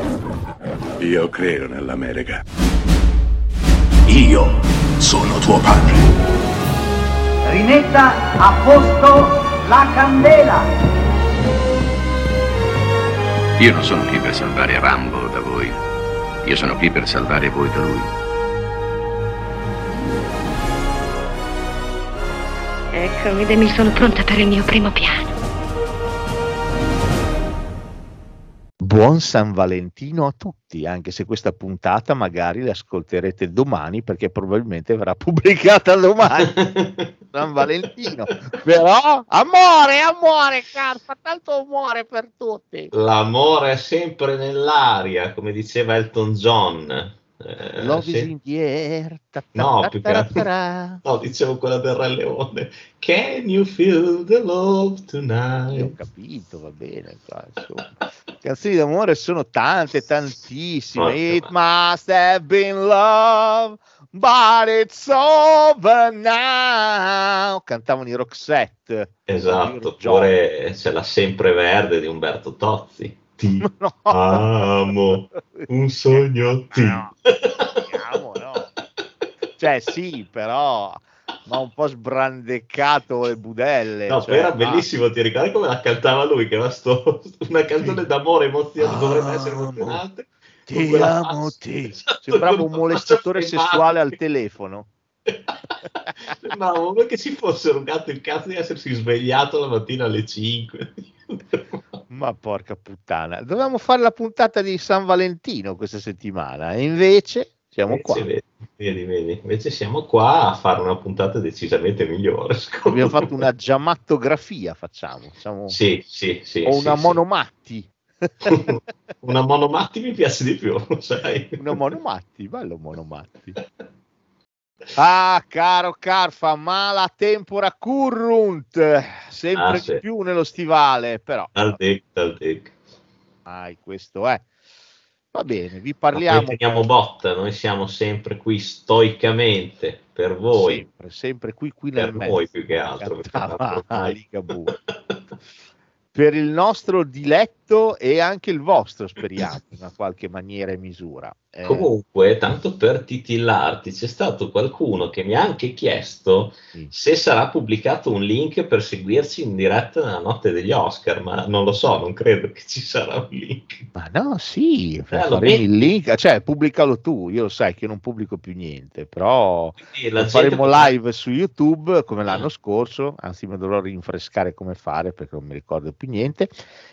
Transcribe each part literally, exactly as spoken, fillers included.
Io credo nell'America. Io sono tuo padre. Rimetta a posto la candela. Io non sono qui per salvare Rambo da voi. Io sono qui per salvare voi da lui. Eccomi, Demi, sono pronta per il mio primo piano. Buon San Valentino a tutti, anche se questa puntata magari la ascolterete domani perché probabilmente verrà pubblicata domani. San Valentino, però amore, amore, Carfa, tanto amore per tutti. L'amore è sempre nell'aria, come diceva Elton John. Eh, Love sì. is in the air. Ta, ta, No, ta, più ta, che ta, ta. no, dicevo quella del Re Leone. Can you feel the love tonight? Io ho capito, va bene, qua, insomma. Canzoni d'amore sono tante, tantissime. Forse, It ma- must have been love, but it's over now. Cantavano i Roxette. Esatto, Io- oppure c'è la Sempreverde di Umberto Tozzi. Ti No. amo, un sogno ti. No, amo, no. Cioè sì, però ma un po' sbrandeccato le budelle. No, cioè, poi era ah. bellissimo, ti ricordi come la cantava lui? Che era sto, una canzone Sì. d'amore emozionante, dovrebbe essere Amo, emozionante. con Ti quella amo, faccia. ti. Esatto, Sembrava con un la molestatore faccia sessuale al female. telefono. Sembrava uno che si fosse rugato il cazzo di essersi svegliato la mattina alle cinque. Ma porca puttana, dovevamo fare la puntata di San Valentino questa settimana e invece siamo Invece, qua. Vedi, vedi, vedi. Invece siamo qua a fare una puntata decisamente migliore. Abbiamo fatto una giammattografia, facciamo, facciamo Sì, sì, sì. o sì, una sì. monomatti. Una monomatti mi piace di più, sai? Una monomatti, bello monomatti. Ah, caro Carfa, ma la tempora currunt sempre Ah, di sì. più nello stivale, però Dal dick, dal dick. dai, questo è. Va bene, vi Ma parliamo noi teniamo botta, noi siamo sempre qui stoicamente per voi, sempre, sempre qui, qui nel per mezzo. noi più che altro. perché Cantava tanto ormai- Ligabue. Per il nostro diletto e anche il vostro, speriamo, in una qualche maniera e misura. Eh, Comunque, tanto per titillarti, c'è stato qualcuno che mi ha anche chiesto sì. se sarà pubblicato un link per seguirci in diretta nella notte degli Oscar, ma non lo so, non credo che ci sarà un link. Ma no, sì, lo faremo metti. il link, cioè pubblicalo tu, io lo sai che io non pubblico più niente, però Quindi la lo gente faremo potrà- live su YouTube come l'anno Ah. scorso, anzi mi dovrò rinfrescare come fare perché non mi ricordo più niente,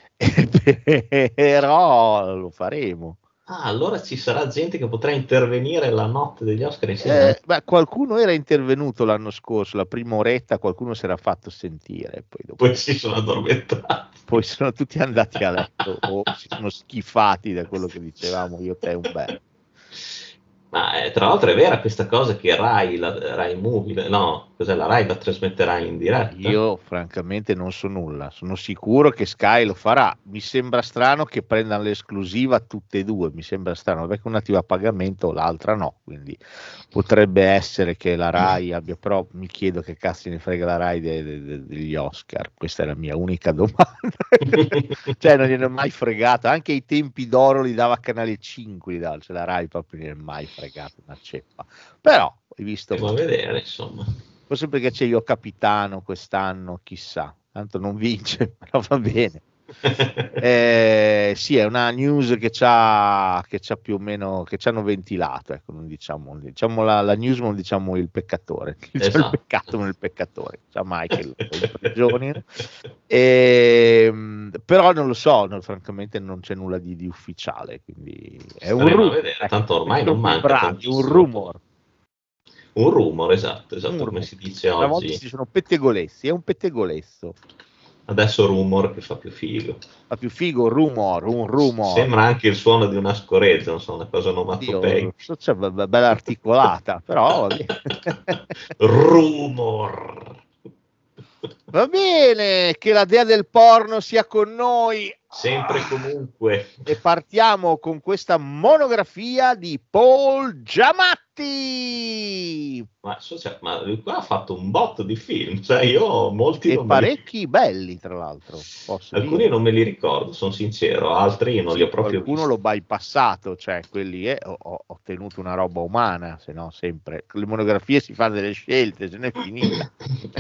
però lo faremo. Ah, allora ci sarà gente che potrà intervenire la notte degli Oscar insieme. Eh, beh, qualcuno era intervenuto l'anno scorso, la prima oretta qualcuno si era fatto sentire, poi, dopo, Poi si sono addormentati. poi sono tutti andati a letto o si sono schifati da quello che dicevamo io, te e Umberto. Ma eh, tra l'altro è vera questa cosa che Rai, la Rai Movie, no, cos'è la Rai la trasmetterà in diretta? Io francamente non so nulla, sono sicuro che Sky lo farà, mi sembra strano che prendano l'esclusiva tutte e due, mi sembra strano perché una ti va a pagamento, l'altra no, quindi potrebbe essere che la Rai abbia, però mi chiedo che cazzo ne frega la Rai de- de- de- degli Oscar, questa è la mia unica domanda. Cioè non gliene è mai fregato, anche ai tempi d'oro li dava a Canale cinque, li dava, cioè la Rai proprio non è mai fregato una ceppa, però hai visto, Devo vedere, insomma. forse perché c'è io capitano quest'anno, chissà, tanto non vince, però va bene. Eh, sì, è una news che c'ha, che c'ha più o meno, che ci hanno ventilato, ecco, non diciamo, diciamo la, la news, non diciamo il peccatore, diciamo Esatto. il peccato, non il peccatore, c'ha Michael in prigione. E, però non lo so, no, francamente non c'è nulla di, di ufficiale, quindi è un Staremo a rumor, vedere, ecco, tanto ormai non manca bravi, tantissimo. un rumor. Un rumore, esatto, esatto, Un come rumor. si dice Una volta oggi. ci sono pettegolessi, è un pettegolesso. Adesso rumor che fa più figo. Fa più figo, rumor, un rumor. Sembra anche il suono di una scoreggia, non so, una cosa Dio, onomatopeica. cioè, be- be- bella articolata, però va bene. Rumor. Va bene, che la dea del porno sia con noi sempre e comunque. E partiamo con questa monografia di Paul Giamatti. Ma, cioè, ma lui qua ha fatto un botto di film, cioè io ho molti e non parecchi me li... belli, tra l'altro. Posso Alcuni dire. non me li ricordo, sono sincero, altri non sì, li ho proprio qualcuno visti. l'ho bypassato, cioè quelli eh, ho, ho tenuto una roba umana, se no sempre con le monografie si fanno delle scelte, se ne è finita.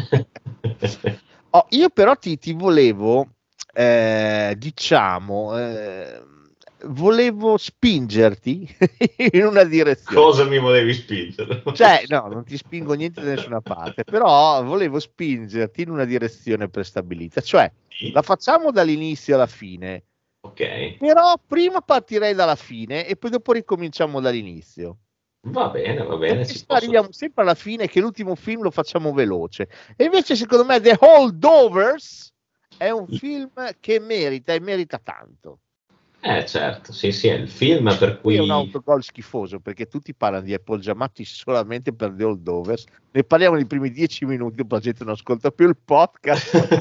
oh, io però ti, ti volevo eh, diciamo eh, volevo spingerti in una direzione. Cosa mi volevi spingere? Cioè, no, non ti spingo niente da nessuna parte, però volevo spingerti in una direzione prestabilita, cioè Sì. la facciamo dall'inizio alla fine, Ok, però prima partirei dalla fine e poi dopo ricominciamo dall'inizio. va bene, va bene. Perché Ci se posso... arriviamo sempre alla fine che l'ultimo film lo facciamo veloce. E invece secondo me The Holdovers è un film che merita e merita tanto. Eh certo, sì sì, è il film per Qui cui... è un autogol schifoso perché tutti parlano di Paul Giamatti solamente per The Holdovers. Ne parliamo nei primi dieci minuti, dopo la gente non ascolta più il podcast.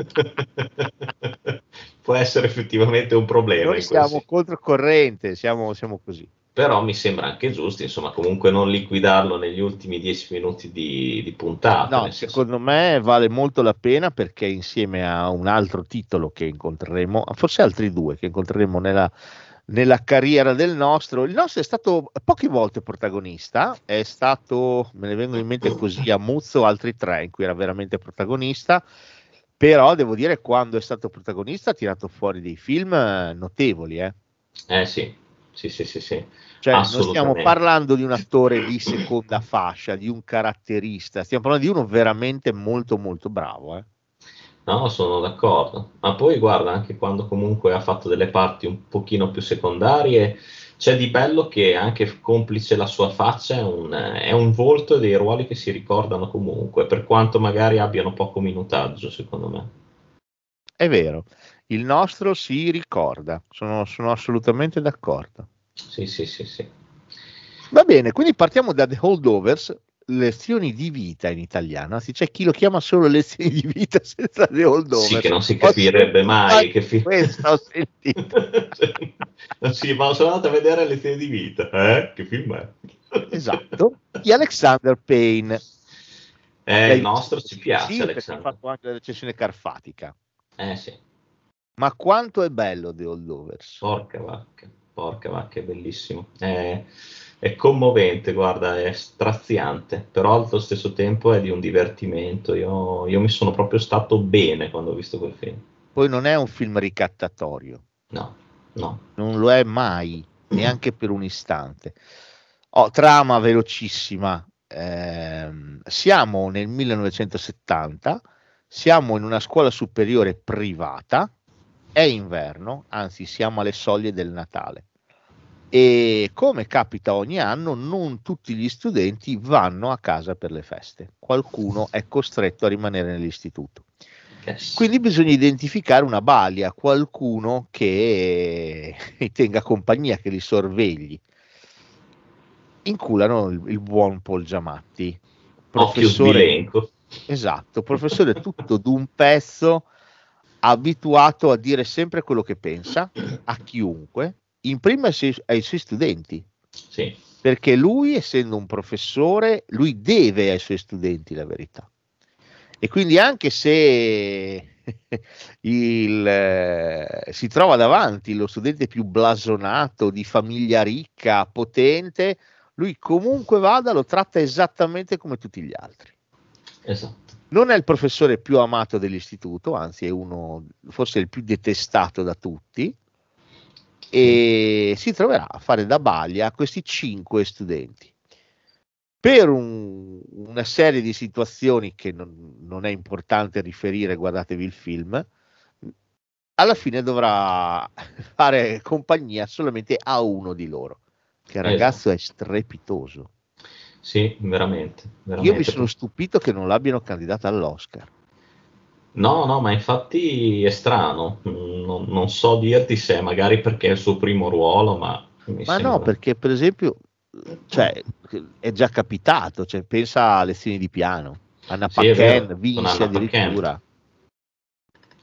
Può essere effettivamente un problema. Noi in siamo questi... controcorrente, siamo, siamo così. Però mi sembra anche giusto, insomma, comunque non liquidarlo negli ultimi dieci minuti di, di puntata. No, nel senso... secondo me vale molto la pena perché insieme a un altro titolo che incontreremo, forse altri due che incontreremo nella, nella carriera del nostro, il nostro è stato poche volte protagonista, è stato, me ne vengono in mente così a muzzo altri tre in cui era veramente protagonista, però devo dire quando è stato protagonista ha tirato fuori dei film notevoli. Eh, eh sì. Sì, sì, sì, sì. Cioè, non stiamo parlando di un attore di seconda fascia, di un caratterista, stiamo parlando di uno veramente molto molto bravo. Eh. No, sono d'accordo. Ma poi guarda, anche quando comunque ha fatto delle parti un pochino più secondarie, c'è di bello che anche complice la sua faccia è un, è un volto e dei ruoli che si ricordano comunque, per quanto magari abbiano poco minutaggio, secondo me. È vero. Il nostro si ricorda, sono, sono assolutamente d'accordo. Sì, sì, sì, sì. Va bene, quindi partiamo da The Holdovers, lezioni di vita in italiano, anzi c'è chi lo chiama solo lezioni di vita senza The Holdovers. Sì, che non si capirebbe ho mai che film... Questo ho sentito. Sì, ma sono andato a vedere lezioni di vita, eh? Che film è? Esatto, di Alexander Payne. Eh, il nostro ci piace, sì, Alexander. perché ha fatto anche la recensione carfatica. Eh sì. Ma quanto è bello The Holdovers? Porca vacca, porca vacca, è bellissimo. È, è commovente, guarda, è straziante, però allo stesso tempo è di un divertimento. Io, io mi sono proprio stato bene quando ho visto quel film. Poi non è un film ricattatorio. No, no. Non lo è mai, neanche per un istante. Oh, trama velocissima. Eh, siamo nel millenovecentosettanta, siamo in una scuola superiore privata, è inverno, anzi siamo alle soglie del Natale e come capita ogni anno non tutti gli studenti vanno a casa per le feste, qualcuno è costretto a rimanere nell'istituto. Yes. Quindi bisogna identificare una balia, qualcuno che tenga compagnia, che li sorvegli. Inculano il, il buon Paul Giamatti, professore, esatto, professore tutto d'un pezzo, abituato a dire sempre quello che pensa a chiunque, in prima ai suoi, ai suoi studenti, sì. Perché lui, essendo un professore, lui deve ai suoi studenti la verità. E quindi anche se il, eh, si trova davanti lo studente più blasonato, di famiglia ricca, potente, lui comunque vada, lo tratta esattamente come tutti gli altri. Esatto. Non è il professore più amato dell'istituto, anzi è uno, forse il più detestato da tutti, e si troverà a fare da balia a questi cinque studenti. Per un, una serie di situazioni che non, non è importante riferire, guardatevi il film, alla fine dovrà fare compagnia solamente a uno di loro, che il ragazzo esatto. È strepitoso. Sì, veramente, veramente. Io mi sono stupito che non l'abbiano candidato all'Oscar. No, no, ma infatti è strano, non, non so dirti se magari perché è il suo primo ruolo, ma... Mi ma sembra... no, perché per esempio, cioè, è già capitato, cioè, pensa a Lezioni di piano, Anna sì, Paquin vince Anna addirittura. Paquin.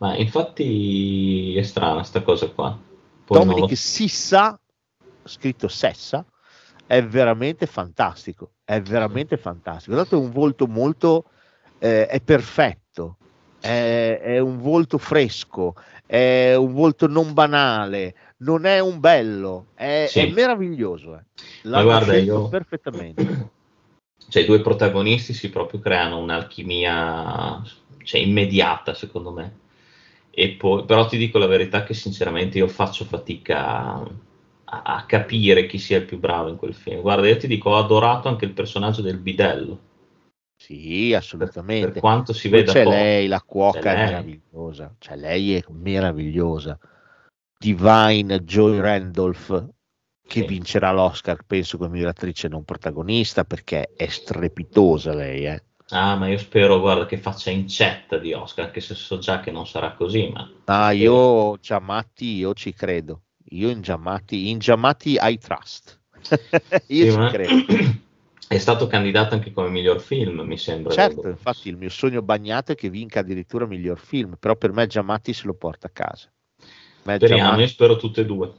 Ma infatti è strana sta cosa qua. Poi Dominic lo... Sissa, scritto Sessa, è veramente fantastico, è veramente fantastico. Dato è un volto molto, eh, è perfetto, è, è un volto fresco, è un volto non banale, non è un bello, è, Sì. è meraviglioso. Eh. Ma L'hanno guarda, scelto io... perfettamente. Cioè, i due protagonisti si proprio creano un'alchimia, cioè, immediata, secondo me. E poi, però ti dico la verità che sinceramente io faccio fatica a, a capire chi sia il più bravo in quel film. Guarda, io ti dico, ho adorato anche il personaggio del bidello. Sì, assolutamente. Per, per quanto si Poi veda c'è poco. lei, la cuoca C'è è lei. meravigliosa, cioè lei è meravigliosa. Divine Joy Randolph, che Sì. vincerà l'Oscar, penso, come miglior attrice non protagonista, perché è strepitosa lei, eh. Ah, ma io spero, guarda, che faccia incetta di Oscar, anche se so già che non sarà così, ma... Ah, spero. io Giamatti, io ci credo. Io in Giamatti, in Giamatti I trust. Io Sì, ci ma... credo. È stato candidato anche come miglior film, mi sembra. Certo, infatti il mio sogno bagnato è che vinca addirittura miglior film, però per me Giamatti se lo porta a casa. Me Speriamo, Giamatti io spero tutte e due.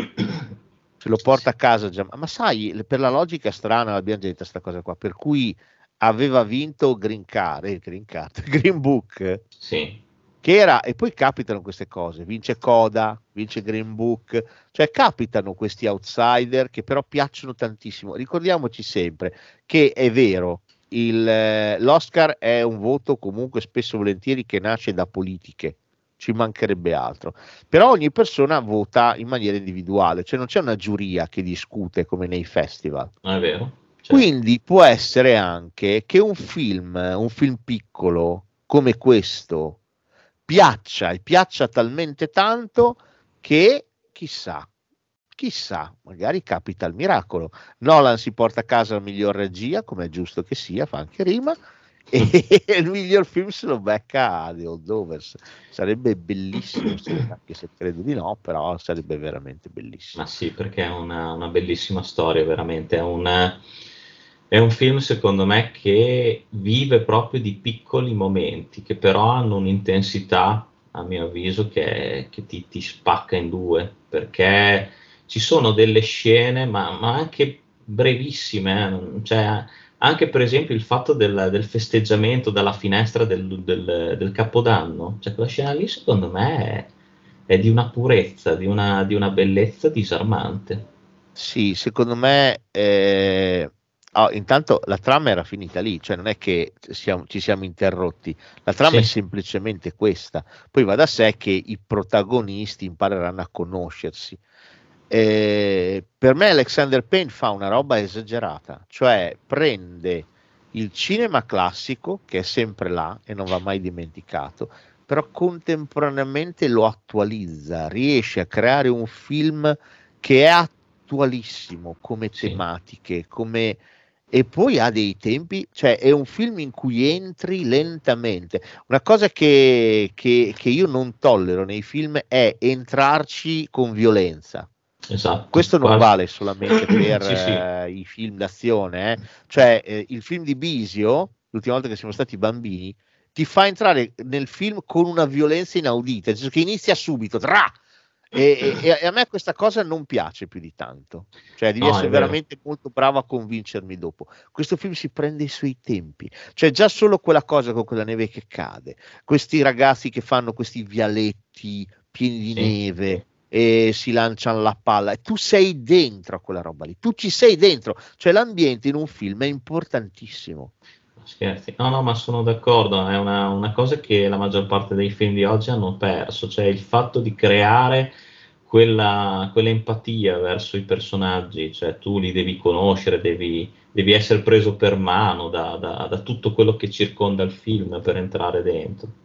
se lo porta a casa Giamatti. Ma sai, per la logica strana l'abbiamo già detta sta cosa qua, per cui aveva vinto Green Card, eh, Green Card, Green Book, Sì. che era, e poi capitano queste cose, vince Coda, vince Green Book, cioè capitano questi outsider che però piacciono tantissimo. Ricordiamoci sempre che è vero, il, eh, l'Oscar è un voto comunque spesso volentieri che nasce da politiche, ci mancherebbe altro, però ogni persona vota in maniera individuale, cioè non c'è una giuria che discute come nei festival. Non è vero? Certo. Quindi può essere anche che un film, un film piccolo come questo, piaccia e piaccia talmente tanto che chissà, chissà, magari capita il miracolo. Nolan si porta a casa la miglior regia, come è giusto che sia, fa anche rima, e il miglior film se lo becca The Holdovers. Sarebbe bellissimo, anche se credo di no, però sarebbe veramente bellissimo. Ma sì, perché è una, una bellissima storia, veramente. È un, è un film, secondo me, che vive proprio di piccoli momenti, che però hanno un'intensità, a mio avviso, che, che ti, ti spacca in due, perché ci sono delle scene, ma, ma anche brevissime, eh, cioè... Anche per esempio il fatto del, del festeggiamento dalla finestra del, del, del Capodanno, cioè quella scena lì secondo me è, è di una purezza, di una, di una bellezza disarmante. Sì, secondo me eh, oh, intanto la trama era finita lì, cioè non è che siamo, ci siamo interrotti, la trama Sì. è semplicemente questa, poi va da sé che i protagonisti impareranno a conoscersi. Eh, per me Alexander Payne fa una roba esagerata, cioè prende il cinema classico che è sempre là e non va mai dimenticato, però contemporaneamente lo attualizza, riesce a creare un film che è attualissimo come Sì. tematiche, come... e poi ha dei tempi, cioè è un film in cui entri lentamente. Una cosa che, che, che io non tollero nei film è entrarci con violenza. Esatto. Questo non Quasi. vale solamente per Sì, sì. eh, i film d'azione, eh. Cioè eh, il film di Bisio, l'ultima volta che siamo stati bambini, ti fa entrare nel film con una violenza inaudita, nel senso che inizia subito, tra! E, e, e a me questa cosa non piace più di tanto, cioè devi No, essere è vero. veramente molto bravo a convincermi dopo. Questo film si prende i suoi tempi, cioè già solo quella cosa con quella neve che cade, questi ragazzi che fanno questi vialetti pieni di Sì. neve e si lanciano la palla e tu sei dentro a quella roba lì, tu ci sei dentro, cioè l'ambiente in un film è importantissimo. Scherzi. No, no, ma sono d'accordo, è una, una cosa che la maggior parte dei film di oggi hanno perso, cioè il fatto di creare quella, quella empatia verso i personaggi, cioè tu li devi conoscere, devi, devi essere preso per mano da, da, da tutto quello che circonda il film per entrare dentro.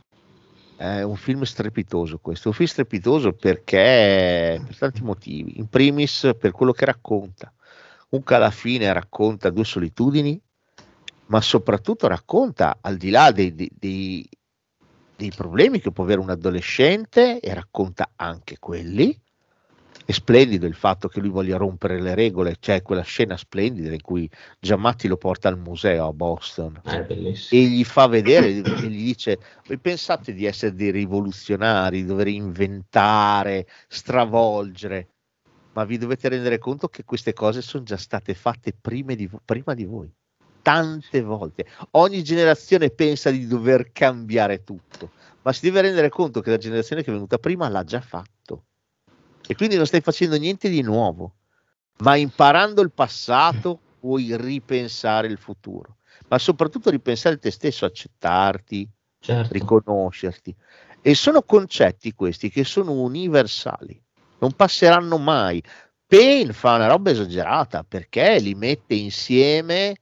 È un film strepitoso questo, un film strepitoso perché per tanti motivi, in primis per quello che racconta, comunque alla fine racconta due solitudini, ma soprattutto racconta, al di là dei, dei, dei, dei problemi che può avere un adolescente, e racconta anche quelli, È splendido il fatto che lui voglia rompere le regole, c'è quella scena splendida in cui Giamatti lo porta al museo a Boston È bellissimo. e gli fa vedere e gli dice: voi pensate di essere dei rivoluzionari, di dover inventare, stravolgere, ma vi dovete rendere conto che queste cose sono già state fatte prima di, vo- prima di voi, tante volte. Ogni generazione pensa di dover cambiare tutto, ma si deve rendere conto che la generazione che è venuta prima l'ha già fatto. E quindi non stai facendo niente di nuovo, ma imparando il passato puoi ripensare il futuro, ma soprattutto ripensare te stesso, accettarti, Certo. riconoscerti. E sono concetti questi che sono universali, non passeranno mai. Payne fa una roba esagerata perché li mette insieme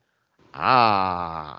a,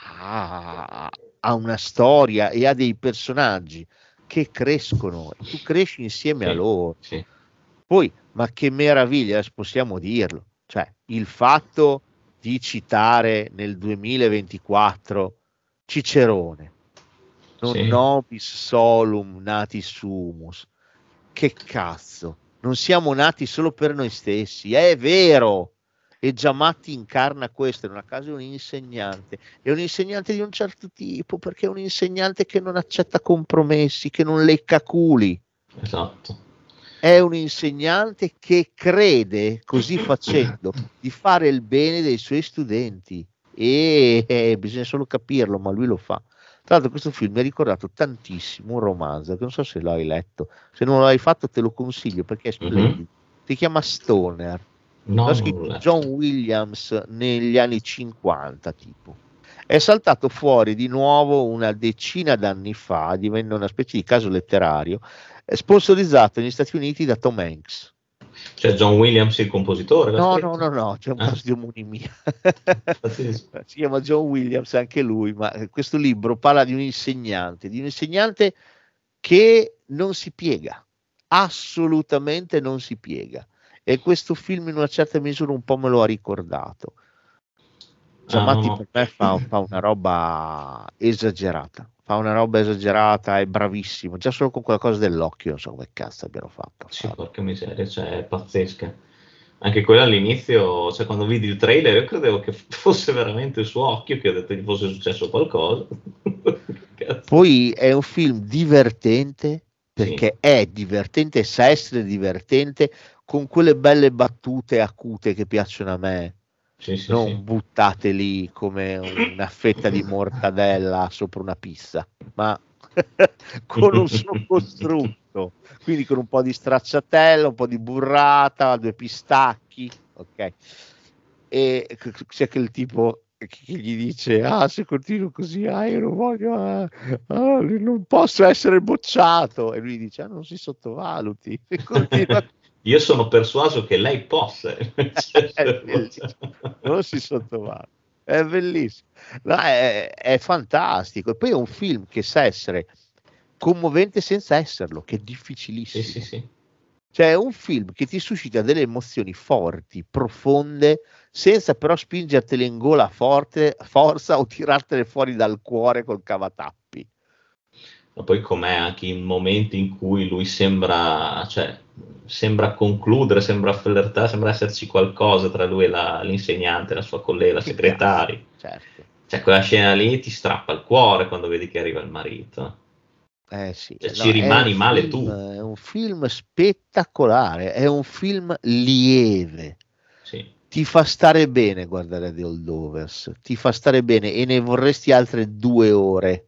a, a una storia e a dei personaggi che crescono e tu cresci insieme Sì, a loro. sì. Poi, ma che meraviglia, adesso possiamo dirlo, cioè il fatto di citare nel duemilaventiquattro Cicerone, non Sì. nobis solum natis sumus, che cazzo, non siamo nati solo per noi stessi, è vero, e Giamatti incarna questo, non a caso è un insegnante, è un insegnante di un certo tipo, perché è un insegnante che non accetta compromessi, che non lecca culi. Esatto. È un insegnante che crede, così facendo, di fare il bene dei suoi studenti e eh, bisogna solo capirlo, ma lui lo fa. Tra l'altro questo film mi ha ricordato tantissimo un romanzo che non so se l'hai letto, se non l'hai fatto te lo consiglio perché è splendido. Mhm. Si chiama Stoner, No, l'ha non scritto l'ho letto. John Williams negli anni cinquanta tipo. È saltato fuori di nuovo una decina d'anni fa, divenne una specie di caso letterario, eh, sponsorizzato negli Stati Uniti da Tom Hanks. Cioè John Williams il compositore l'ha No, scritto? no, no, no, c'è un Ah. caso di omonimia. Pazzesco. Si chiama John Williams anche lui, ma eh, questo libro parla di un insegnante, di un insegnante che non si piega, assolutamente non si piega. E questo film in una certa misura un po' me lo ha ricordato. Giamatti Ah, no, no. per me fa, fa una roba esagerata, fa una roba esagerata, è bravissimo, già solo con quella cosa dell'occhio, non so come cazzo abbiano fatto. a Sì, farlo. porca miseria, cioè è pazzesca. Anche quella all'inizio, cioè quando vidi il trailer, io credevo che fosse veramente il suo occhio, che ho detto gli fosse successo qualcosa. Cazzo. Poi è un film divertente, Sì, perché è divertente e sa essere divertente, con quelle belle battute acute che piacciono a me, sì, sì, non sì. buttate lì come una fetta di mortadella sopra una pizza, ma con un suo costrutto, quindi con un po' di stracciatella, un po' di burrata, due pistacchi, ok? E c- c'è quel tipo che che gli dice: ah, se continuo così, ah, io non voglio, ah, ah, non posso essere bocciato, e lui dice: ah, non si sottovaluti, e continua. Io sono persuaso che lei possa. È bellissimo. Non si sottovaluta, è bellissimo. No, è, è fantastico. E poi è un film che sa essere commovente senza esserlo, che è Sì, difficilissimo. sì, sì. Cioè è un film che ti suscita delle emozioni forti, profonde, senza però spingertele in gola forte, forza o tirartele fuori dal cuore col cavatappi. Ma poi com'è anche in momenti in cui lui sembra, cioè, sembra concludere, sembra flirtare, sembra esserci qualcosa tra lui e la- l'insegnante, la sua collega, la Che segretaria. cazzo, certo. Cioè quella scena lì ti strappa il cuore quando vedi che arriva il marito. Eh sì, Cioè, no, ci è rimani un male film, tu. è un film spettacolare, è un film lieve. Sì, Ti fa stare bene guardare The Holdovers, ti fa stare bene e ne vorresti altre due ore.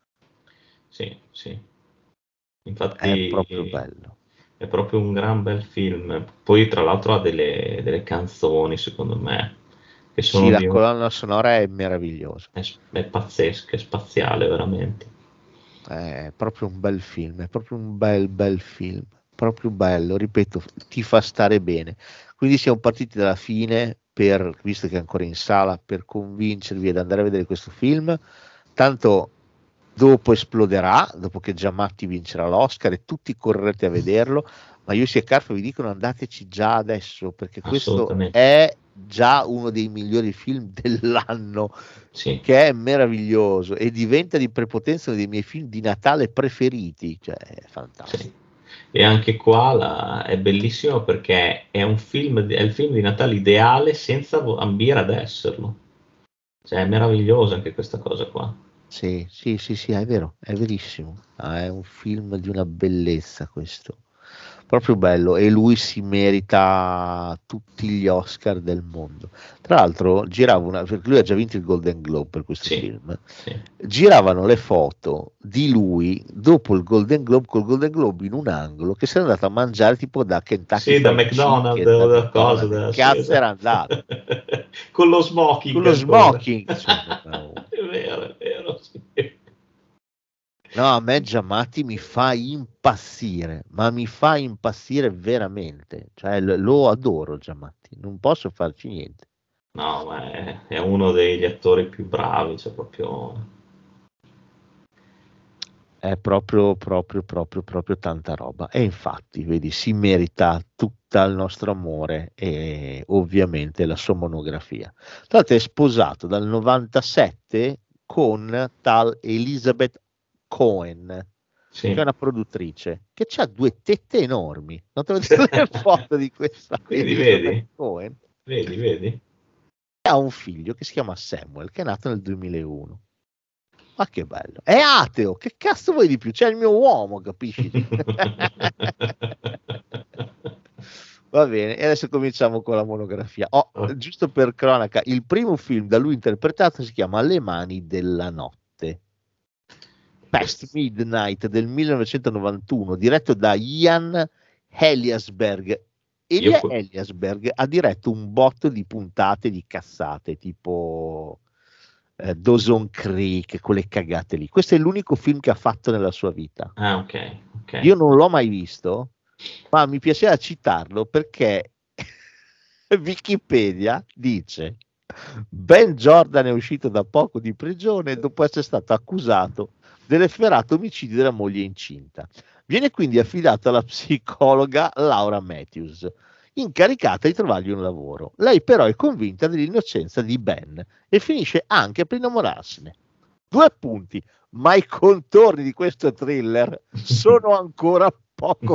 sì, sì. È Infatti proprio bello. è proprio un gran bel film. Poi tra l'altro ha delle, delle canzoni, secondo me, che Sì, sono la di un... colonna sonora è meravigliosa. è, è pazzesca, è spaziale veramente. È proprio un bel film, è proprio un bel bel film, proprio bello, ripeto, ti fa stare bene. Quindi siamo partiti dalla fine per, visto che è ancora in sala, per convincervi ad andare a vedere questo film. Tanto dopo esploderà, dopo che Giamatti vincerà l'Oscar e tutti correte a vederlo, ma io e Carlo vi dicono andateci già adesso, perché questo Assolutamente. è già uno dei migliori film dell'anno, Sì. che è meraviglioso e diventa di prepotenza uno dei miei film di Natale preferiti, cioè è fantastico. Sì. E anche qua la, è bellissimo perché è un film, è il film di Natale ideale senza ambire ad esserlo. Cioè è meravigliosa anche questa cosa qua. Sì, sì, sì, sì, è vero, è verissimo. Ah, è un film di una bellezza questo. Proprio bello, e lui si merita tutti gli Oscar del mondo. Tra l'altro girava una, perché lui ha già vinto il Golden Globe per questo Sì, film. sì. Giravano le foto di lui dopo il Golden Globe col Golden Globe in un angolo che si era andato a mangiare tipo da Kentucky Sì, da Fried McDonald's Chicken, o da da cosa, McDonald's. da- Che cazzo sì, era andato? con lo smoking. Con lo ancora. smoking, cioè, no. È vero, è vero, sì. No, a me Giamatti mi fa impazzire, ma mi fa impazzire veramente. Cioè, l- lo adoro Giamatti, non posso farci niente. No, ma è, è uno degli attori più bravi, cioè proprio... È proprio, proprio, proprio, proprio tanta roba. E infatti, vedi, si merita tutto il nostro amore e ovviamente la sua monografia. Tra l'altro è sposato dal novantasette con tal Elizabeth Cohen, Sì. che è una produttrice, che ha due tette enormi. Non te lo dico le foto di questa Vedi, Elizabeth vedi? Cohen. Vedi, vedi? Ha un figlio che si chiama Samuel, che è nato nel duemilauno. Ma che bello. È ateo, che cazzo vuoi di più? C'è il mio uomo, capisci? Va bene, e adesso cominciamo con la monografia. Oh, Oh. giusto per cronaca, il primo film da lui interpretato si chiama Le mani della notte. Past Midnight del millenovecentonovantuno, diretto da Ian Eliasberg. E Io Ian que- Eliasberg ha diretto un botto di puntate di cazzate, tipo eh, Dawson Creek, quelle cagate lì. Questo è l'unico film che ha fatto nella sua vita. Ah, ok, ok. Io non l'ho mai visto, ma mi piaceva citarlo perché Wikipedia dice: Ben Jordan è uscito da poco di prigione dopo essere stato accusato dell'efferato omicidio della moglie incinta. Viene quindi affidato alla psicologa Laura Matthews, incaricata di trovargli un lavoro. Lei però è convinta dell'innocenza di Ben e finisce anche per innamorarsene. Due punti, ma i contorni di questo thriller sono ancora poco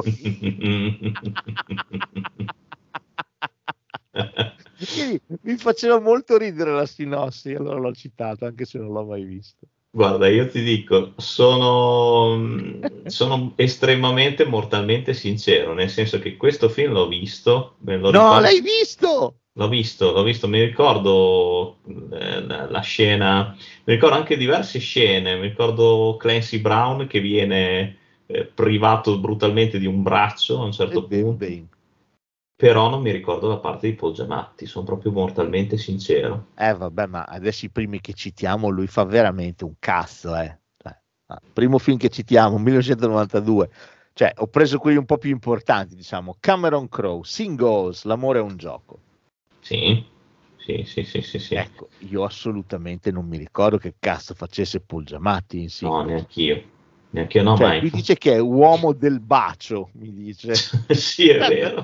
Quindi mi faceva molto ridere la sinossi, allora l'ho citato anche se non l'ho mai visto. Guarda, io ti dico, sono, sono estremamente mortalmente sincero, nel senso che questo film l'ho visto, me lo No, ricordo- l'hai visto? L'ho visto, l'ho visto, mi ricordo eh, la, la scena, mi ricordo anche diverse scene, mi ricordo Clancy Brown che viene eh, privato brutalmente di un braccio a un certo Eh, ben, punto, ben. però non mi ricordo la parte di Paul Giamatti, sono proprio mortalmente sincero. Eh vabbè, ma adesso i primi che citiamo lui fa veramente un cazzo, eh. Cioè, ah, primo film che citiamo, millenovecentonovantadue. Cioè, ho preso quelli un po' più importanti, diciamo. Cameron Crowe, Singles, L'amore è un gioco. Sì, sì, sì, sì, sì, sì. Ecco, io assolutamente non mi ricordo che cazzo facesse Paul Giamatti in No, Singles. neanch'io, neanche io no, Cioè, mai. mi dice che è uomo del bacio, mi dice. Sì, è vero.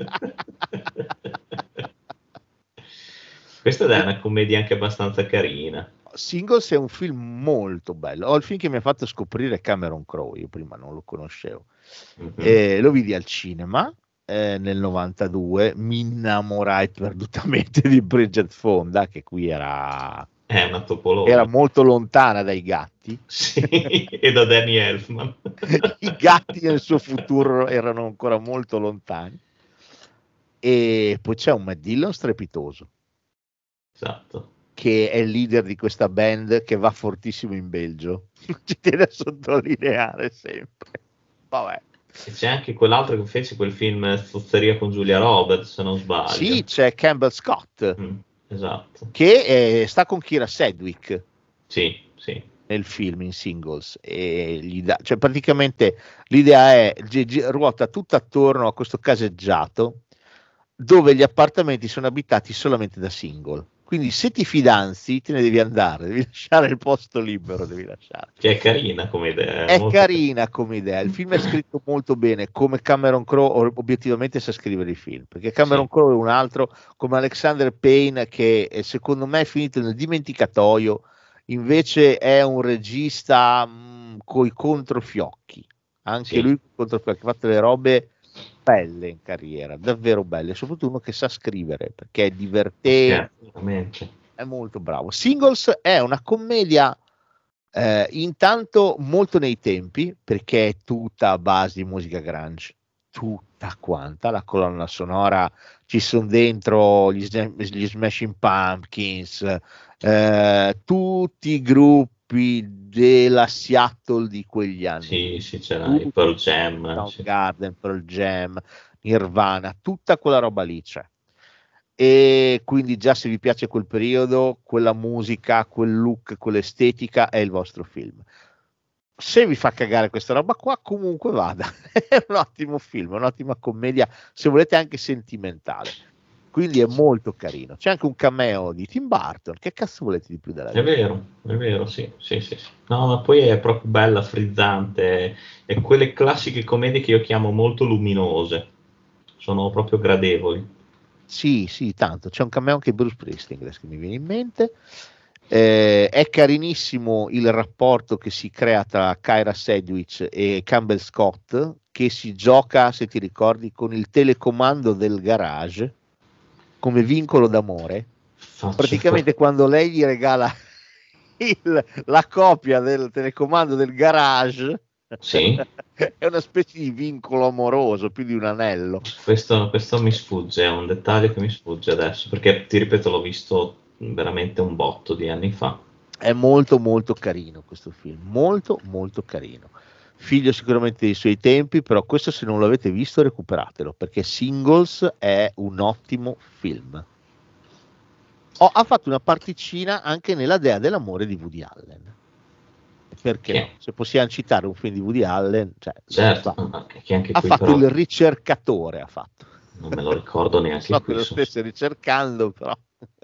Questa è una commedia anche abbastanza carina. Singles è un film molto bello. Ho il film che mi ha fatto scoprire Cameron Crowe, io prima non lo conoscevo. Mhm. Eh, lo vidi al cinema eh, nel novantadue, mi innamorai perdutamente di Bridget Fonda, che qui era, È una topologa. era molto lontana dai gatti. Sì, e da Danny Elfman. I gatti nel suo futuro erano ancora molto lontani. E poi c'è un Matt Dillon strepitoso, Esatto. che è il leader di questa band che va fortissimo in Belgio. Ci tiene a sottolineare sempre. Vabbè. E c'è anche quell'altro che fece quel film Zozzeria con Julia Roberts, se non sbaglio. Sì, c'è Campbell Scott, Mm, esatto. che eh, sta con Kira Sedgwick Sì, sì. nel film in Singles, e gli dà, cioè praticamente l'idea è gi- gi- ruota tutto attorno a questo caseggiato dove gli appartamenti sono abitati solamente da single. Quindi se ti fidanzi te ne devi andare, devi lasciare il posto libero, devi lasciare. Che è carina come idea. È molto- carina come idea, il film è scritto molto bene, come Cameron Crowe obiettivamente sa scrivere i film, perché Cameron Sì. Crowe è un altro come Alexander Payne che eh, secondo me è finito nel dimenticatoio, invece è un regista mh, coi controfiocchi, anche Sì. lui contro che ha fatto le robe belle in carriera, davvero belle, soprattutto uno che sa scrivere perché è divertente, Scherzo, veramente. è molto bravo. Singles è una commedia eh, intanto molto nei tempi, perché è tutta a base di musica grunge, tutta quanta, la colonna sonora, ci sono dentro gli, gli Smashing Pumpkins, eh, tutti i gruppi della Seattle di quegli anni. Sì, sì, c'era il Pearl Jam, Soundgarden, Pearl Jam, Nirvana, tutta quella roba lì c'è. E quindi già se vi piace quel periodo, quella musica, quel look, quell'estetica è il vostro film. Se vi fa cagare questa roba qua, comunque vada, è un ottimo film, un'ottima commedia, se volete anche sentimentale, quindi è molto carino. C'è anche un cameo di Tim Burton, che cazzo volete di più della vita? È vero, è vero, sì, sì, sì, sì. No, ma poi è proprio bella, frizzante, è quelle classiche commedie che io chiamo molto luminose, sono proprio gradevoli. Sì, sì, tanto. C'è un cameo anche Bruce Springsteen che mi viene in mente. Eh, è carinissimo il rapporto che si crea tra Kyra Sedgwick e Campbell Scott, che si gioca, se ti ricordi, con il telecomando del garage come vincolo d'amore. Faccio Praticamente fa- quando lei gli regala il, la copia del telecomando del garage, Sì. è una specie di vincolo amoroso, più di un anello. Questo, questo mi sfugge, è un dettaglio che mi sfugge adesso, perché ti ripeto, l'ho visto veramente un botto di anni fa. È molto molto carino questo film, molto molto carino. Figlio sicuramente dei suoi tempi, però questo se non l'avete visto recuperatelo, perché Singles è un ottimo film. Oh, ha fatto una particina anche nella Dea dell'amore di Woody Allen. Perché Che- no? Se possiamo citare un film di Woody Allen, cioè, Certo, fa- ma che anche ha qui fatto però il ricercatore, ha fatto. non me lo ricordo neanche So che qui, lo sono, stesse ricercando, però.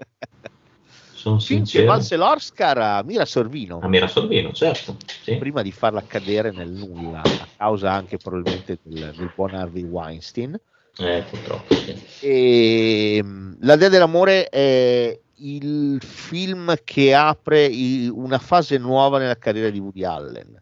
sono Film che sincero. valse l'Oscar a Mira Sorvino, A Mira Sorvino, certo, sì. prima di farla cadere nel nulla, a causa anche probabilmente del, del buon Harvey Weinstein. Eh, purtroppo, sì. E mh, La Dea dell'amore è il film che apre i- una fase nuova nella carriera di Woody Allen,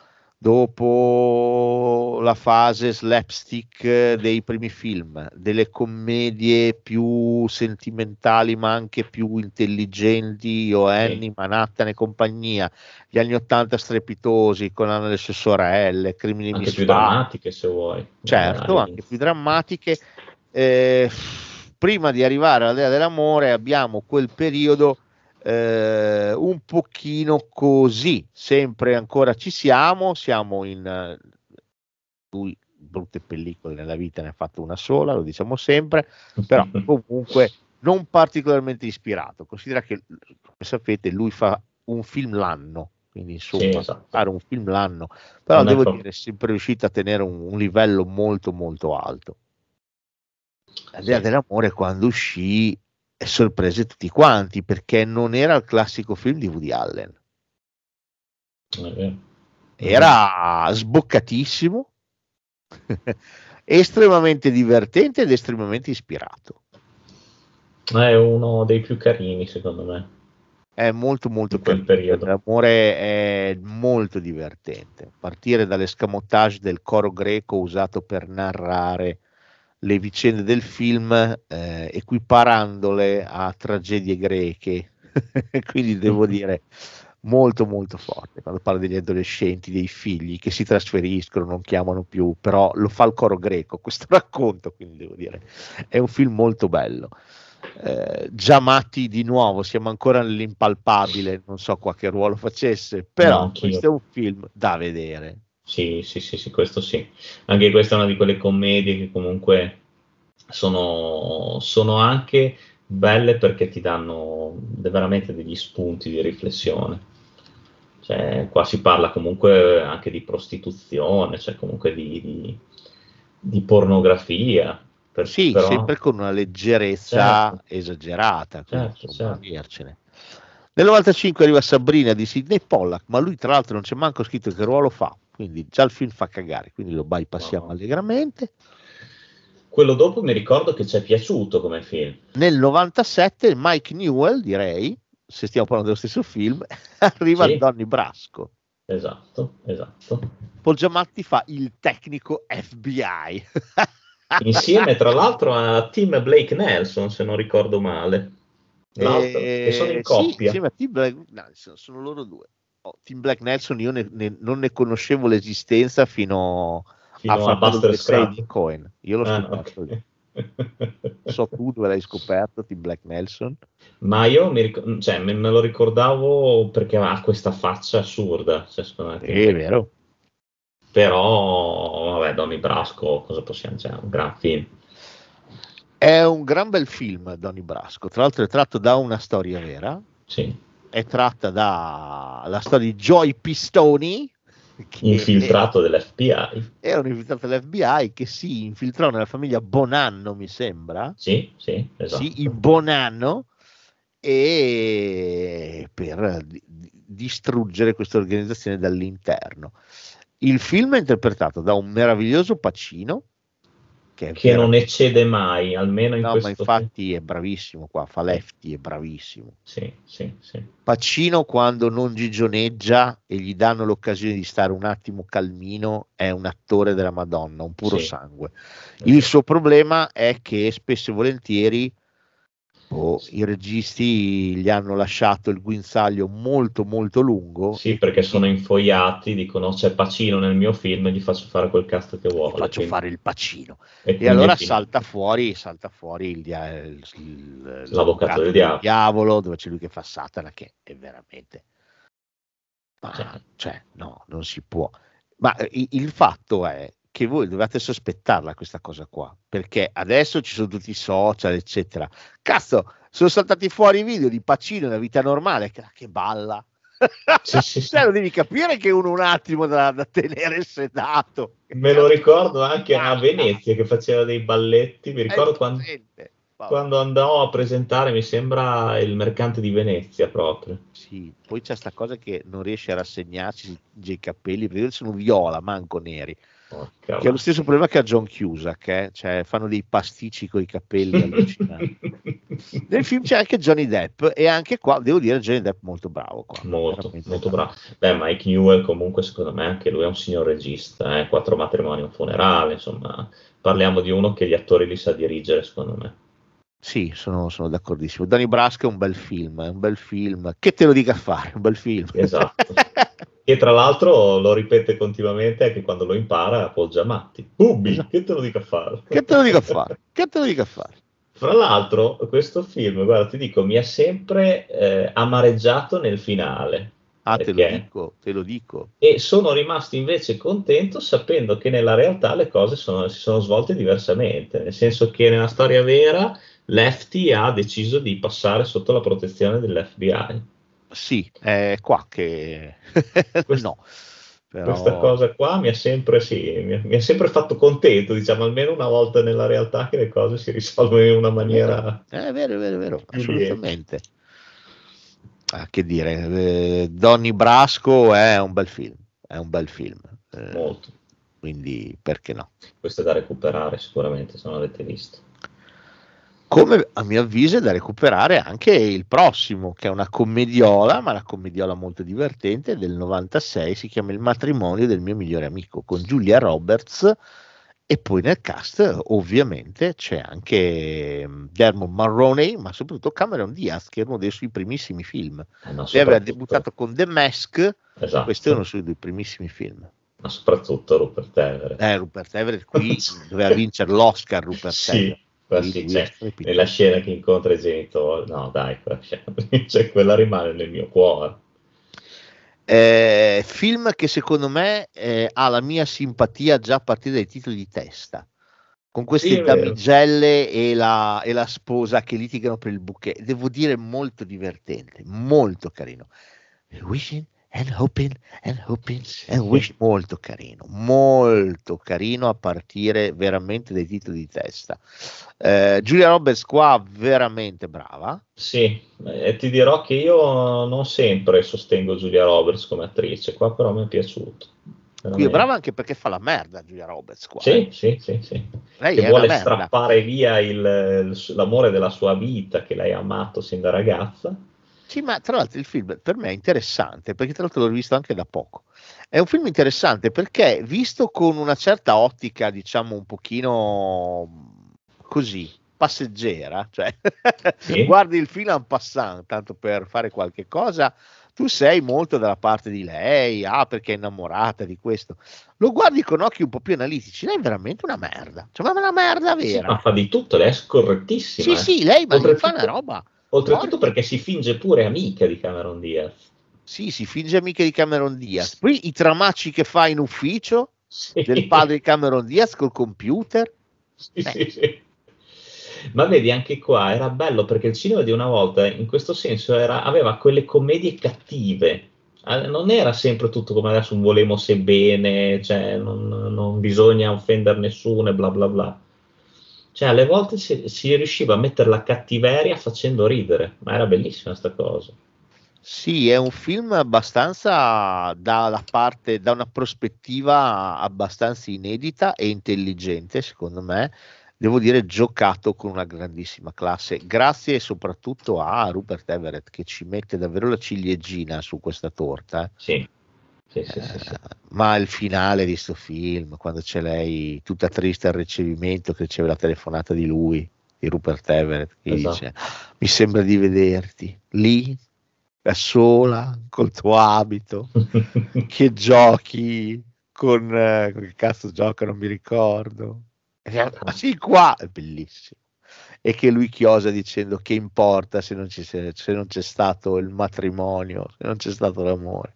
dopo la fase slapstick dei primi film, delle commedie più sentimentali ma anche più intelligenti, Io, Annie, Manhattan e compagnia, gli anni ottanta strepitosi con Anna e le sue sorelle, Crimini Anche più misfatti, drammatiche se vuoi. certo, Magari. anche più drammatiche. Eh, prima di arrivare alla Dea dell'amore abbiamo quel periodo eh, un pochino così, sempre ancora ci siamo, siamo in eh, lui brutte pellicole nella vita ne ha fatto una sola, lo diciamo sempre, però comunque non particolarmente ispirato. Considera che, come sapete, lui fa un film l'anno, quindi insomma Sì, esatto. fare un film l'anno, però Non è devo proprio- dire è sempre riuscito a tenere un, un livello molto molto alto. La Dea Sì. dell'amore quando uscì sorprese tutti quanti, perché non era il classico film di Woody Allen, È vero. era sboccatissimo, estremamente divertente ed estremamente ispirato. È uno dei più carini, secondo me. È molto molto In quel carino. periodo. L'amore è molto divertente, a partire dall'escamotage del coro greco usato per narrare le vicende del film, eh, equiparandole a tragedie greche. Quindi devo dire molto molto forte quando parla degli adolescenti, dei figli che si trasferiscono, non chiamano più, però lo fa il coro greco questo racconto, quindi devo dire è un film molto bello. eh, Giamatti di nuovo, siamo ancora nell'impalpabile, non so qua che ruolo facesse, però No, anch'io. questo è un film da vedere. Sì, sì, sì, sì, questo sì. Anche questa è una di quelle commedie che comunque sono, sono anche belle perché ti danno de- veramente degli spunti di riflessione. Cioè, qua si parla comunque anche di prostituzione, cioè comunque di, di- di pornografia. Per- Sì, però- sempre con una leggerezza Certo. esagerata, quindi, Certo, insomma, certo. avercene. Nel novantacinque arriva Sabrina di Sidney Pollack, ma lui tra l'altro non c'è manco scritto che ruolo fa, quindi già il film fa cagare, quindi lo bypassiamo No. allegramente. Quello dopo mi ricordo che ci è piaciuto come film. Nel novantasette Mike Newell, direi, se stiamo parlando dello stesso film, arriva Sì. Donnie Brasco. Esatto, esatto. Paul Giamatti fa il tecnico F B I. Insieme tra l'altro a Tim Blake Nelson, se non ricordo male. L'altro, eh, che sono in coppia. Sì, sì, ma Tim Black, no, sono loro due. Oh, Tim Black Nelson io ne, ne, non ne conoscevo l'esistenza fino, fino a, a Buster Scruggs di Cohen. Io l'ho ah, scoperto okay. So tu dove l'hai scoperto Tim Black Nelson? Ma io mi ric- cioè, me, me lo ricordavo perché ha questa faccia assurda, cioè, secondo me, è vero. Però vabbè, Donnie Brasco, cosa possiamo dire? Cioè, un gran film. È un gran bel film, Donnie Brasco. Tra l'altro è tratto da una storia vera. Sì. È tratta dalla storia di Joey Pistoni, che infiltrato dell'F B I. Era un infiltrato dell'F B I che si infiltrò nella famiglia Bonanno, mi sembra. Sì, sì, esatto. Sì, in Bonanno, e per di- distruggere questa organizzazione dall'interno. Il film è interpretato da un meraviglioso Pacino, che, è che non veramente- eccede mai, almeno in no, questo ma infatti è bravissimo qua, fa Lefty, è bravissimo. Sì, sì, sì. Pacino quando non gigioneggia e gli danno l'occasione di stare un attimo calmino è un attore della Madonna, un puro Sì. sangue. Il suo problema è che spesso e volentieri oh, i registi gli hanno lasciato il guinzaglio molto molto lungo. Sì, perché sono infoiati, dicono c'è Pacino nel mio film, gli faccio fare quel cast che vuole. Gli faccio quindi- fare il Pacino. e, E quindi allora è finito. salta fuori, salta fuori il, dia- il- il- L'avvocato del diavolo. diavolo, dove c'è lui che fa Satana, che è veramente... Ma, Cioè. cioè, no, non si può. Ma eh, il, il fatto è che voi dovete sospettarla questa cosa qua, perché adesso ci sono tutti i social, eccetera. Cazzo, sono saltati fuori i video di Pacino nella vita normale, che, che balla. Sì, sì, sì. Cioè, lo devi capire che è uno un attimo da, da tenere sedato. Me lo ricordo anche a Venezia che faceva dei balletti, mi ricordo È quando, presente. Vabbè. quando andò a presentare, mi sembra, il mercante di Venezia proprio. Sì, poi c'è sta cosa che non riesce a rassegnarsi i capelli, perché sono viola, manco neri. Porca Che è lo stesso problema che ha John Cusack, eh? Cioè fanno dei pasticci con i capelli allucinanti. Nel film c'è anche Johnny Depp e anche qua devo dire Johnny Depp molto bravo qua. molto, Veramente molto bravo. Beh, Mike Newell comunque secondo me anche lui è un signor regista, eh? Quattro matrimoni e un funerale, insomma, parliamo di uno che gli attori li sa dirigere secondo me. Sì, sono, sono d'accordissimo. Donnie Brasco è un bel film, è un bel film. Che te lo dica a fare, un bel film. Esatto. E tra l'altro lo ripete continuamente anche quando lo impara Paul Giamatti. Bubbi, Esatto. che te lo dica a fare? Che te lo dica a fare? Che te lo dica a fare? Fra l'altro, questo film, guarda, ti dico, mi ha sempre eh, amareggiato nel finale. Ah, te lo perché- dico, te lo dico. E sono rimasto invece contento sapendo che nella realtà le cose sono- si sono svolte diversamente, nel senso che nella storia vera Lefty ha deciso di passare sotto la protezione dell'F B I. Sì, è qua che... Questo- no. Però... Questa cosa qua mi ha sempre, sì, mi ha, mi ha sempre fatto contento, diciamo, almeno una volta nella realtà che le cose si risolvono in una maniera... È vero, è vero, è vero, più assolutamente. Ah, che dire, eh, Donnie Brasco è un bel film, è un bel film. eh, Molto. quindi perché no? Questo è da recuperare sicuramente, se non l'avete visto. Come a mio avviso è da recuperare anche il prossimo, che è una commediola, ma una commediola molto divertente del novantasei, si chiama Il matrimonio del mio migliore amico, con Julia Roberts, e poi nel cast ovviamente c'è anche mm, Dermot Mulroney, ma soprattutto Cameron Diaz, che è uno dei suoi primissimi film. Eh, ma Lei aveva soprattutto- debuttato con The Mask, Esatto. questo è uno dei suoi primissimi film. Ma soprattutto Rupert Everett. Eh, Rupert Everett qui doveva vincere l'Oscar, Rupert Sì, Everett. ma Lui- sì, lui c'è, è strepitoso. nella scena che incontra i genitori, no dai, quella, scena- cioè, quella rimane nel mio cuore. Eh, film che secondo me eh, ha la mia simpatia già a partire dai titoli di testa, con queste Sì, è vero. damigelle e la, e la sposa che litigano per il bouquet. Devo dire molto divertente, molto carino. Wishing and hoping and hoping and wish, molto carino, molto carino a partire veramente dai titoli di testa. Eh, Julia Roberts qua veramente brava. Sì, e ti dirò che io non sempre sostengo Julia Roberts come attrice, qua però mi è piaciuto. Qui è veramente. brava anche perché fa la merda Julia Roberts qua. Sì, eh. sì, sì, sì. Lei Che è vuole una merda. strappare via il- il- l'amore della sua vita che lei ha amato sin da ragazza. Sì, ma tra l'altro il film per me è interessante, perché tra l'altro l'ho visto anche da poco. È un film interessante perché visto con una certa ottica, diciamo un pochino così, passeggera, cioè Sì. guardi il film en passant, tanto per fare qualche cosa, tu sei molto dalla parte di lei, ah perché è innamorata di questo. Lo guardi con occhi un po' più analitici, lei è veramente una merda, cioè ma una merda Sì, vera. ma fa di tutto, lei è scorrettissima. Sì, sì, lei ma gli fa una Oltretutto, roba. oltretutto porca- perché si finge pure amica di Cameron Diaz. Sì, si finge amica di Cameron Diaz. Poi i tramacci che fa in ufficio Sì. del padre di Cameron Diaz col computer. Sì, Eh. sì, sì. Ma vedi, anche qua era bello perché il cinema di una volta, in questo senso, era, aveva quelle commedie cattive. Eh, Non era sempre tutto come adesso, un volemo se bene, cioè non, non bisogna offendere nessuno e bla bla bla. Cioè, alle volte si, si riusciva a mettere la cattiveria facendo ridere, ma era bellissima sta cosa. Sì, è un film abbastanza dalla parte, da una prospettiva abbastanza inedita e intelligente, secondo me. Devo dire, giocato con una grandissima classe, grazie soprattutto a Rupert Everett che ci mette davvero la ciliegina su questa torta. eh. Sì, sì, sì, sì, sì. Eh, ma il finale di sto film, quando c'è lei tutta triste al ricevimento, che riceve la telefonata di lui, di Rupert Everett, che gli Esatto. dice: mi sembra di vederti lì, da sola, col tuo abito, che giochi con, eh, con che cazzo gioca, non mi ricordo. E dice, "Ah, sì, qua è bellissimo." E che lui chiosa dicendo che importa se non, ci, se, se non c'è stato il matrimonio, se non c'è stato l'amore,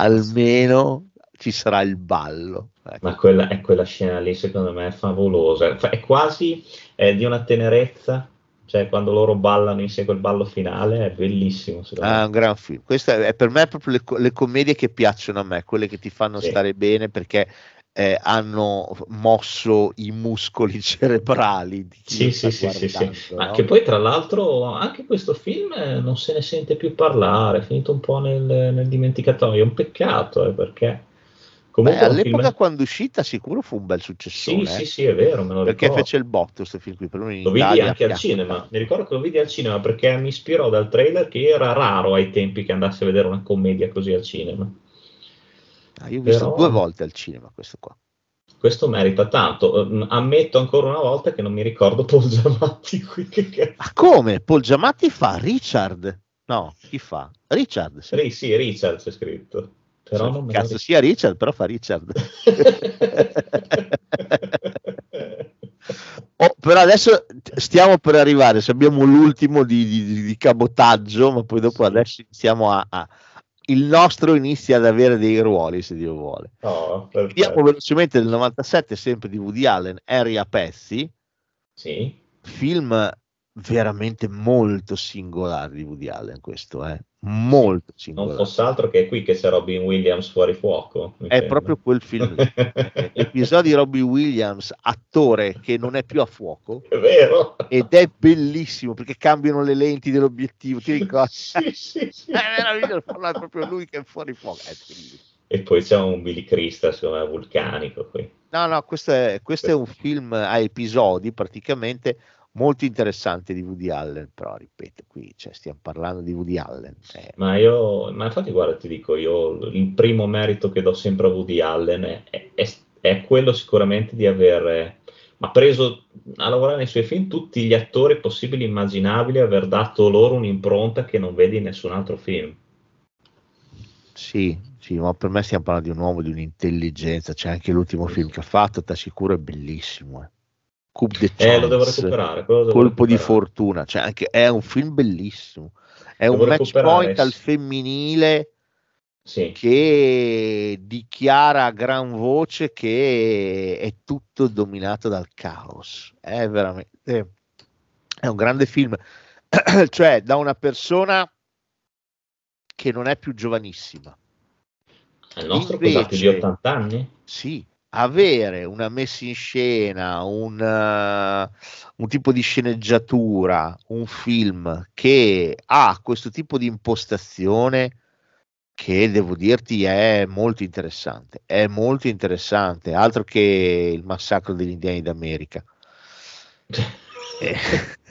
almeno ci sarà il ballo. Ecco. Ma quella, è quella scena lì, secondo me, è favolosa. Fa- È quasi eh, di una tenerezza, cioè quando loro ballano insieme quel ballo finale, è bellissimo, secondo Ah, è me. un gran film. Questo è, è per me proprio le, co- le commedie che piacciono a me, quelle che ti fanno Sì. stare bene perché eh, hanno mosso i muscoli cerebrali di chi Sì, lo sì, sta sì, sì, sì. guardando, Ma no? che poi tra l'altro anche questo film eh, non se ne sente più parlare, è finito un po' nel, nel dimenticatoio, è un peccato, eh, perché Beh, comunque è un all'epoca film... quando è uscita sicuro fu un bel Sì, successone, sì, eh, sì, è vero, me lo perché ricordo. fece il botto questo film qui, per noi in Lo vidi Italia anche al piacque cinema, tanto. mi ricordo che lo vidi al cinema perché mi ispirò dal trailer che era raro ai tempi che andassi a vedere una commedia così al cinema. Ah, io ho visto Però due volte al cinema questo qua. questo merita tanto. Eh, Ammetto ancora una volta che non mi ricordo Paul Giamatti qui. Che cazzo. Ma come? Paul Giamatti fa Richard? No, chi fa? Richard, sì. Ri- sì, Richard c'è scritto. Però Cioè, non me lo cazzo sia Richard, però fa Richard. Oh, però adesso stiamo per arrivare, se abbiamo l'ultimo di, di, di cabotaggio, ma poi dopo Sì. adesso iniziamo a, a... Il nostro inizia ad avere dei ruoli, se Dio vuole. Oh, Vediamo perfetto. velocemente del novantasette, sempre di Woody Allen, Harry a pezzi, Sì. film veramente molto singolare di Woody Allen questo, eh? Molto Non singolare. fosse altro che è qui che c'è Robin Williams fuori fuoco. mi È sembra. proprio quel film lì. Eh, L'episodio di Robbie Williams, attore che non è più a fuoco, È vero. ed è bellissimo perché cambiano le lenti dell'obiettivo, ti ricordi? Sì, sì, sì. È meraviglioso, è proprio lui che è fuori fuoco. È bellissimo. E poi c'è un Billy Crystal, secondo me, vulcanico qui. No, no, questo è, questo è un film a episodi praticamente molto interessante di Woody Allen, però ripeto, qui cioè, stiamo parlando di Woody Allen. eh. Ma io, ma infatti, guarda, ti dico, io il primo merito che do sempre a Woody Allen è, è- è quello sicuramente di aver ha preso a lavorare nei suoi film tutti gli attori possibili e immaginabili, aver dato loro un'impronta che non vedi in nessun altro film. Sì, sì, ma per me stiamo parlando di un uomo di un'intelligenza, c'è anche l'ultimo film che ha fatto, t'assicuro è bellissimo. Eh. Coupe de Eh, lo devo Chance, recuperare. quello devo colpo di recuperare. fortuna, cioè anche, è un film bellissimo, è Devo un match recuperare, point al sì. femminile Sì. che dichiara a gran voce che è tutto dominato dal caos. È veramente è un grande film, cioè da una persona che non è più giovanissima. Il nostro cos'ha più di Invece, ottanta anni? sì, avere una messa in scena, un, uh, un tipo di sceneggiatura, un film che ha questo tipo di impostazione che devo dirti è molto interessante, è molto interessante, altro che il massacro degli indiani d'America. Eh,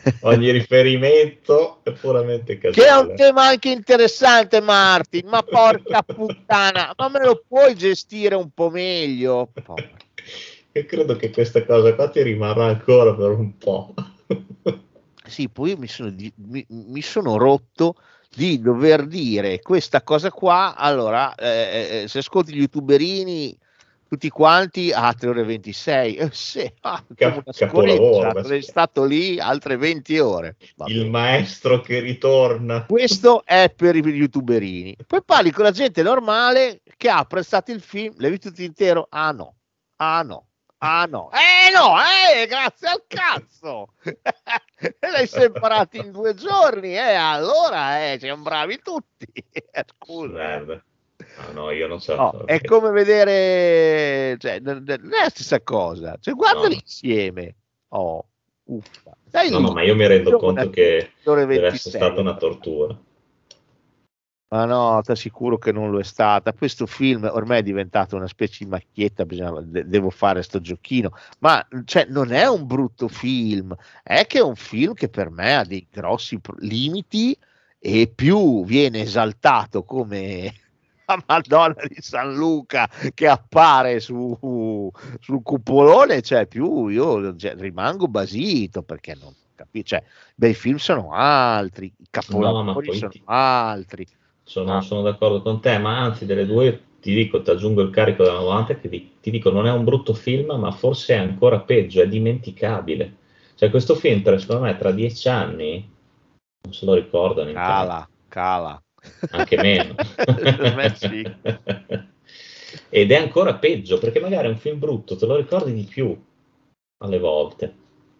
ogni riferimento è puramente casuale. Che è un tema anche interessante, Martin, ma porca puttana, ma me lo puoi gestire un po' meglio? Porca. Io credo che questa cosa qua ti rimarrà ancora per un po'. Sì, poi io mi sono, mi, mi sono rotto di dover dire questa cosa qua. Allora, eh, se ascolti gli youtuberini tutti quanti a tre ore e ventisei, eh, sì, ah, Cap- una capolavoro, sei stato lì altre venti ore. Va il bene. Maestro che ritorna. Questo è per i youtuberini. Poi parli con la gente normale che ha apprezzato il film, l'hai visto tutto intero? Ah no, ah no. Ah no, eh no, eh, grazie al cazzo, e l'hai separato in due giorni, eh, allora, eh, siamo bravi tutti, scusa. Merda. Ah, no, io non so. No, è come vedere, cioè, non è la stessa cosa, cioè, guardali no. insieme, oh, uffa. Dai no, lì, no, ma io mi rendo conto che deve essere stata una tortura. Ma no, ti assicuro che non lo è stata. Questo film ormai è diventato una specie di macchietta, bisogna, de- devo fare sto giochino, ma cioè, non è un brutto film, è che è un film che per me ha dei grossi pro- limiti e più viene esaltato come la Madonna di San Luca che appare su, sul cupolone, cioè più io cioè, rimango basito perché non capisco, cioè, beh, i film sono altri, i capolavori no, sono ti... altri. Sono, ah. sono d'accordo con te, ma anzi delle due ti dico, ti aggiungo il carico della novanta che ti, ti dico non è un brutto film, ma forse è ancora peggio, è dimenticabile. Cioè questo film, tra, secondo me, tra dieci anni non se lo ricordano. Cala, cala. Anche meno. Sì. Ed è ancora peggio, perché magari è un film brutto, te lo ricordi di più alle volte.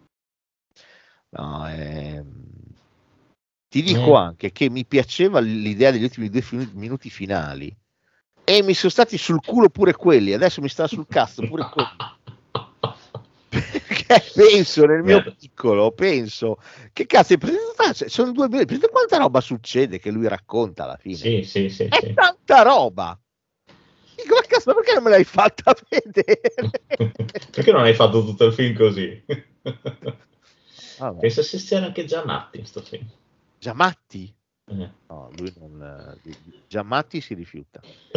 No, è... Ti dico eh. anche che mi piaceva l'idea degli ultimi due fin- minuti finali e mi sono stati sul culo pure quelli, adesso mi sta sul cazzo pure quelli. Perché penso nel mio yeah. piccolo, penso che cazzo, sono due minuti, quanta roba succede che lui racconta alla fine? Sì, sì, sì. È sì. tanta roba. Dico, ma cazzo, perché non me l'hai fatta vedere? Perché non hai fatto tutto il film così? Vabbè. Penso se sia anche Giamatti in sto film. Giamatti? Eh. No, lui non. Giamatti si rifiuta.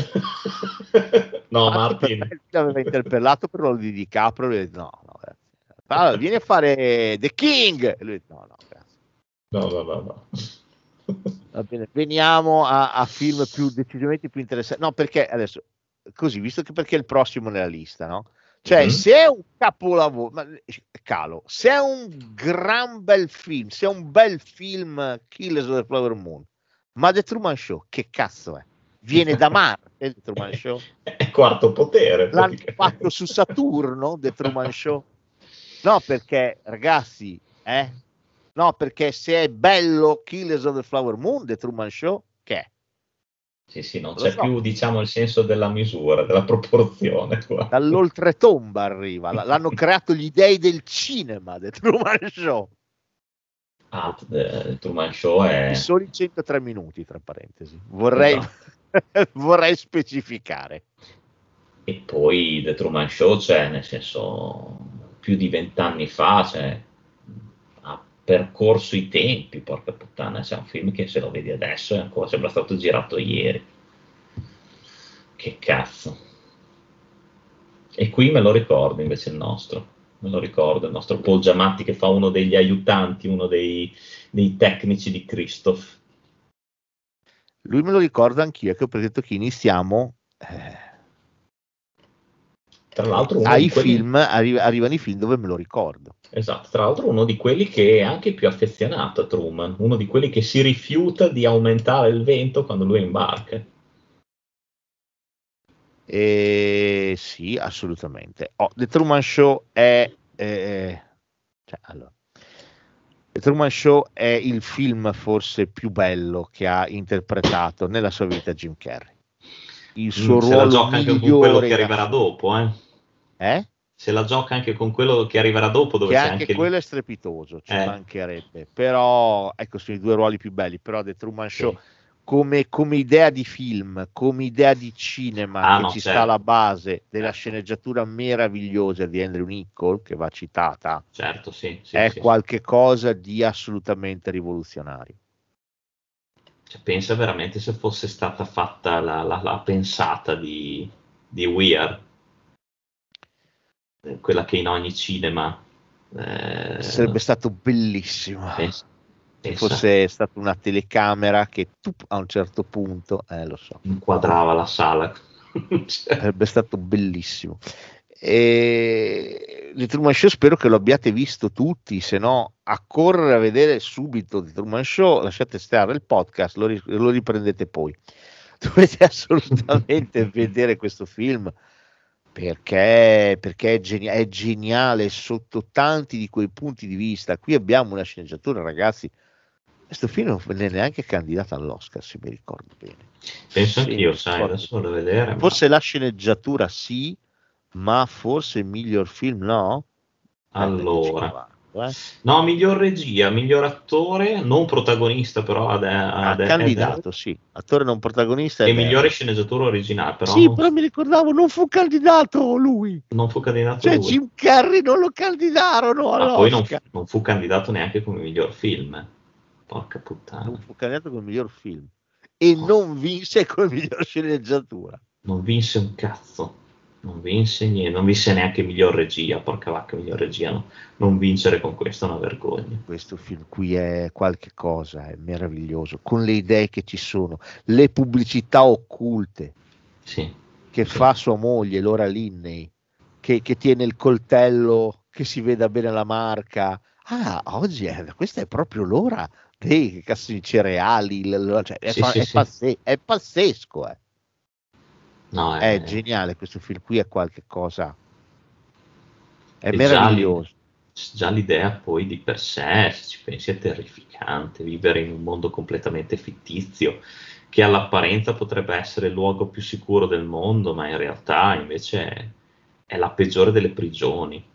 No, Martin. L'aveva interpellato per quello di DiCaprio. Lui no, no, allora, vieni a fare The King. Lui no, no, grazie. No, no, no, no. Va bene, veniamo a, a film più decisamente più interessanti. No, perché adesso così, visto che perché è il prossimo nella lista, no? Cioè, mm-hmm. se è un capolavoro, ma, calo, se è un gran bel film, se è un bel film Killers of the Flower Moon, ma The Truman Show, che cazzo è? Viene da Marte, The Truman Show? È quarto potere. L'hanno fatto su Saturno, The Truman Show? No, perché, ragazzi, eh? No, perché se è bello Killers of the Flower Moon, The Truman Show, che è? Sì, sì, non c'è so. più, diciamo, il senso della misura, della proporzione. Qua. Dall'oltretomba arriva, l'hanno creato gli dei del cinema, The Truman Show. Ah, The Truman Show è... Solo in centotré minuti, tra parentesi. Vorrei, esatto. vorrei specificare. E poi The Truman Show, cioè, nel senso, più di vent'anni fa, cioè, ha percorso i tempi, porca puttana, c'è un film che se lo vedi adesso è ancora, sembra stato girato ieri. Che cazzo. E qui me lo ricordo invece il nostro, me lo ricordo, il nostro Paul Giamatti che fa uno degli aiutanti, uno dei, dei tecnici di Christoph. Lui me lo ricordo anch'io, che ho detto che iniziamo... Eh... Tra l'altro uno ai quelli... film arri- arrivano i film dove me lo ricordo. Esatto, tra l'altro uno di quelli che è anche più affezionato a Truman, uno di quelli che si rifiuta di aumentare il vento quando lui è in barca. E... sì, assolutamente. Oh, The Truman Show è eh... cioè, allora. The Truman Show è il film forse più bello che ha interpretato nella sua vita Jim Carrey. Il suo mm, ruolo se la gioca anche con quello che arriverà dopo, eh? Eh? Se la gioca anche con quello che arriverà dopo, dove che c'è anche, anche quello lì. È strepitoso, ci eh. mancherebbe. Però ecco, sono i due ruoli più belli. Però The Truman Show, sì. come, come idea di film, come idea di cinema, Ah, che no, ci certo. sta alla base della Certo. sceneggiatura meravigliosa di Andrew Niccol, che va citata, Certo, sì, sì, è sì, qualche cosa di assolutamente rivoluzionario. Cioè, pensa veramente se fosse stata fatta la, la- la pensata di, di Weir, eh, quella che in ogni cinema. eh, Sarebbe stato bellissimo pensa, se pensa, fosse stata una telecamera che tu a un certo punto, eh, lo so, inquadrava la sala. Cioè, sarebbe stato bellissimo. E The Truman Show spero che lo abbiate visto tutti, se no a correre a vedere subito The Truman Show, lasciate stare il podcast, lo, ri- lo riprendete poi. Dovete assolutamente vedere questo film perché, perché è, geni- è geniale sotto tanti di quei punti di vista. Qui abbiamo una sceneggiatura, ragazzi. Questo film non è neanche candidato all'Oscar, se mi ricordo bene. penso Se anch'io, mi sai, ricordo adesso vado a bene. vedere. Ma Forse la sceneggiatura sì, ma forse il miglior film no? Aspetta che ci allora, guardo, eh. no, miglior regia, miglior attore, non protagonista, però ad, Ah, ad, candidato, sì. Attore non protagonista e è migliore Harris. sceneggiatura originale, però Sì, non, però mi ricordavo, non fu candidato lui. non fu candidato Cioè lui. Jim Carrey non lo candidarono Ma poi non, all'Oscar. non fu candidato neanche come miglior film. Porca puttana. Non fu candidato come miglior film. E Oh. non vinse come miglior sceneggiatura. Non vinse un cazzo. Non vinse niente. Non vinse neanche miglior regia. Porca vacca, miglior regia. No. Non vincere con questo è una vergogna. Questo film qui è qualche cosa, è meraviglioso, con le idee che ci sono, le pubblicità occulte Sì. che sì. fa sua moglie, Laura Linney, che, che tiene il coltello, che si veda bene la marca. Ah, oggi è, questa è proprio l'ora dei cazzo di cereali, l- l- cioè, è, Sì, fa- sì, è sì. pazze- è pazzesco, eh. No, È è, geniale, questo film qui è qualche cosa, è e già, l'i- meraviglioso. già l'idea poi di per sé, se ci pensi, è terrificante. Vivere in un mondo completamente fittizio, che all'apparenza potrebbe essere il luogo più sicuro del mondo, ma in realtà invece è, è la peggiore delle prigioni.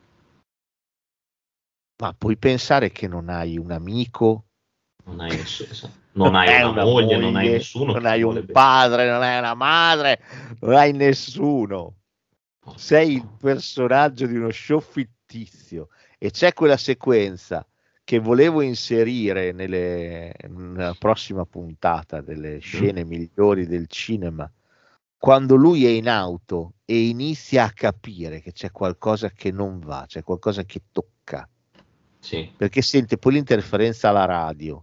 Ma puoi pensare che non hai un amico, Non hai nessuno, non hai hai una una moglie, non hai moglie, nessuno non che ti hai vuole un bene. padre, non hai una madre, non hai nessuno. Sei il personaggio di uno show fittizio e c'è quella sequenza che volevo inserire nelle, nella prossima puntata delle scene migliori del cinema, quando lui è in auto e inizia a capire che c'è qualcosa che non va, c'è qualcosa che tocca, Sì, perché sente poi l'interferenza alla radio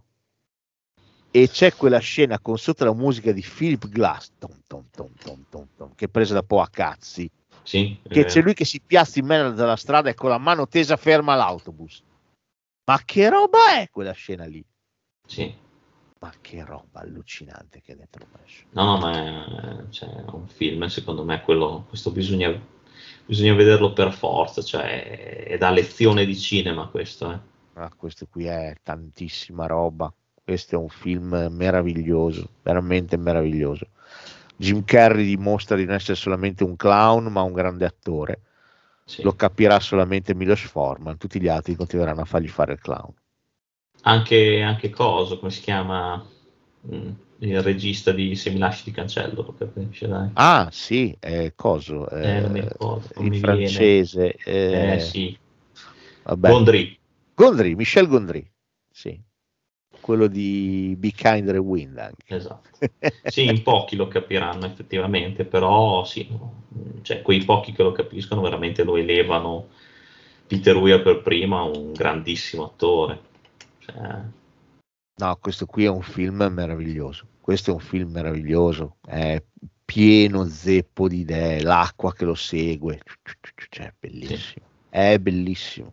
e c'è quella scena con sotto la musica di Philip Glass tom, tom, tom, tom, tom, tom, che è presa da po' a cazzi, sì, è che c'è vero. lui che si piazza in mezzo della strada e con la mano tesa ferma l'autobus. Ma che roba è quella scena lì? Sì. Ma che roba allucinante che è dentro questo. No, no, ma è, cioè, è un film, secondo me, quello, questo bisogna, bisogna vederlo per forza, cioè è, è da lezione di cinema questo, eh. Ah, questo qui è tantissima roba. Questo è un film meraviglioso, veramente meraviglioso. Jim Carrey dimostra di non essere solamente un clown, ma un grande attore. Sì. Lo capirà solamente Milos Forman, tutti gli altri continueranno a fargli fare il clown. Anche, anche Coso, come si chiama? Mm, il regista di Se mi lasci ti cancello, lo capisce, dai. Ah, sì, è coso, Eh, non mi eh, ricordo, non il mi francese. viene. Eh, Eh, sì. vabbè. Gondry. Gondry, Michel Gondry, sì, quello di Be Kind the Wind anche. Esatto. Sì, in pochi lo capiranno effettivamente, però sì, cioè, quei pochi che lo capiscono veramente lo elevano. Peter Weir per prima, un grandissimo attore. Cioè, No, questo qui è un film meraviglioso. Questo è un film meraviglioso, è pieno zeppo di idee, l'acqua che lo segue, cioè, bellissimo, è bellissimo.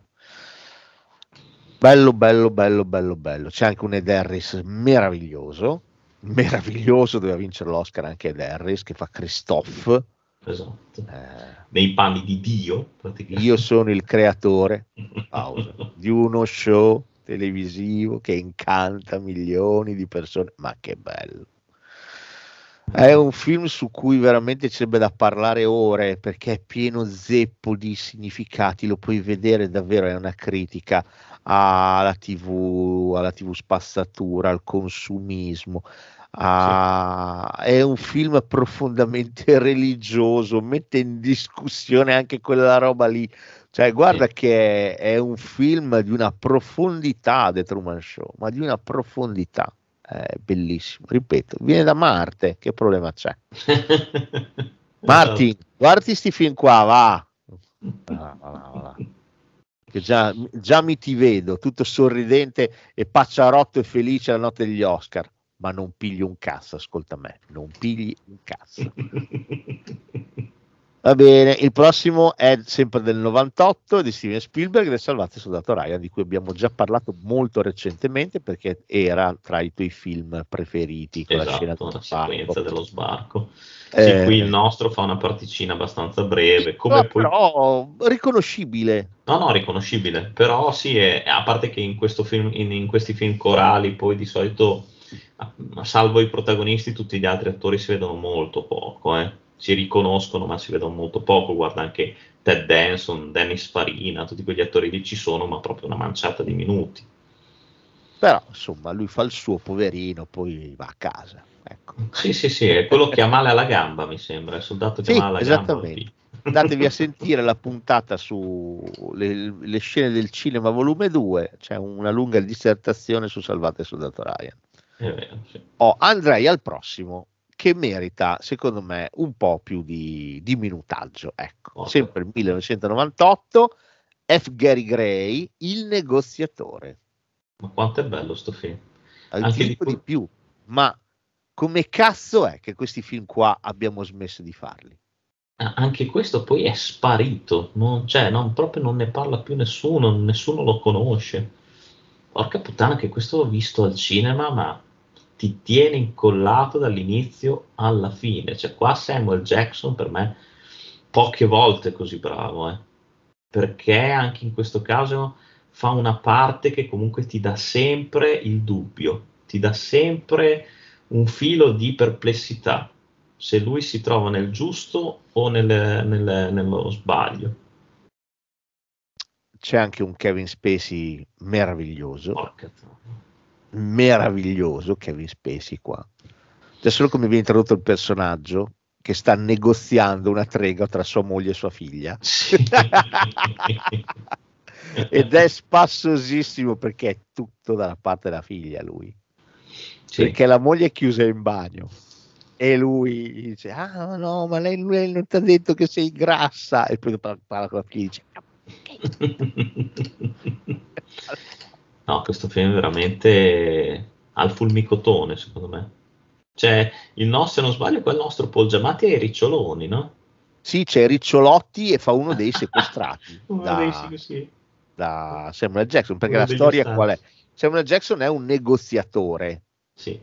Bello, bello, bello, bello, bello. C'è anche un Ed Harris meraviglioso, meraviglioso, doveva vincere l'Oscar anche Ed Harris, che fa Christophe. esatto. Eh, Nei panni di Dio, praticamente. io sono il creatore, pausa, di uno show televisivo che incanta milioni di persone, ma che bello. È un film su cui veramente ci sarebbe da parlare ore, perché è pieno zeppo di significati, lo puoi vedere davvero, è una critica alla tivù, alla tivù spazzatura, al consumismo. A... È un film profondamente religioso, mette in discussione anche quella roba lì. Cioè, guarda Sì. che è, è un film di una profondità, The Truman Show, ma di una profondità. È bellissimo, ripeto, viene da Marte, che problema c'è? Martin, guardi sti film qua, va. Va, va, va, va. Che già, già mi ti vedo, tutto sorridente e pacciarotto e felice la notte degli Oscar, ma non pigli un cazzo, ascolta me, non pigli un cazzo. Va bene, il prossimo è sempre del novantotto di Steven Spielberg, del Salvate il Soldato Ryan, di cui abbiamo già parlato molto recentemente perché era tra i tuoi film preferiti, con esatto, la scena la dello sequenza sbarco. dello sbarco. Eh, Sì, qui il nostro fa una particina abbastanza breve, come no, poi... però riconoscibile. No, no, riconoscibile, però sì, è, a parte che in, questo film, in, in questi film corali poi di solito, salvo i protagonisti, tutti gli altri attori si vedono molto poco, eh. Si riconoscono ma si vedono molto poco, guarda anche Ted Danson, Dennis Farina, tutti quegli attori lì ci sono, ma proprio una manciata di minuti. Però insomma lui fa il suo, poverino, poi va a casa, ecco. Sì, sì, sì, è quello che ha male alla gamba, mi sembra, il soldato che Sì, ha male alla esattamente. gamba. Andatevi a sentire la puntata su le, le scene del cinema volume due, c'è una lunga dissertazione su Salvate il Soldato Ryan. È vero, sì. Oh, andrei al prossimo, che merita secondo me un po' più di, di minutaggio, ecco. Porca. Sempre il millenovecentonovantotto, F. Gary Gray, Il negoziatore. Ma quanto è bello sto film. Ti Anche di, dico di più, ma come cazzo è che questi film qua abbiamo smesso di farli? Anche questo poi è sparito, non, cioè, non, proprio non ne parla più nessuno, nessuno lo conosce. Porca puttana che questo l'ho visto al cinema, ma ti tiene incollato dall'inizio alla fine. Cioè qua Samuel Jackson per me poche volte così bravo, eh. Perché anche in questo caso fa una parte che comunque ti dà sempre il dubbio, ti dà sempre un filo di perplessità, se lui si trova nel giusto o nel, nel, nello sbaglio. C'è anche un Kevin Spacey meraviglioso, Porca. meraviglioso Kevin Spacey qua. C'è solo come viene introdotto il personaggio che sta negoziando una tregua tra sua moglie e sua figlia. Sì. Ed è spassosissimo perché è tutto dalla parte della figlia lui, sì. Perché la moglie è chiusa in bagno e lui dice ah no ma lei, lei non ti ha detto che sei grassa, e poi parla con la figlia e dice no, questo film è veramente al fulmicotone secondo me. Cioè il nostro, se non sbaglio, quel nostro Paul Giamatti è i Riccioloni, no? Sì, c'è Ricciolotti e fa uno dei sequestrati uno da, dei sì, sì. da Samuel Jackson, perché uno la storia ostaci. Qual è? Samuel Jackson è un negoziatore, sì.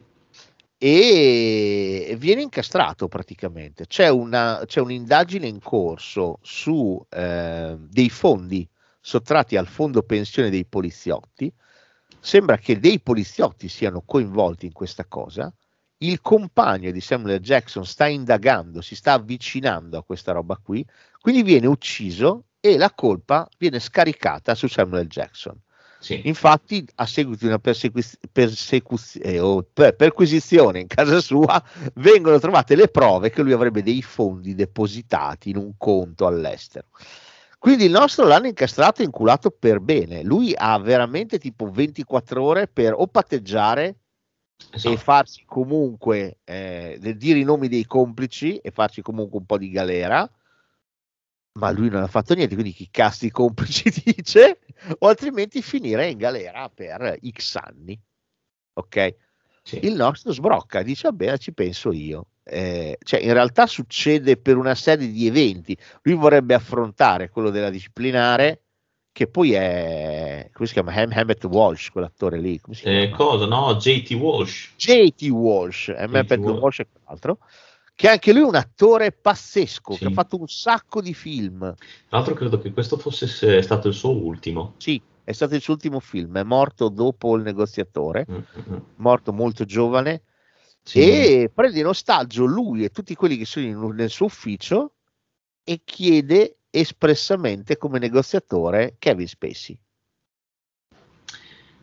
E viene incastrato praticamente. C'è, una, c'è un'indagine in corso su eh, dei fondi sottratti al fondo pensione dei poliziotti. Sembra che dei poliziotti siano coinvolti in questa cosa. Il compagno di Samuel Jackson sta indagando, si sta avvicinando a questa roba qui, quindi viene ucciso e la colpa viene scaricata su Samuel Jackson. Sì. Infatti, a seguito di una persecu- persecuz- eh, o per- perquisizione in casa sua, vengono trovate le prove che lui avrebbe dei fondi depositati in un conto all'estero. Quindi il nostro l'hanno incastrato e inculato per bene. Lui ha veramente tipo ventiquattro ore per o patteggiare, esatto, e farsi comunque eh, dire i nomi dei complici e farci comunque un po' di galera. Ma lui non ha fatto niente, quindi chi cazzo i complici dice, o altrimenti finire in galera per X anni. Ok? Sì. Il nostro sbrocca, dice vabbè, ci penso io. Eh, cioè in realtà succede per una serie di eventi. Lui vorrebbe affrontare quello della disciplinare, che poi è, come si chiama? Ham Hammett Walsh, quell'attore lì. Come si eh, chiama? Cosa? No, J T Walsh. J T Walsh, Hammett Walsh è quell'altro. Che anche lui è un attore pazzesco, sì, che ha fatto un sacco di film. Tra l'altro credo che questo fosse stato il suo ultimo. Sì, è stato il suo ultimo film, è morto dopo Il negoziatore, mm-hmm. morto molto giovane, sì, e prende in ostaggio lui e tutti quelli che sono in, nel suo ufficio e chiede espressamente come negoziatore Kevin Spacey.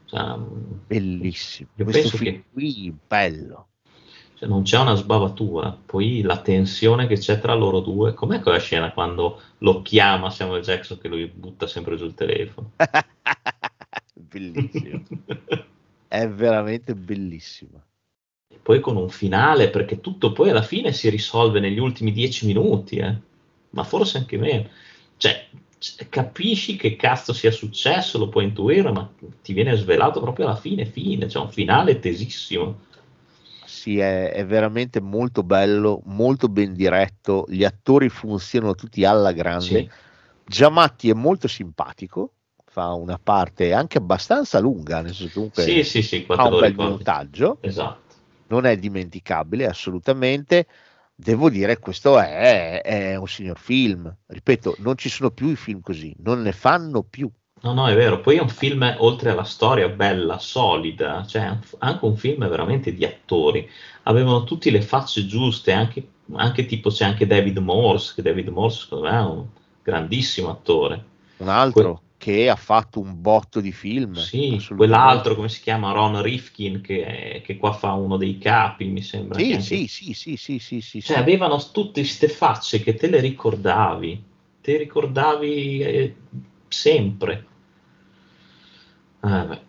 Cioè, bellissimo. Io Questo penso film che qui bello. cioè, non c'è una sbavatura, poi la tensione che c'è tra loro due, com'è quella scena quando lo chiama Samuel Jackson che lui butta sempre giù il telefono? Bellissimo. È veramente bellissima. E poi con un finale, perché tutto poi alla fine si risolve negli ultimi dieci minuti, eh? Ma forse anche meno. Cioè, c- capisci che cazzo sia successo, lo puoi intuire, ma ti viene svelato proprio alla fine, fine, cioè un finale tesissimo. Sì, è, è veramente molto bello, molto ben diretto, gli attori funzionano tutti alla grande. Sì, Giamatti è molto simpatico, fa una parte anche abbastanza lunga, nel senso che sì, comunque sì, sì, qua ha te un lo bel ricordi. minutaggio, Esatto. non è dimenticabile assolutamente. Devo dire, questo è, è un signor film. Ripeto, non ci sono più i film così, non ne fanno più. No, no, è vero. Poi è un film, oltre alla storia bella, solida, cioè è un- anche un film veramente di attori. Avevano tutte le facce giuste, anche, anche tipo c'è anche David Morse, che David Morse secondo me è un grandissimo attore. Un Que- altro che ha fatto un botto di film, sì, assolutamente. quell'altro, come si chiama? Ron Rifkin, che, che qua fa uno dei capi, mi sembra che Sì, anche... sì, sì, sì, sì, sì, sì, Cioè sì. avevano tutte queste facce che te le ricordavi, te ricordavi eh, sempre. Ah, beh.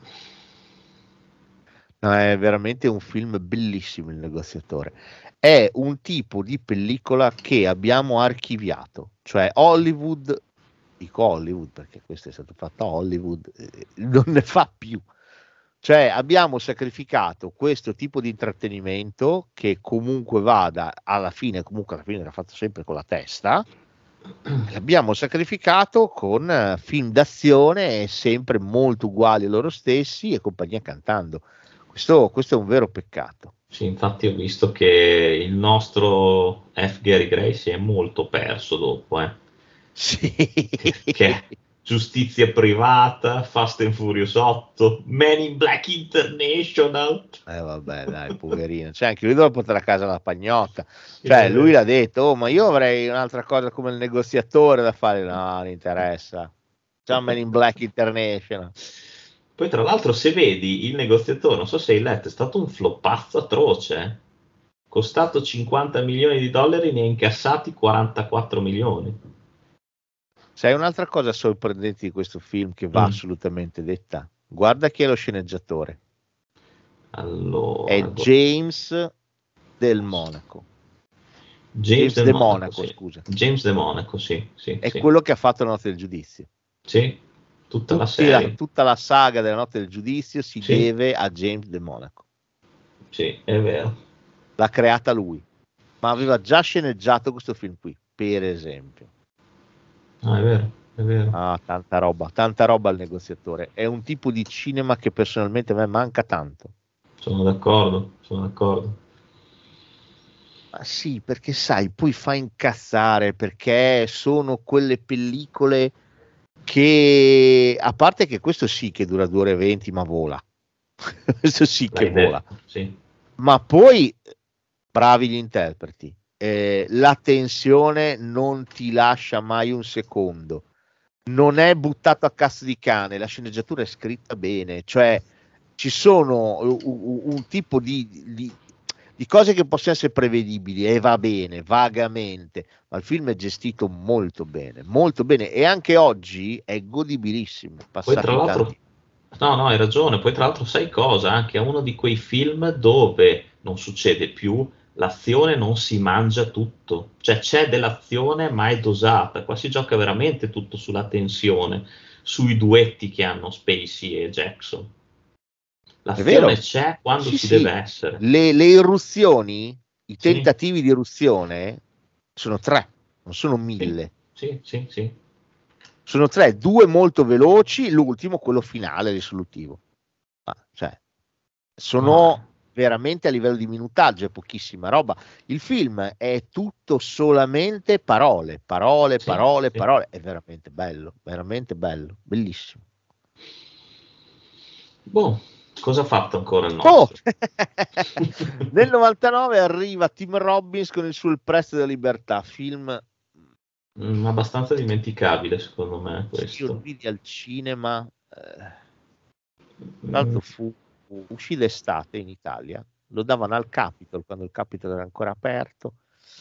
No, è veramente un film bellissimo, Il negoziatore. È un tipo di pellicola che abbiamo archiviato, cioè Hollywood, dico Hollywood perché questo è stato fatto a Hollywood, eh, non ne fa più. Cioè abbiamo sacrificato questo tipo di intrattenimento che comunque vada alla fine, comunque alla fine l'ha fatto sempre con la testa, l'abbiamo sacrificato con eh, film d'azione sempre molto uguali a loro stessi e compagnia cantando. Questo, questo è un vero peccato. Sì, infatti ho visto che il nostro F. Gary Gray si è molto perso dopo, eh. Sì. Che è Giustizia Privata, Fast and Furious otto, Men in Black International. Eh vabbè, dai, poverino. Cioè, anche lui deve portare a casa la pagnotta. Sì, Cioè, è lui vero. l'ha detto, oh, ma io avrei un'altra cosa come il negoziatore da fare. No, non interessa. Già Men in Black International. Poi tra l'altro se vedi il negoziatore, non so se hai letto, è stato un floppazzo atroce, eh. Costato cinquanta milioni di dollari, ne ha incassati quarantaquattro milioni. Sai un'altra cosa sorprendente di questo film che va Mm. assolutamente detta? Guarda chi è lo sceneggiatore. Allora, È James del Monaco. James, James De De Monaco, Monaco, sì. scusa. James De Monaco, sì, sì, È sì. quello che ha fatto La notte del giudizio. Sì, tutta la Tutti la- serie. tutta la saga della notte del giudizio si Sì. deve a James De Monaco. Sì, è vero. L'ha creata lui, ma aveva già sceneggiato questo film qui, per esempio. Ah, è vero, è vero. Ah, tanta roba, tanta roba al negoziatore. È un tipo di cinema che personalmente a me manca tanto. Sono d'accordo, sono d'accordo. Ma sì, perché sai, poi fa incazzare, perché sono quelle pellicole che, a parte che questo sì che dura due ore e venti, ma vola. Questo sì che L'hai vola. detto, sì. Ma poi bravi gli interpreti, eh, la tensione non ti lascia mai un secondo, non è buttato a cazzo di cane, la sceneggiatura è scritta bene, cioè ci sono un, un- un tipo di, di- di cose che possono essere prevedibili e va bene, vagamente, ma il film è gestito molto bene, molto bene e anche oggi è godibilissimo, Poi tra passati l'altro, tanti. no, no, hai ragione. Poi tra l'altro sai cosa? Anche è uno di quei film dove non succede più, l'azione non si mangia tutto. Cioè c'è dell'azione ma è dosata. Qua si gioca veramente tutto sulla tensione, sui duetti che hanno Spacey e Jackson. È vero? L'azione c'è quando Sì, ci sì. deve essere. Le, le irruzioni, i Sì. tentativi di irruzione sono tre, non sono Sì, mille. sì, sì, sì. Sono tre, due molto veloci, l'ultimo quello finale risolutivo. Ah, cioè, sono Ah, veramente a livello di minutaggio, è pochissima roba. Il film è tutto solamente parole, parole, sì, parole, sì. parole. È veramente bello, veramente bello, bellissimo. Boh, cosa ha fatto ancora il Oh! nostro? Nel novantanove arriva Tim Robbins con il suo Il prezzo della libertà, film Mm, abbastanza dimenticabile secondo me sì, io lo questo. vidi al cinema, eh, Tra l'altro fu, fu- uscì d'estate in Italia, lo davano al Capitol quando il Capitol era ancora aperto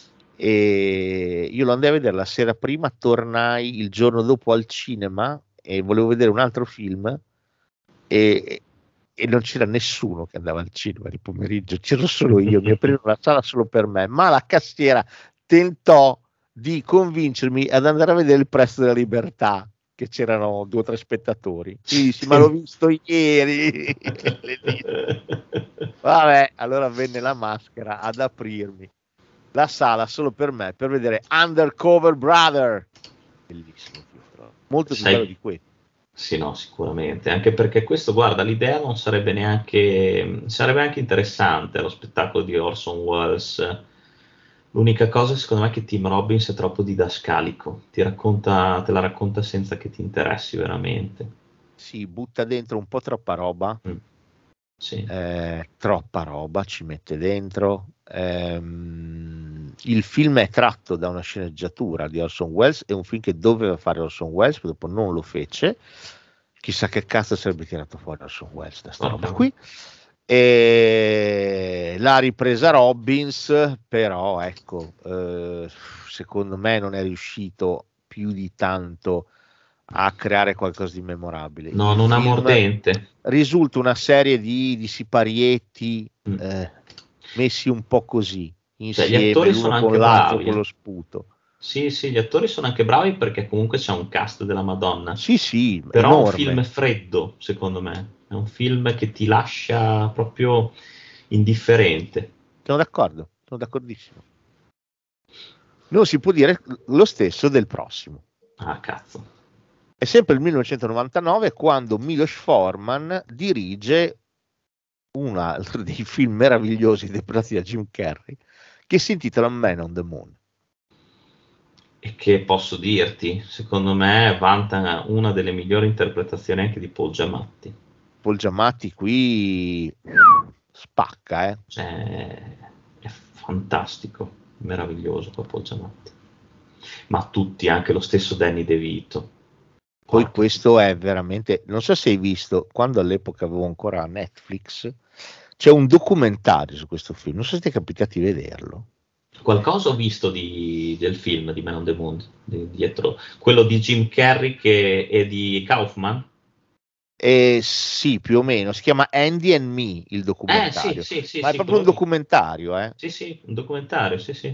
e io lo andai a vedere la sera prima, tornai il giorno dopo al cinema e volevo vedere un altro film e, e non c'era nessuno che andava al cinema di pomeriggio, c'ero solo io, mi aprirono la sala solo per me, ma la cassiera tentò di convincermi ad andare a vedere il Prezzo della Libertà, che c'erano due o tre spettatori. Io dissi, ma l'ho visto ieri. Le dissi. Vabbè, allora venne la maschera ad aprirmi la sala solo per me, per vedere Undercover Brother. Bellissimo, molto più Sai- bello di questo. Sì, no, sicuramente, anche perché questo, guarda, l'idea non sarebbe neanche, sarebbe anche interessante lo spettacolo di Orson Welles. L'unica cosa, secondo me, è che Tim Robbins è troppo didascalico, ti racconta, te la racconta senza che ti interessi veramente. Si butta dentro un po' troppa roba, Mm. Sì. eh, troppa roba ci mette dentro. Ehm, il film è tratto da una sceneggiatura di Orson Welles, è un film che doveva fare Orson Welles, poi dopo non lo fece. Chissà che cazzo sarebbe tirato fuori Orson Welles da sta Oh, roba no. qui. E l'ha ripresa Robbins, però ecco, eh, secondo me non è riuscito più di tanto a creare qualcosa di memorabile. No, Il non ha film mordente. risulta una serie di, di siparietti Mm. eh, messi un po' così Cioè, insieme, gli attori sono l'uno con anche l'altro, bravi. con eh. lo sputo. Sì, sì, gli attori sono anche bravi perché comunque c'è un cast della Madonna. Sì, sì, Però è un enorme. film freddo, secondo me. È un film che ti lascia proprio indifferente. Sono d'accordo, sono d'accordissimo. Non si può dire lo stesso del prossimo. Ah, cazzo. È sempre il millenovecentonovantanove quando Milos Forman dirige un altro dei film meravigliosi interpretati da Jim Carrey che si intitola Man on the Moon. E che posso dirti, secondo me vanta una delle migliori interpretazioni anche di Paul Giamatti. Paul Giamatti qui spacca, eh. Cioè, è fantastico, meraviglioso qua Paul Giamatti. Ma tutti, anche lo stesso Danny DeVito. Poi Porca- questo è veramente, non so se hai visto, quando all'epoca avevo ancora Netflix, c'è un documentario su questo film, non so se ti è capitato di vederlo. Qualcosa ho visto di- del film di Man on the Moon, di- dietro quello di Jim Carrey che è di Kaufman. Eh, sì, più o meno, si chiama Andy and Me il Eh documentario, sì, sì, sì, ma è sì, proprio un quello lì. documentario, eh, Sì, sì, un documentario, sì, sì.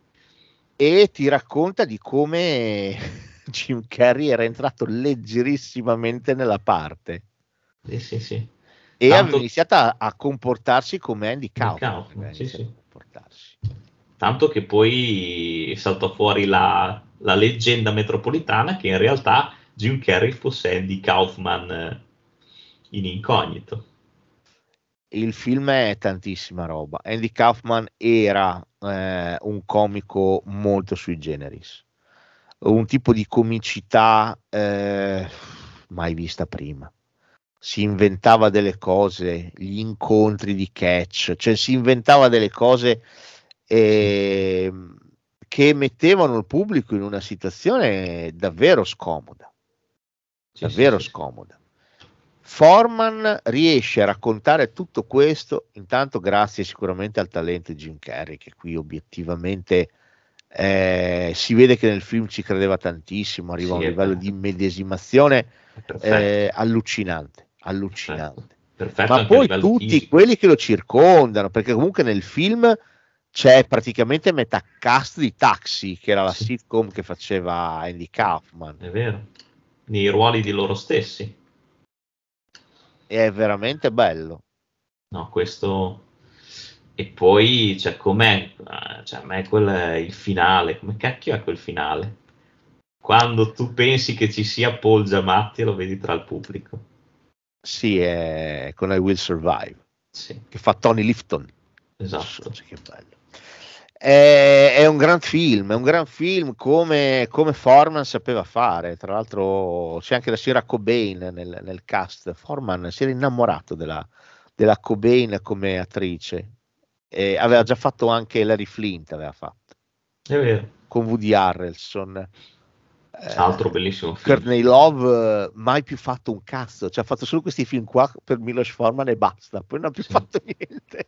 e ti racconta di come Jim Carrey era entrato leggerissimamente nella parte Sì, sì, sì. e Tanto- aveva iniziato a, a comportarsi come Andy Kaufman, Kaufman, aveva sì, iniziato sì. a comportarsi. Tanto che poi saltò fuori la, la leggenda metropolitana che in realtà Jim Carrey fosse Andy Kaufman eh, in incognito. Il film è tantissima roba. Andy Kaufman era eh, un comico molto sui generis, un tipo di comicità eh, mai vista prima. Si inventava delle cose, gli incontri di catch, cioè si inventava delle cose eh, che mettevano il pubblico in una situazione davvero scomoda, Sì, davvero sì, sì. scomoda. Forman riesce a raccontare tutto questo intanto grazie sicuramente al talento di Jim Carrey, che qui obiettivamente eh, si vede che nel film ci credeva tantissimo, arriva a un Sì, è livello per- di immedesimazione è perfetto. eh, allucinante, allucinante. Perfetto Ma anche a poi livello tutti fisico. quelli che lo circondano, perché comunque nel film c'è praticamente metà cast di Taxi, che era la Sì. sitcom che faceva Andy Kaufman, È vero. Nei ruoli di loro stessi. e è veramente bello. No, questo... E poi, cioè, com'è? eh, Cioè, a me quello è il finale. Come cacchio è quel finale? Quando tu pensi che ci sia Paul Giamatti e lo vedi tra il pubblico. Sì, è con I Will Survive, Sì, che fa Tony Lifton. esatto. Che bello. È, è un gran film, è un gran film come, come Forman sapeva fare. Tra l'altro c'è anche la signora Cobain nel, nel cast. Forman si era innamorato della, della Cobain come attrice. E aveva già fatto anche Larry Flint, aveva fatto È vero. con Woody Harrelson. altro bellissimo film. Courtney Love eh, mai più fatto un cazzo, cioè ha fatto solo questi film qua per Milos Forman e basta, poi non ha più Sì. fatto niente.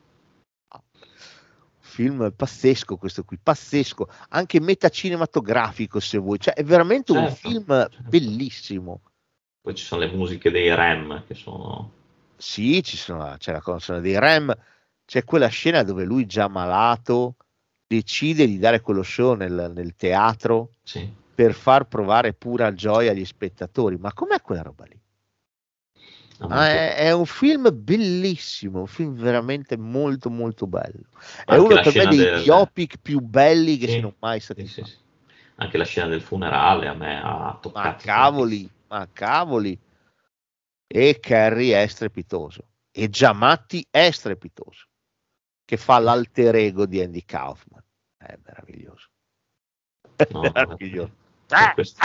Film pazzesco questo qui, pazzesco, anche metacinematografico se vuoi, cioè è veramente un Certo, film certo. bellissimo. Poi ci sono le musiche dei Rem che sono... Sì, ci sono, c'è la console dei Rem, c'è quella scena dove lui già malato decide di dare quello show nel, nel teatro Sì. per far provare pura gioia agli spettatori, ma com'è quella roba lì? Ah, Ah, è, è un film bellissimo, un film veramente molto molto bello. È anche uno la per me scena dei del... biopic più belli che Sì, siano mai stati sì, sì, fatti. sì. Anche la scena del funerale a me ha Ma toccato cavoli, tantissimo. ma cavoli. E Carrie è strepitoso. E Giamatti è strepitoso. Che fa l'alter ego di Andy Kaufman. È meraviglioso. È No, no, meraviglioso. per questo-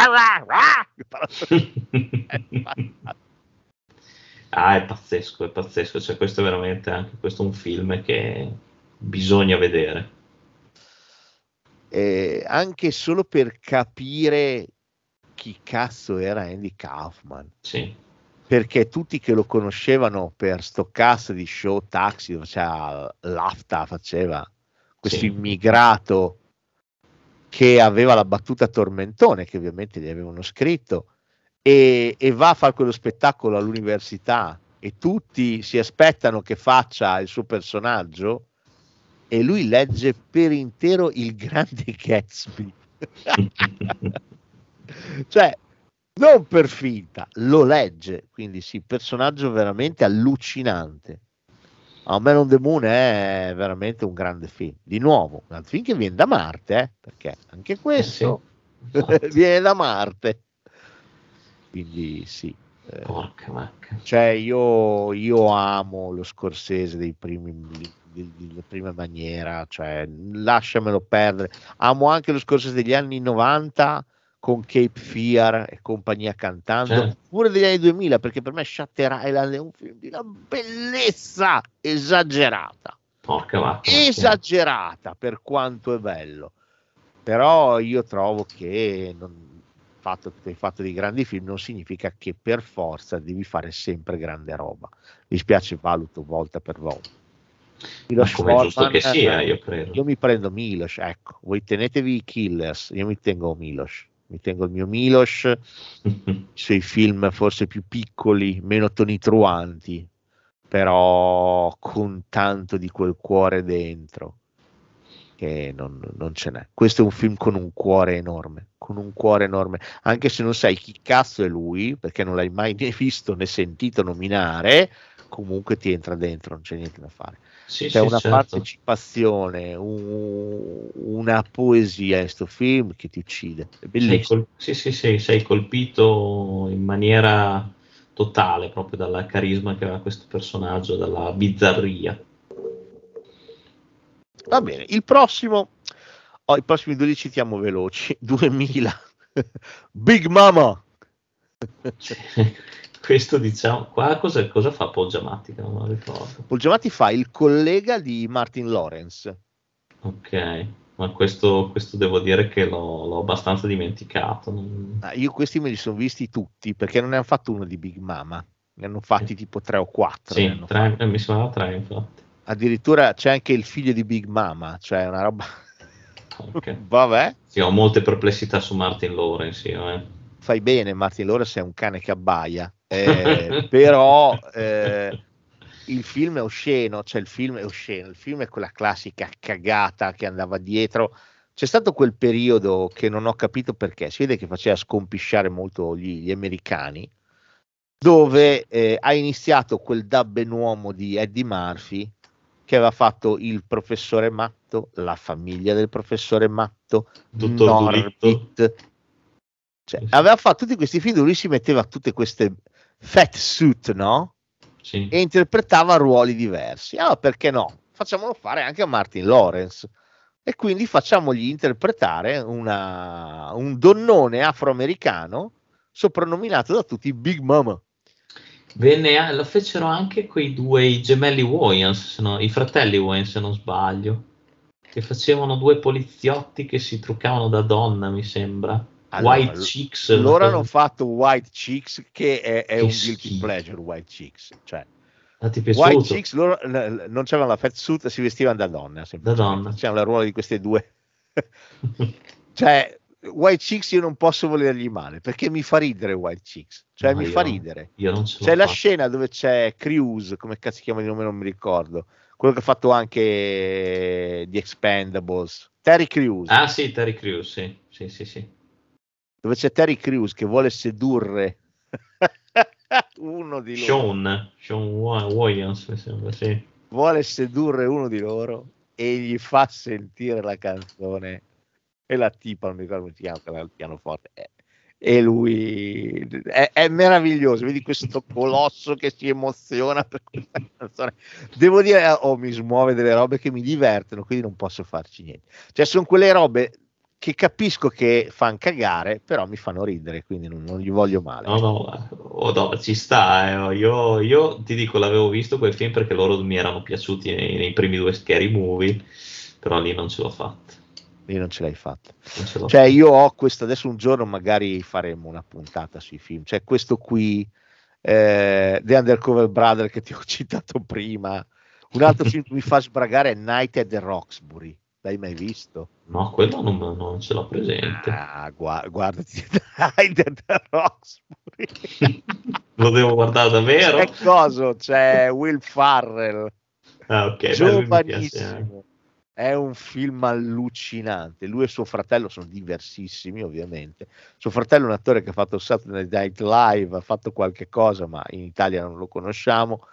Ah, è pazzesco, è pazzesco. Cioè, questo è veramente anche questo è un film che bisogna vedere. E anche solo per capire chi cazzo era Andy Kaufman. Sì, Perché tutti che lo conoscevano per sto cazzo di show Taxi, faceva l'Afta, faceva questo sì. immigrato che aveva la battuta tormentone, che ovviamente gli avevano scritto, e, e va a fare quello spettacolo all'università e tutti si aspettano che faccia il suo personaggio e lui legge per intero il Grande Gatsby. Cioè, non per finta, lo legge, quindi sì, personaggio veramente allucinante. A Man on the Moon è veramente un grande film. Di nuovo, un film che viene da Marte, eh, perché anche questo Eh sì, infatti. viene da Marte. Quindi sì. eh, Porca vacca. cioè io, io amo lo Scorsese dei primi, di, di, della prima maniera, cioè lasciamelo perdere. Amo anche lo Scorsese degli anni novanta con Cape Fear e compagnia cantando, Certo. pure degli anni duemila, perché per me Shutter Island è un film di una bellezza esagerata, Porca vacca. esagerata per quanto è bello. Però io trovo che non, fatto, il fatto di grandi film non significa che per forza devi fare sempre grande roba. Mi spiace, valuto volta per volta. Ma come è giusto che sia, io credo. Io mi prendo Milos, ecco, voi tenetevi i Killers, io mi tengo Milos. Mi tengo il mio Milos, i suoi film forse più piccoli, meno tonitruanti, però con tanto di quel cuore dentro che non, non ce n'è. Questo è un film con un cuore enorme, con un cuore enorme, anche se non sai chi cazzo è lui, perché non l'hai mai né visto né sentito nominare, comunque ti entra dentro, non c'è niente da fare. Sì, C'è sì, una certo. partecipazione, un, una poesia in sto film che ti uccide, è Sei bellissimo. col- sì, sì, sì, sei colpito in maniera totale proprio dal carisma che aveva questo personaggio, dalla bizzarria. Va bene, il prossimo, oh, i prossimi due li citiamo veloci. duemila, Big Mama. Questo diciamo, qua cosa, cosa fa Paul Giamatti, che non me lo ricordo. Paul Giamatti fa il collega di Martin Lawrence. Ok, ma questo, questo devo dire che l'ho, l'ho abbastanza dimenticato. non- Ah, io questi me li sono visti tutti, perché non ne hanno fatto uno di Big Mama, ne hanno fatti tipo tre o quattro. ne Sì, hanno tre, fatti. eh, mi sembrava tre infatti. Addirittura c'è anche il figlio di Big Mama, cioè una roba... Ok. Vabbè, Sì, ho molte perplessità su Martin Lawrence, io, eh. fai bene, Martin Lawrence è un cane che abbaia, eh, però eh, il film è osceno, cioè il film è osceno, il film è quella classica cagata che andava dietro. C'è stato quel periodo che non ho capito perché, si vede che faceva scompisciare molto gli, gli americani, dove eh, ha iniziato quel dabbenuomo di Eddie Murphy che aveva fatto Il professore matto, La famiglia del professore matto, Dottor Norbit. Cioè, aveva fatto tutti questi film dove lui si metteva tutte queste fat suit, no? Sì. E interpretava ruoli diversi. Allora perché no? Facciamolo fare anche a Martin Lawrence. E quindi facciamogli interpretare una, un donnone afroamericano soprannominato da tutti Big Mama. Venne a- lo fecero anche quei due, i gemelli Wayans, se no- i fratelli Wayans se non sbaglio, che facevano due poliziotti che si truccavano da donna, mi sembra. Allora, White Chicks. loro hanno fatto White Chicks, che è, è Che un schifo. guilty pleasure. White Chicks, cioè Ah, ti è White piaciuto? Chicks, loro n- non c'avevano la fat suit, si vestivano da donna, Da donna. c'erano la ruolo di queste due. Cioè, White Chicks io non posso volergli male, perché mi fa ridere White Chicks, cioè No, mi io- fa ridere. Io non ce l'ho C'è la fatta. scena dove c'è Cruise, come cazzo si chiama di nome, non mi ricordo, quello che ha fatto anche The Expendables, Terry Crews, Ah sì, Terry Crews, sì, sì, sì, sì. dove c'è Terry Crews che vuole sedurre uno di loro, Sean, Sean Wi- Williams, mi sembra, sì. vuole sedurre uno di loro e gli fa sentire la canzone e la tipa, non mi ricordo come si chiama, quella al pianoforte, eh, e lui è, è meraviglioso, vedi questo colosso che si emoziona per questa canzone. Devo dire, oh, mi smuove delle robe che mi divertono, quindi non posso farci niente. Cioè sono quelle robe che capisco che fanno cagare, però mi fanno ridere, quindi non, non gli voglio male. No, no, eh, oh, no, ci sta, eh. oh, Io, io ti dico, l'avevo visto quel film perché loro mi erano piaciuti nei, nei primi due Scary Movie, però lì non ce l'ho fatta. Lì non ce l'hai fatta. Non ce l'ho Cioè fatta. io ho questo, adesso un giorno magari faremo una puntata sui film, cioè questo qui, eh, The Undercover Brother che ti ho citato prima, un altro film che mi fa sbragare è Night at the Roxbury, l'hai mai visto? No, quello non, non ce l'ho presente. Ah, gua- guardati Night at the Roxbury. Lo devo guardare davvero? C'è coso, c'è Will Farrell, Ah, ok, beh, lui mi piace, eh. giovanissimo. È un film allucinante. Lui e suo fratello sono diversissimi, ovviamente. Suo fratello è un attore che ha fatto Saturday Night Live, ha fatto qualche cosa, ma in Italia non lo conosciamo.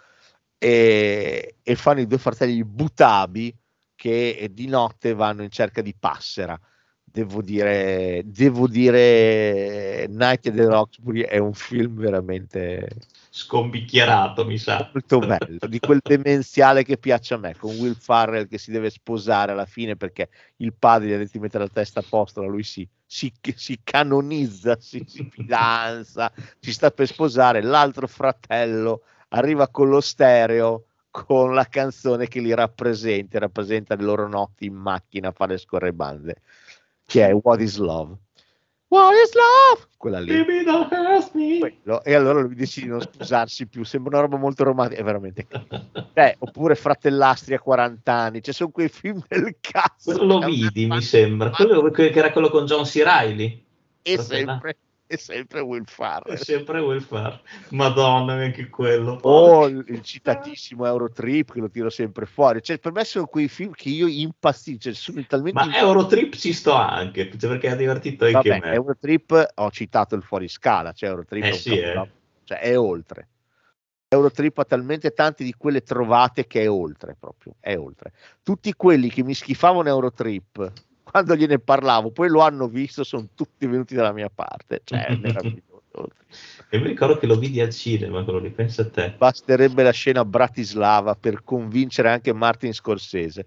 E, e fanno i due fratelli Butabi che di notte vanno in cerca di passera. Devo dire, devo dire, Night at the Roxbury è un film veramente Scombicchierato, mi sa. molto bello, di quel demenziale che piace a me, con Will Farrell che si deve sposare alla fine perché il padre gli ha detto di mettere la testa a posto, ma lui si, si, si canonizza, si, si fidanza, si sta per sposare, l'altro fratello arriva con lo stereo con la canzone che li rappresenta, rappresenta le loro notti in macchina a fare scorrebande, che è What is Love? What is love? Quella lì. Baby, don't hurt me. Quello. E allora lui decide di non sposarsi più, sembra una roba molto romantica, è veramente eh, oppure Fratellastri a quaranta anni, cioè sono quei film del cazzo. Quello lo vidi, mi sembra. Quello che era quello con John C. Reilly. E sempre, è sempre Will Farrell. È sempre Will Farrell. Madonna, anche quello. O il, il citatissimo Eurotrip che lo tiro sempre fuori, cioè per me sono quei film che io impazzisco, cioè, sono talmente Ma impazzito. Eurotrip ci sto anche, perché ha divertito anche Vabbè, me. Eurotrip ho citato il fuoriscala, cioè Eurotrip Eh è, un sì, capolavoro, eh. cioè è oltre. Eurotrip ha talmente tante di quelle trovate che è oltre proprio, è oltre. Tutti quelli che mi schifavano Eurotrip quando gliene parlavo, poi lo hanno visto, sono tutti venuti dalla mia parte, cioè è meraviglioso. E mi ricordo che lo vidi al cinema, quello lì, pensa a te. Basterebbe la scena a Bratislava per convincere anche Martin Scorsese.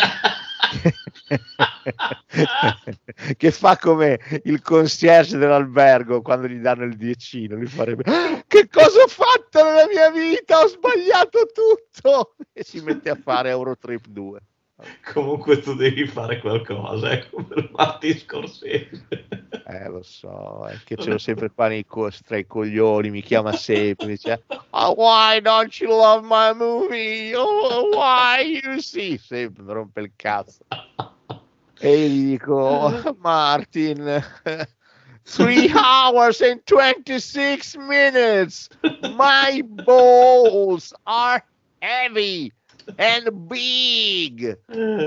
Che fa come il concierge dell'albergo quando gli danno il diecino, lui farebbe "Ah, che cosa ho fatto nella mia vita, ho sbagliato tutto", e si mette a fare Eurotrip due. Comunque tu devi fare qualcosa, eh, come Martin Scorsese. Eh, lo so, è che ce l'ho sempre qua nei co- tra i coglioni, mi chiama sempre, dice "Oh, why don't you love my movie? Oh, why you see?" Sempre mi rompe il cazzo. E io gli dico "Oh, Martin, three hours and twenty-six minutes, my balls are heavy and big."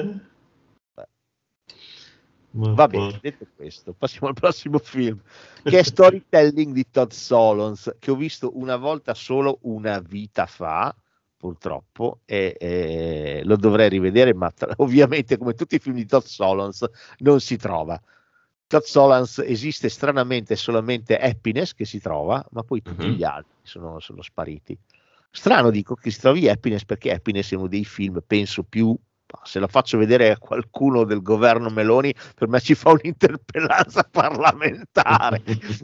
Ma Va poi- bene, detto questo, passiamo al prossimo film, che è Storytelling di Todd Solondz, che ho visto una volta solo una vita fa, purtroppo, e, e lo dovrei rivedere, ma tra- ovviamente come tutti i film di Todd Solondz non si trova. Todd Solondz esiste stranamente solamente Happiness che si trova, ma poi tutti Mhm. gli altri sono, sono spariti. Strano dico che si trovi Happiness, perché Happiness è uno dei film, penso, più se la faccio vedere a qualcuno del governo Meloni, per me ci fa un'interpellanza parlamentare.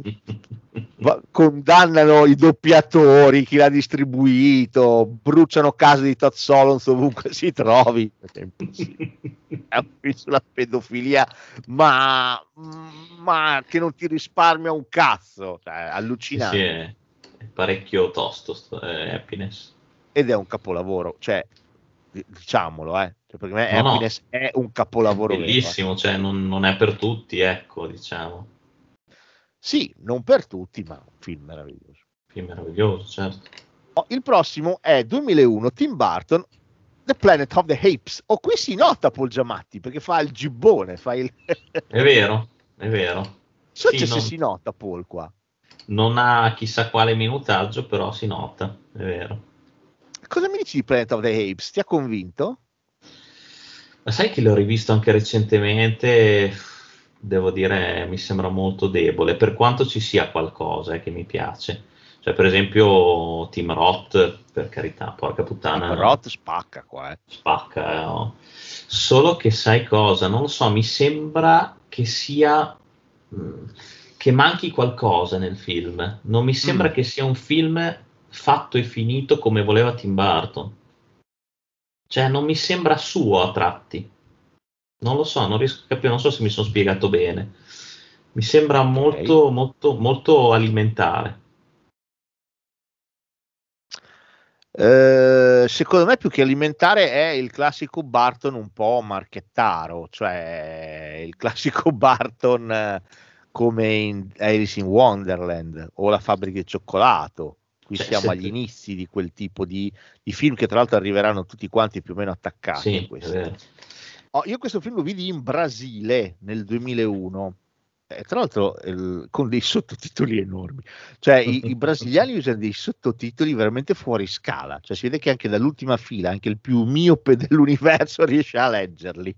Condannano i doppiatori, chi l'ha distribuito, bruciano case di Todd Solondz ovunque si trovi. È impossibile. È un film sulla pedofilia, ma, ma che non ti risparmia un cazzo, cioè, allucinante. Sì, è parecchio tosto sto, eh, Happiness. Ed è un capolavoro, cioè diciamolo, eh. Cioè, perché me no, Happiness no. È un capolavoro bellissimo, vero, eh. Cioè non, non è per tutti, ecco, diciamo. Sì, non per tutti, ma un film meraviglioso. Film meraviglioso, certo. Oh, il prossimo è duemilauno, Tim Burton, The Planet of the Apes. Oh, qui si nota Paul Giamatti, perché fa il gibbone, fa il... È vero, è vero. So sì, se non... si nota Paul qua. Non ha chissà quale minutaggio, però si nota, è vero. Cosa mi dici di Planet of the Apes? Ti ha convinto? Ma sai che l'ho rivisto anche recentemente, devo dire, mi sembra molto debole, per quanto ci sia qualcosa eh, che mi piace. Cioè, per esempio, Tim Roth, per carità, porca puttana. Tim Roth spacca qua, eh. Spacca, eh, no. Solo che sai cosa? Non lo so, mi sembra che sia... Mh, che manchi qualcosa nel film. Non mi sembra mm. che sia un film fatto e finito come voleva Tim Burton. Cioè, non mi sembra suo a tratti. Non lo so, non riesco a capire, non so se mi sono spiegato bene. Mi sembra okay. molto, molto, molto alimentare. Uh, secondo me più che alimentare è il classico Burton un po' marchettaro, cioè il classico Burton come in Alice in Wonderland o La fabbrica di cioccolato. Qui cioè, siamo agli inizi di quel tipo di, di film che tra l'altro arriveranno tutti quanti più o meno attaccati. Sì, oh, io questo film lo vidi in Brasile nel duemilauno, eh, tra l'altro eh, con dei sottotitoli enormi, cioè i, i brasiliani usano dei sottotitoli veramente fuori scala, cioè si vede che anche dall'ultima fila anche il più miope dell'universo riesce a leggerli.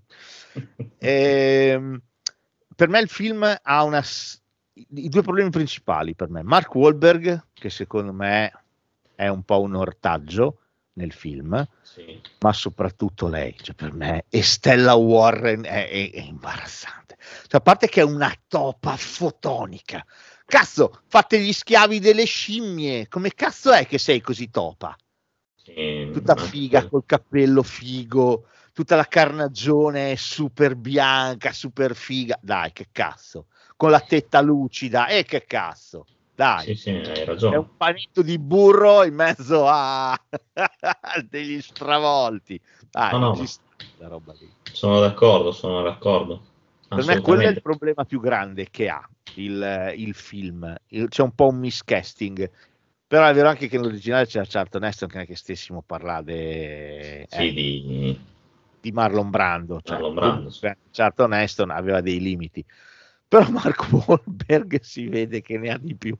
E, per me il film ha una... i due problemi principali per me: Mark Wahlberg, che secondo me è un po' un ortaggio nel film, sì. ma soprattutto lei, cioè per me, e Stella Warren è, è, è imbarazzante, cioè, a parte che è una topa fotonica, cazzo, fate gli schiavi delle scimmie, come cazzo è che sei così topa? Sì, tutta figa, ma... col cappello figo, tutta la carnagione super bianca, super figa, dai, che cazzo, con la tetta lucida, e eh, che cazzo, dai, sì, sì, hai ragione. È un panetto di burro in mezzo a degli stravolti, dai, no, no, ci sta la roba lì. Sono d'accordo, sono d'accordo. Per me quello è il problema più grande che ha il, il film, il, c'è un po' un miscasting, però è vero anche che nell'originale c'era Charlton Heston, che non è che stessimo parlando eh, sì, di... di Marlon Brando, cioè, Marlon Brando sì. Charlton Heston aveva dei limiti, però Mark Wahlberg si vede che ne ha di più.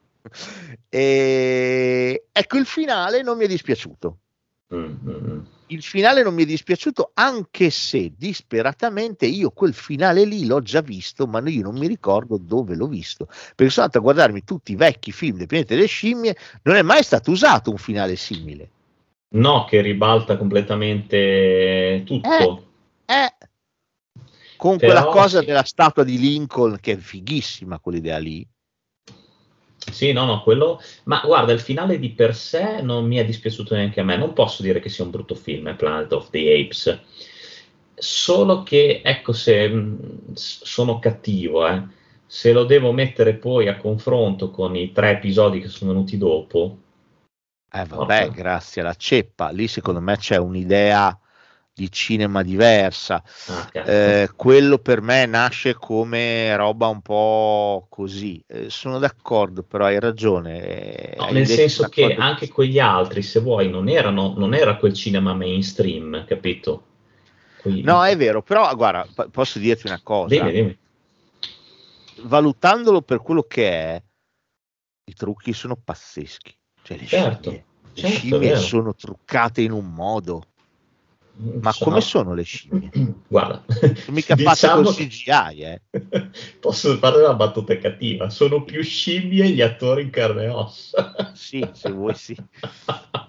E ecco, il finale non mi è dispiaciuto. Mm-hmm. Il finale non mi è dispiaciuto, anche se disperatamente io quel finale lì l'ho già visto, ma io non mi ricordo dove l'ho visto, perché sono andato a guardarmi tutti i vecchi film del pianeta delle scimmie, non è mai stato usato un finale simile. No, che ribalta completamente tutto. Eh, eh. Con Però, quella cosa sì. della statua di Lincoln, che è fighissima quell'idea lì. Sì, no, no, quello... Ma guarda, il finale di per sé non mi è dispiaciuto neanche a me. Non posso dire che sia un brutto film, Planet of the Apes. Solo che, ecco, se mh, sono cattivo, eh, se lo devo mettere poi a confronto con i tre episodi che sono venuti dopo... Eh vabbè, forza. Grazie alla ceppa. Lì secondo me c'è un'idea di cinema diversa. Ah, eh, quello per me nasce come roba un po' così. Eh, sono d'accordo, però hai ragione. No, hai nel senso che di... anche quegli altri, se vuoi, non erano, non era quel cinema mainstream, capito? Quindi... No, è vero, però guarda, p- posso dirti una cosa. Dimmi, dimmi. Valutandolo per quello che è, i trucchi sono pazzeschi. Cioè, le certo, scimmie, certo, le scimmie sono truccate in un modo. Ma sono... come sono le scimmie? Guarda, sono mica fatte con C G I, eh. Posso fare una battuta cattiva? Sono più scimmie gli attori in carne e ossa. Sì, se vuoi sì.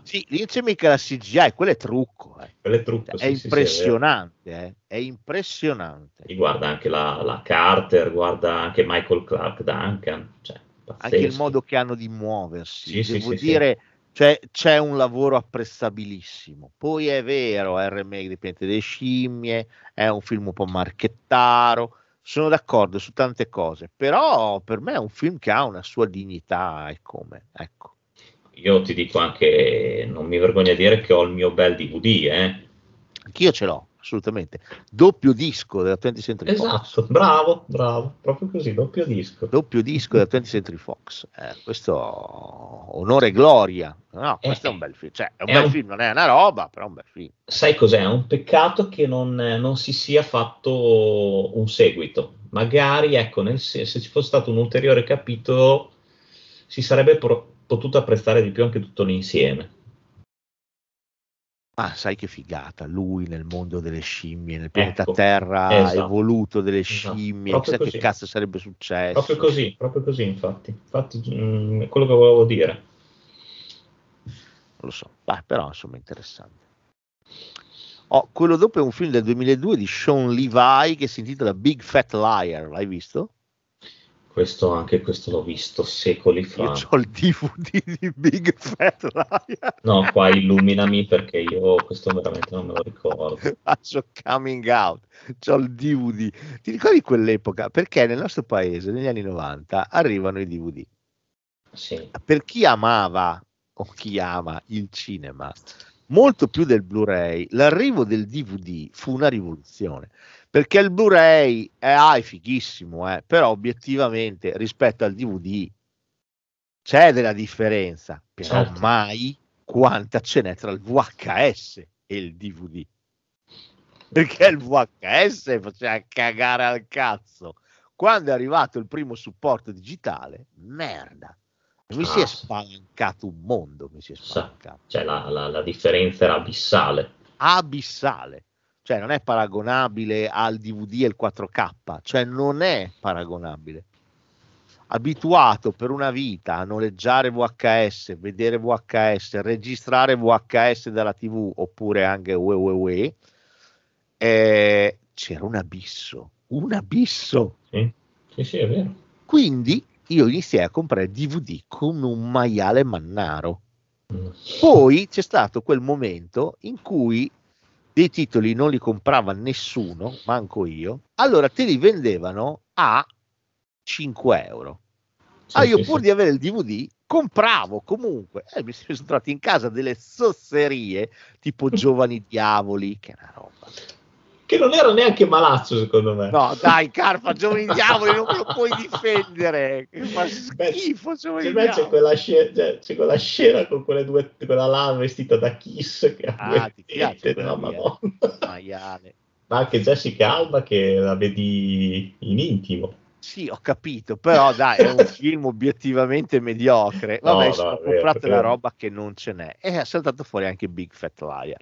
Sì, lì c'è mica la C G I, quello è trucco. Eh. Quello è trucco, È sì, sì, impressionante, sì, è, eh. È impressionante. E guarda anche la, la Carter, guarda anche Michael Clark Duncan, cioè, anche il modo che hanno di muoversi, sì, devo sì, dire, sì. Cioè, c'è un lavoro apprezzabilissimo. Poi è vero, è il remake di Pianeta delle Scimmie, è un film un po' marchettaro, sono d'accordo su tante cose, però per me è un film che ha una sua dignità e come, ecco. Io ti dico anche, non mi vergogno a dire che ho il mio bel D V D, eh. Anch'io ce l'ho, assolutamente. Doppio disco della twentieth Century Fox. Esatto, bravo, bravo, proprio così, doppio disco. Doppio disco della twentieth Century Fox. Eh, questo onore e gloria. No, questo è, è un bel film. Cioè, è un è bel un... film, non è una roba, però è un bel film. Sai cos'è? È un peccato che non, non si sia fatto un seguito. Magari, ecco, nel, se ci fosse stato un ulteriore capitolo, si sarebbe pro- potuto apprezzare di più anche tutto l'insieme. Ah, sai che figata, lui nel mondo delle scimmie, nel pianeta ecco, Terra esatto, evoluto delle esatto, scimmie, chissà che cazzo sarebbe successo. Proprio così, proprio così, infatti. Infatti, mh, è quello che volevo dire. Non lo so, bah, però insomma interessante. Oh, quello dopo è un film del duemiladue di Sean Levi che si intitola Big Fat Liar, l'hai visto? Questo, anche questo l'ho visto secoli fa. Io ho il D V D di Big Fat Liar. No, qua illuminami perché io questo veramente non me lo ricordo. Faccio coming out, c'ho il D V D. Ti ricordi quell'epoca? Perché nel nostro paese, negli anni novanta, arrivano i D V D. Sì. Per chi amava o chi ama il cinema, molto più del Blu-ray, l'arrivo del D V D fu una rivoluzione. Perché il Blu-ray è, ah, è fighissimo, eh, però obiettivamente rispetto al D V D c'è della differenza, però certo. mai quanta ce n'è tra il V H S e il D V D. Perché il V H S faceva cagare al cazzo. Quando è arrivato il primo supporto digitale, merda. Mi ah, si è spalancato un mondo, mi si è spalancato. Cioè la, la, la differenza era abissale. Abissale. Cioè non è paragonabile al D V D e il quattro K, cioè non è paragonabile. Abituato per una vita a noleggiare V H S, vedere V H S, registrare V H S dalla tivù oppure anche ue ue ue, eh, c'era un abisso, un abisso. Sì, sì, sì, è vero. Quindi io iniziai a comprare D V D come un maiale mannaro. Mm. Poi c'è stato quel momento in cui dei titoli non li comprava nessuno, manco io, allora te li vendevano a cinque euro. Sì, ah, io sì, pur sì. di avere il D V D compravo comunque, eh, mi sono trovato in casa delle sosserie tipo Giovani Diavoli, che è una roba che non era neanche malazzo secondo me. No dai Carfa, Giovani Diavoli non lo puoi difendere, che fa schifo. C'è, c'è, quella scena, c'è, c'è quella scena con quelle due, quella là vestita da Kiss che ah, ti piace no, Madonna. Maiale. Ma anche Jessica Alba che la vedi in intimo. Sì, ho capito, però dai, è un film obiettivamente mediocre. Vabbè, no, no, ho comprato vero, la vero. roba che non ce n'è e è saltato fuori anche Big Fat Liar.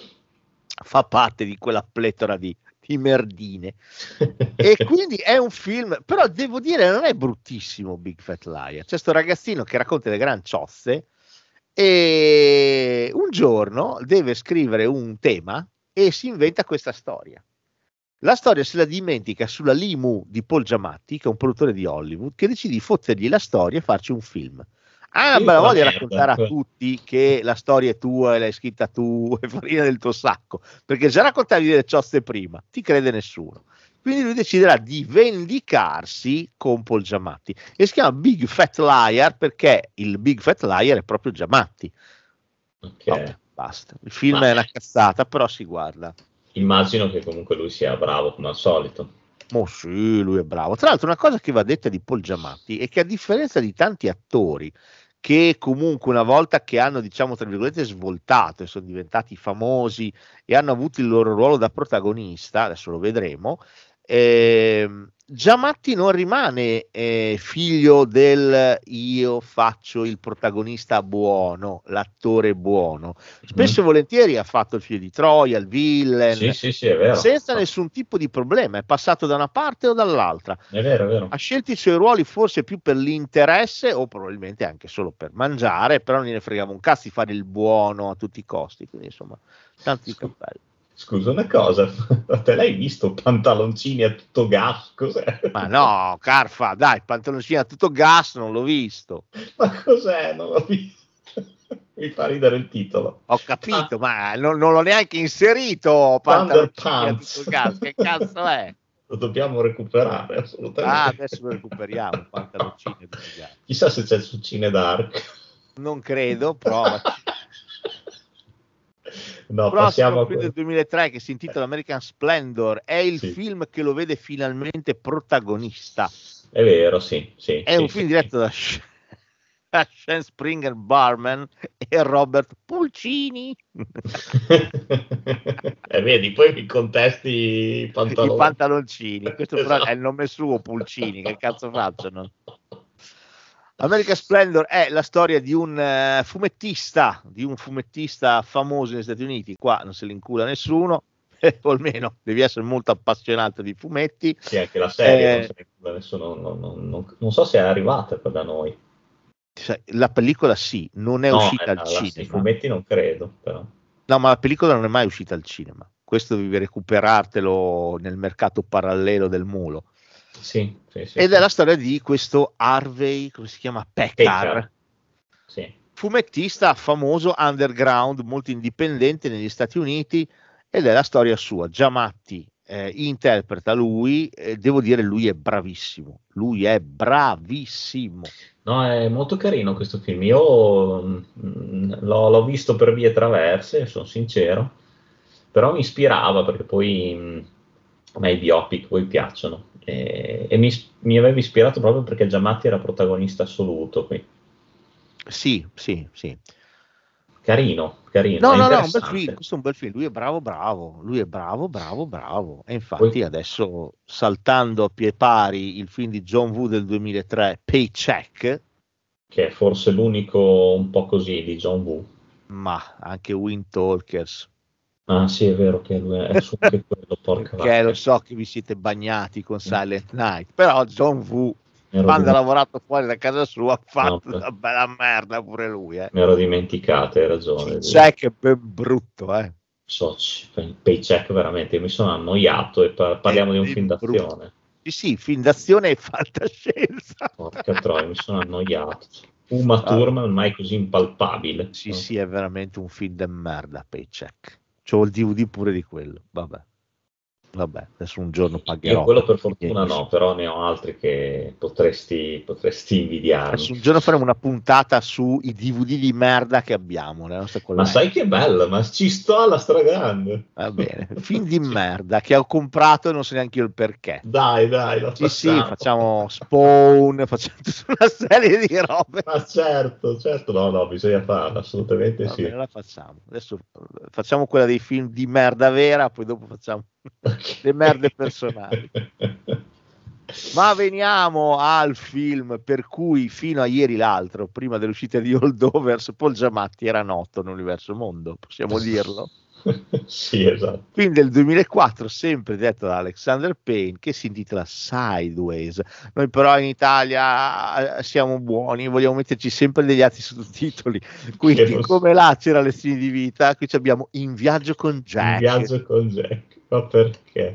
Fa parte di quella pletora di, di merdine e quindi è un film, però devo dire non è bruttissimo Big Fat Liar. C'è sto ragazzino che racconta le gran ciozze e un giorno deve scrivere un tema e si inventa questa storia. La storia se la dimentica sulla Limu di Paul Giamatti, che è un produttore di Hollywood, che decide di fottergli la storia e farci un film. Ah, bella voglia di raccontare a tutti che la storia è tua e l'hai scritta tu, è farina del tuo sacco, perché già raccontavi delle ciozze prima, ti crede nessuno. Quindi lui deciderà di vendicarsi con Paul Giamatti e si chiama Big Fat Liar perché il Big Fat Liar è proprio Giamatti. Ok, Vabbè, basta. Il film Ma... è una cazzata, però si guarda. Immagino che comunque lui sia bravo come al solito. Oh sì, lui è bravo. Tra l'altro una cosa che va detta di Paul Giamatti è che a differenza di tanti attori che comunque una volta che hanno, diciamo, tra virgolette, svoltato e sono diventati famosi e hanno avuto il loro ruolo da protagonista, adesso lo vedremo, eh, Giamatti non rimane eh, figlio del io faccio il protagonista buono, l'attore buono. Spesso e Mm. volentieri ha fatto il figlio di Troia, il villain, Sì, sì, sì, è vero. senza nessun tipo di problema, è passato da una parte o dall'altra. È vero, è vero. Ha scelto i suoi ruoli forse più per l'interesse o probabilmente anche solo per mangiare, però non gliene fregava un cazzo di fare il buono a tutti i costi, quindi insomma, tanti di cappelli. Scusa una cosa, te l'hai visto pantaloncini a tutto gas? Cos'è? Ma no, Carfa, dai, pantaloncini a tutto gas, non l'ho visto. Ma cos'è? Non l'ho visto. Mi fa ridere il titolo. Ho capito, ma non, non l'ho neanche inserito. Pantaloncini a tutto gas, che cazzo è? Lo dobbiamo recuperare assolutamente. Ah, adesso lo recuperiamo, pantaloncini a tutto gas. Chissà se c'è su Cinedark. Non credo, provaci. No, Prossimo passiamo a film del quello. duemilatré che si intitola American Splendor, è il Sì. film che lo vede finalmente protagonista. È vero, sì, sì. È sì, un sì, film sì. diretto da Sh- da Sean Springer Barman e Robert Pulcini. E vedi, poi mi contesti i I pantaloni. pantaloncini, questo però Esatto. è il nome suo, Pulcini, che cazzo facciano? American Splendor è la storia di un eh, fumettista, di un fumettista famoso negli Stati Uniti. Qua non se l'incula nessuno, o almeno devi essere molto appassionato di fumetti. Sì, anche la serie, Eh, non, so, adesso non, non- non- non- non so se è arrivata per da noi. Sai, la pellicola sì, non è No, uscita eh, al la- I cinema. fumetti non credo, però. No, ma la pellicola non è mai uscita al cinema. Questo devi recuperartelo nel mercato parallelo del mulo. Sì, sì, sì. Ed sì. è la storia di questo Harvey, come si chiama? Pekar, Pekar. Sì. fumettista famoso, underground, molto indipendente negli Stati Uniti, ed è la storia sua. Giamatti eh, interpreta lui, e devo dire lui è bravissimo, lui è bravissimo. No, è molto carino questo film. Io mm, l'ho, l'ho visto per vie traverse, sono sincero, però mi ispirava perché poi mm, a me i biopic poi piacciono e, e mi, mi aveva ispirato proprio perché Giamatti era protagonista assoluto qui. Sì, sì, sì. Carino, carino. No, è no, no, un bel interessante. film, questo è un bel film, lui è bravo, bravo, lui è bravo, bravo, bravo. E infatti Poi- adesso, saltando a pie pari il film di John Woo del duemilatré, Paycheck, Che è forse l'unico un po' così di John Woo. ma anche Wind Talkers, Ah sì, è vero che lui è su anche quello, porca che vacca. lo so che vi siete bagnati con Silent Night, però John Woo, Mi ero quando ha dimen- lavorato fuori da casa sua, ha fatto No, una bella merda pure lui, eh. mi ero dimenticato, hai ragione. Paycheck è ben brutto, eh. So, c- Paycheck veramente, mi sono annoiato e par- parliamo È di un ben film brutto. d'azione. Sì, sì, film d'azione e fantascienza. Porca troia, mi sono annoiato. Uma Thurman ormai così impalpabile. Sì, sì, è veramente un film de merda, Paycheck. C'ho il D V D pure di quello, vabbè. Vabbè, adesso un giorno pagherò. Io quello per fortuna no, però ne ho altri che potresti, potresti invidiarmi. Adesso un giorno faremo una puntata sui D V D di merda che abbiamo, le nostre Ma colleghe. sai che bella, ma ci sto alla stragrande. Va bene, film di merda che ho comprato e non so neanche io il perché. Dai, dai, lo Sì, sì, facciamo. facciamo Spawn, facciamo tutta una serie di robe. Ma certo, certo, no, no, bisogna farlo, assolutamente Va sì. bene, la facciamo. Adesso eh, facciamo quella dei film di merda vera, poi dopo facciamo le merde personali. Ma veniamo al film per cui fino a ieri l'altro, prima dell'uscita di Holdovers, Paul Giamatti era noto nell'universo mondo, possiamo dirlo. Sì, esatto. Film del duemilaquattro, sempre detto da Alexander Payne, che si intitola Sideways. Noi però in Italia eh, siamo buoni, vogliamo metterci sempre degli altri sottotitoli, quindi Che non- come là c'era Lezioni di vita, qui ci abbiamo In viaggio con Jack. In viaggio con Jack, ma perché?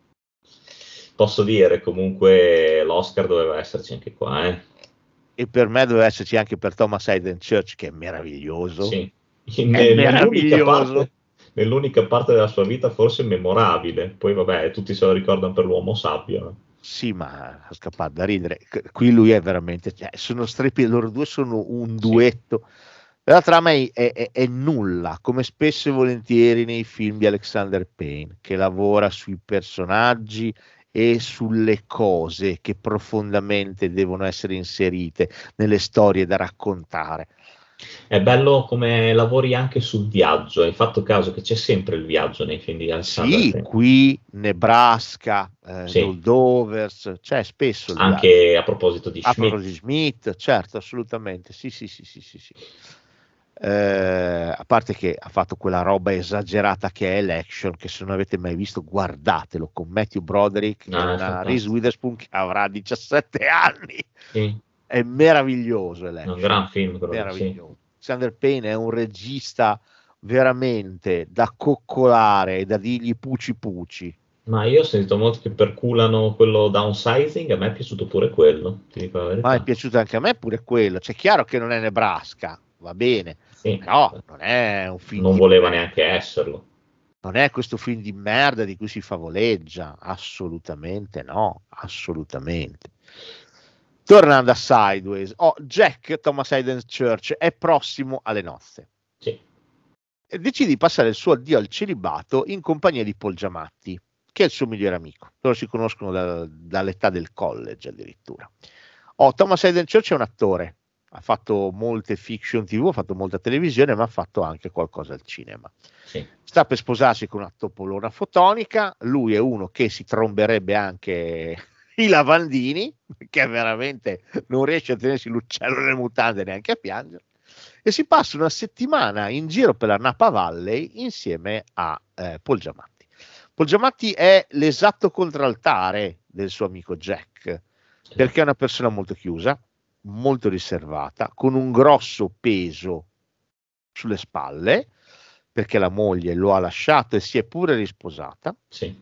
Posso dire, comunque l'Oscar doveva esserci anche qua, eh? E per me doveva esserci anche per Thomas Hayden Church, che è meraviglioso. Sì. È Nell'unica meraviglioso. parte, nell'unica parte della sua vita forse memorabile, poi vabbè, tutti se lo ricordano per l'uomo sabbio, no? Sì, ma fa scappare da ridere. Qui lui è veramente, cioè, sono strepi, loro due sono un duetto. La trama è, è, è, è nulla, come spesso e volentieri nei film di Alexander Payne, che lavora sui personaggi e sulle cose che profondamente devono essere inserite nelle storie da raccontare. È bello come lavori anche sul viaggio, hai fatto caso che c'è sempre il viaggio nei film di Alexander Sì, Payne. qui, Nebraska, eh, Sì. Moldovers, c'è spesso il Anche viaggio. a proposito di A Schmidt. proposito di Schmidt, certo, assolutamente, sì, sì, sì, sì, sì, sì. Eh, a parte che ha fatto quella roba esagerata che è Election, che se non avete mai visto guardatelo, con Matthew Broderick No, e è una fantastico. Reese Witherspoon che avrà diciassette anni. Sì. È meraviglioso È Election, un gran film, quello lì, meraviglioso. Alexander Payne è un regista veramente da coccolare e da dirgli puci puci. Ma io ho sentito molti che perculano quello Downsizing, a me è piaciuto pure quello, ti dico la verità. Ma è piaciuto anche a me pure quello. C'è chiaro che non è Nebraska, va bene, sì. però non è un film non di voleva merda. neanche esserlo. Non è questo film di merda di cui si favoleggia, assolutamente no, assolutamente. Tornando a Sideways, oh, Jack Thomas Hayden Church è prossimo alle nozze. Sì. E decide di passare il suo addio al celibato in compagnia di Paul Giamatti, che è il suo migliore amico. Loro si conoscono da, dall'età del college addirittura. Oh, Thomas Hayden Church è un attore, ha fatto molte fiction tivù, ha fatto molta televisione, ma ha fatto anche qualcosa al cinema. Sì. Sta per sposarsi con una topolona fotonica, lui è uno che si tromberebbe anche i lavandini, che veramente non riesce a tenersi l'uccello nelle mutande neanche a piangere, e si passa una settimana in giro per la Napa Valley insieme a eh, Paul Giamatti. Paul Giamatti è l'esatto contraltare del suo amico Jack, perché è una persona molto chiusa, molto riservata, con un grosso peso sulle spalle, perché la moglie lo ha lasciato e si è pure risposata. Sì.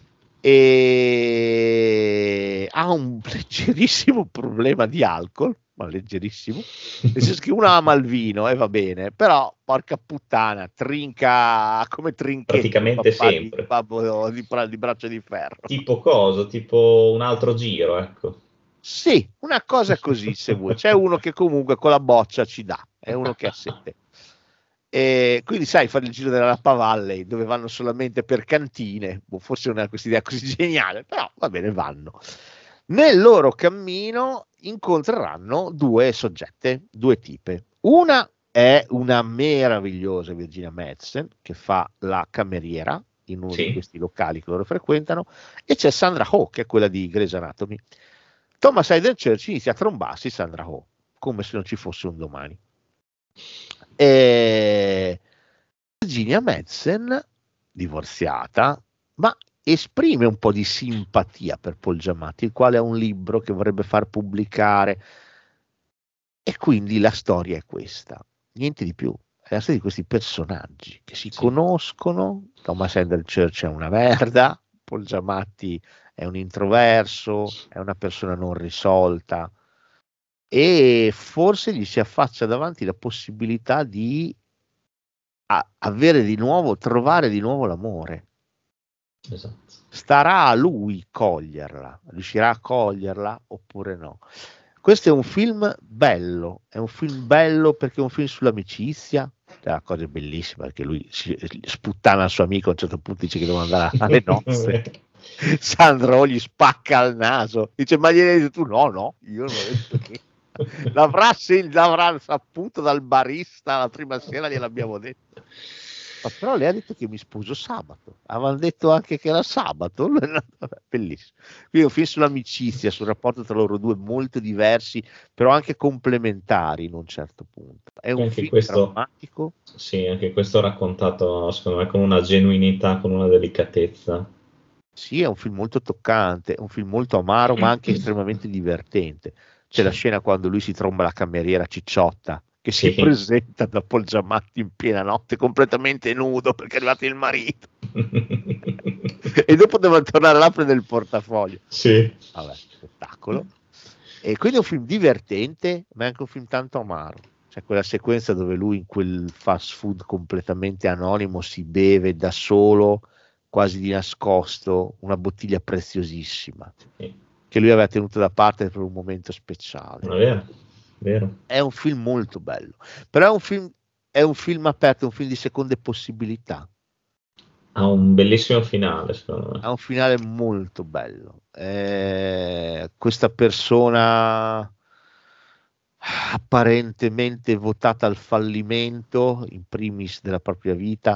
E ha un leggerissimo problema di alcol, ma leggerissimo, nel senso che uno ama il vino e va bene, però porca puttana, trinca come trinchetto praticamente sempre di, babbo, di, di braccio di ferro. Tipo cosa? Tipo un altro giro, ecco. Sì, una cosa così, se vuoi. C'è uno che comunque con la boccia ci dà, è uno che ha sete. E quindi sai, fare il giro della Napa Valley dove vanno solamente per cantine, boh, forse non è questa idea così geniale, però va bene, vanno. Nel loro cammino incontreranno due soggette, due tipe. Una è una meravigliosa Virginia Madsen che fa la cameriera in uno sì. di questi locali che loro frequentano, e c'è Sandra Oh, che è quella di Grey's Anatomy. Thomas Hayden Church inizia a trombarsi Sandra Oh come se non ci fosse un domani. E Virginia Madsen, divorziata, ma esprime un po' di simpatia per Paul Giamatti, il quale ha un libro che vorrebbe far pubblicare, e quindi la storia è questa, niente di più, è la storia di questi personaggi che si sì. conoscono. Thomas Hayden Church è una merda, Paul Giamatti è un introverso, è una persona non risolta, e forse gli si affaccia davanti la possibilità di a, avere di nuovo, trovare di nuovo l'amore. Esatto. Starà a lui coglierla, riuscirà a coglierla oppure no. Questo è un film bello, è un film bello perché è un film sull'amicizia, è una cosa bellissima, perché lui si, sputtana il suo amico, a un certo punto dice che devono andare alle nozze. Sandro gli spacca il naso, dice: ma gli hai detto tu? No, no, io non ho detto che l'avrà, sì, l'avrà saputo dal barista la prima sera, gliel'abbiamo detto. Ma però lei ha detto che mi sposo sabato, avevano detto anche che era sabato. Bellissimo. Quindi è un film sull'amicizia, sul rapporto tra loro due, molto diversi però anche complementari in un certo punto. È un anche film questo, drammatico. Sì, anche questo raccontato secondo me con una genuinità, con una delicatezza. Sì, è un film molto toccante, è un film molto amaro ma anche estremamente divertente. C'è sì. la scena quando lui si tromba la cameriera cicciotta che sì. si presenta da Paul Giamatti in piena notte completamente nudo perché è arrivato il marito e dopo deve tornare là a prendere il portafoglio. Sì. Vabbè, spettacolo. E quindi è un film divertente ma è anche un film tanto amaro. C'è quella sequenza dove lui in quel fast food completamente anonimo si beve da solo, quasi di nascosto, una bottiglia preziosissima sì. che lui aveva tenuto da parte per un momento speciale. È vero, vero. È un film molto bello, però è un film, è un film aperto, è un film di seconde possibilità. Ha un bellissimo finale, secondo me. Ha un finale molto bello. Eh, questa persona apparentemente votata al fallimento, in primis della propria vita,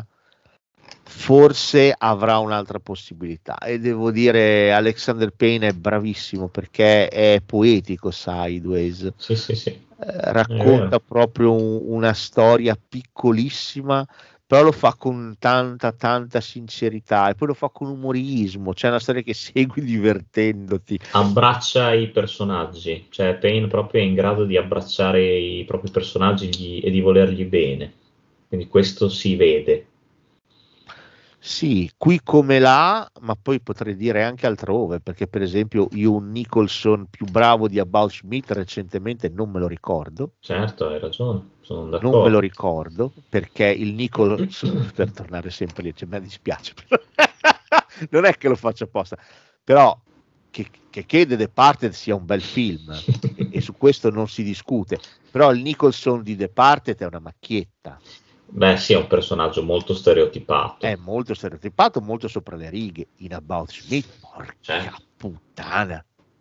forse avrà un'altra possibilità. E devo dire, Alexander Payne è bravissimo perché è poetico, Sideways. Sì, sì, sì. Eh, racconta proprio un, una storia piccolissima, però lo fa con tanta tanta sincerità e poi lo fa con umorismo. C'è una storia che segui divertendoti, abbraccia i personaggi, cioè Payne proprio è in grado di abbracciare i propri personaggi gli- e di volergli bene, quindi questo si vede. sì, qui come là, ma poi potrei dire anche altrove, perché per esempio io un Nicholson più bravo di About Schmidt recentemente non me lo ricordo. Certo, hai ragione, sono Non me d'accordo. lo ricordo perché il Nicholson, per tornare sempre lì, cioè, mi dispiace, non è che lo faccio apposta, però che, che che The Departed sia un bel film e, e su questo non si discute, però il Nicholson di Departed è una macchietta, Beh, sì, è un personaggio molto stereotipato. è molto stereotipato, molto sopra le righe. In About Schmidt, porca Certo. puttana,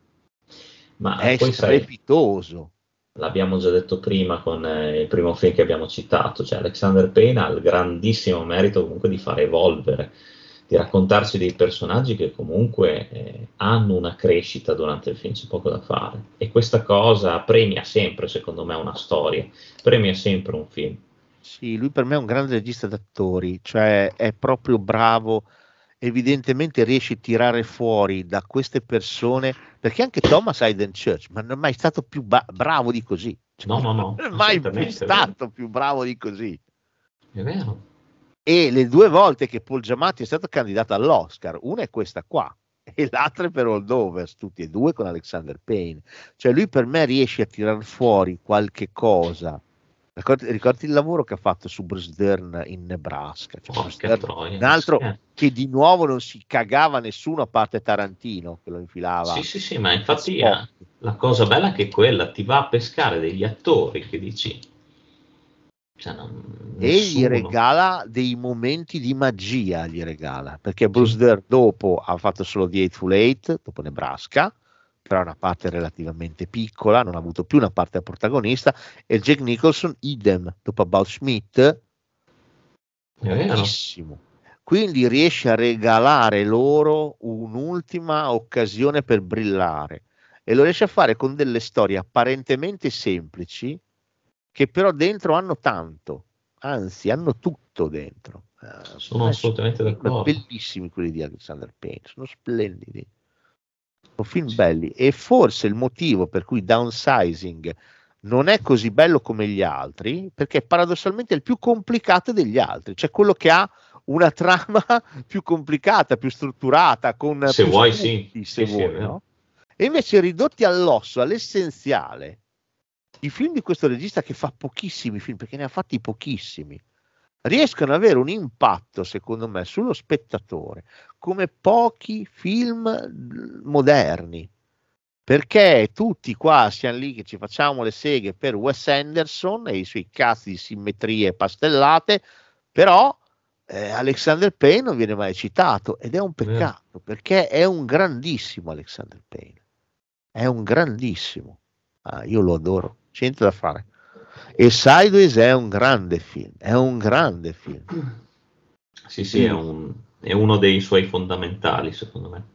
Ma è poi sai, strepitoso. l'abbiamo già detto prima con eh, il primo film che abbiamo citato, cioè Alexander Payne ha il grandissimo merito comunque di far evolvere, di raccontarci dei personaggi che comunque eh, hanno una crescita durante il film, c'è poco da fare. E questa cosa premia sempre, secondo me, una storia, premia sempre un film. Sì, lui per me è un grande regista d'attori, cioè è proprio bravo, evidentemente riesce a tirare fuori da queste persone, perché anche Thomas Hayden Church, ma non è mai stato più ba- bravo di così. Cioè, No, no, no, non è mai più assolutamente, è stato più bravo di così. È vero. E le due volte che Paul Giamatti è stato candidato all'Oscar, una è questa qua e l'altra è per Holdovers, tutti e due con Alexander Payne. Cioè lui per me riesce a tirar fuori qualche cosa. Ricordi, ricordi il lavoro che ha fatto su Bruce Dern in Nebraska? Cioè, Bruce Porca Dern, troia, un altro sì. che di nuovo non si cagava nessuno a parte Tarantino che lo infilava. Sì, sì, sì, ma infatti Spock. eh, la cosa bella è che quella ti va a pescare degli attori che dici, cioè, non, E gli nessuno. regala dei momenti di magia, gli regala, perché Bruce Sì. Dern dopo ha fatto solo The Hateful Eight, dopo Nebraska, però una parte relativamente piccola, non ha avuto più una parte da protagonista, e Jack Nicholson idem, dopo About Schmidt, È vero. pochissimo. Quindi riesce a regalare loro un'ultima occasione per brillare e lo riesce a fare con delle storie apparentemente semplici che però dentro hanno tanto, anzi hanno tutto dentro. Eh, Sono assolutamente sono d'accordo. bellissimi quelli di Alexander Payne, sono splendidi, sono film belli, e forse il motivo per cui Downsizing non è così bello come gli altri, perché paradossalmente è il più complicato degli altri, cioè quello che ha una trama più complicata, più strutturata, con Se più vuoi, spunti, sì. se Sì, sì, vuoi, è vero. no? E invece ridotti all'osso, all'essenziale, i film di questo regista che fa pochissimi film, perché ne ha fatti pochissimi, riescono ad avere un impatto, secondo me, sullo spettatore, come pochi film moderni, perché tutti qua siamo lì che ci facciamo le seghe per Wes Anderson e i suoi cazzi di simmetrie pastellate, però eh, Alexander Payne non viene mai citato, ed è un peccato, perché è un grandissimo Alexander Payne, è un grandissimo, ah, io lo adoro, c'è niente da fare. E Sideways è un grande film, è un grande film. Sì, sì, è, un, è uno dei suoi fondamentali, secondo me.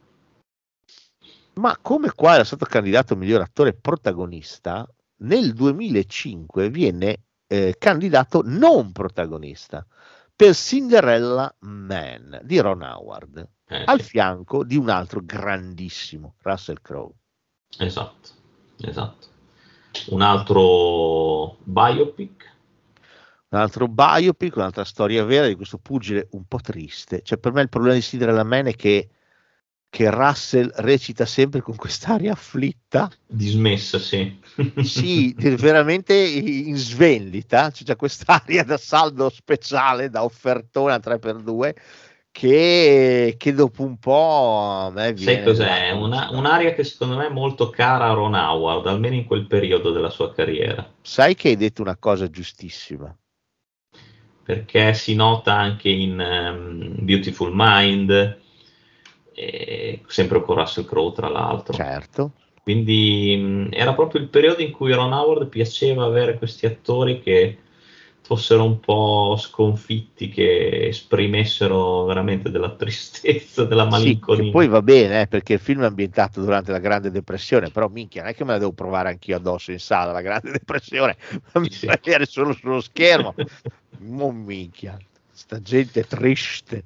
Ma come qua era stato candidato miglior attore protagonista, nel duemilacinque viene eh, candidato non protagonista per Cinderella Man di Ron Howard, Eh, al sì. fianco di un altro grandissimo, Russell Crowe. Esatto, esatto. Un altro biopic. Un altro biopic, un'altra storia vera di questo pugile un po' triste. Cioè, per me il problema di Cinderella Man è che, che Russell recita sempre con quest'aria afflitta, Dismessa, sì. sì, veramente in svendita, c'è già quest'aria da saldo speciale, da offertone a tre per due, che, che dopo un po' a me viene... Sai cos'è? Una, un'aria che secondo me è molto cara a Ron Howard, almeno in quel periodo della sua carriera. Sai che hai detto una cosa giustissima. Perché si nota anche in um, Beautiful Mind, e sempre con Russell Crowe tra l'altro. Certo, Quindi mh, era proprio il periodo in cui Ron Howard piaceva avere questi attori che fossero un po' sconfitti, che esprimessero veramente della tristezza, della malinconia. Sì, che poi va bene, eh, perché il film è ambientato durante la Grande Depressione, però minchia, non è che me la devo provare anch'io addosso in sala, la Grande Depressione, ma mi Sì, sì. fa vedere solo sullo schermo. Oh, minchia, sta gente triste.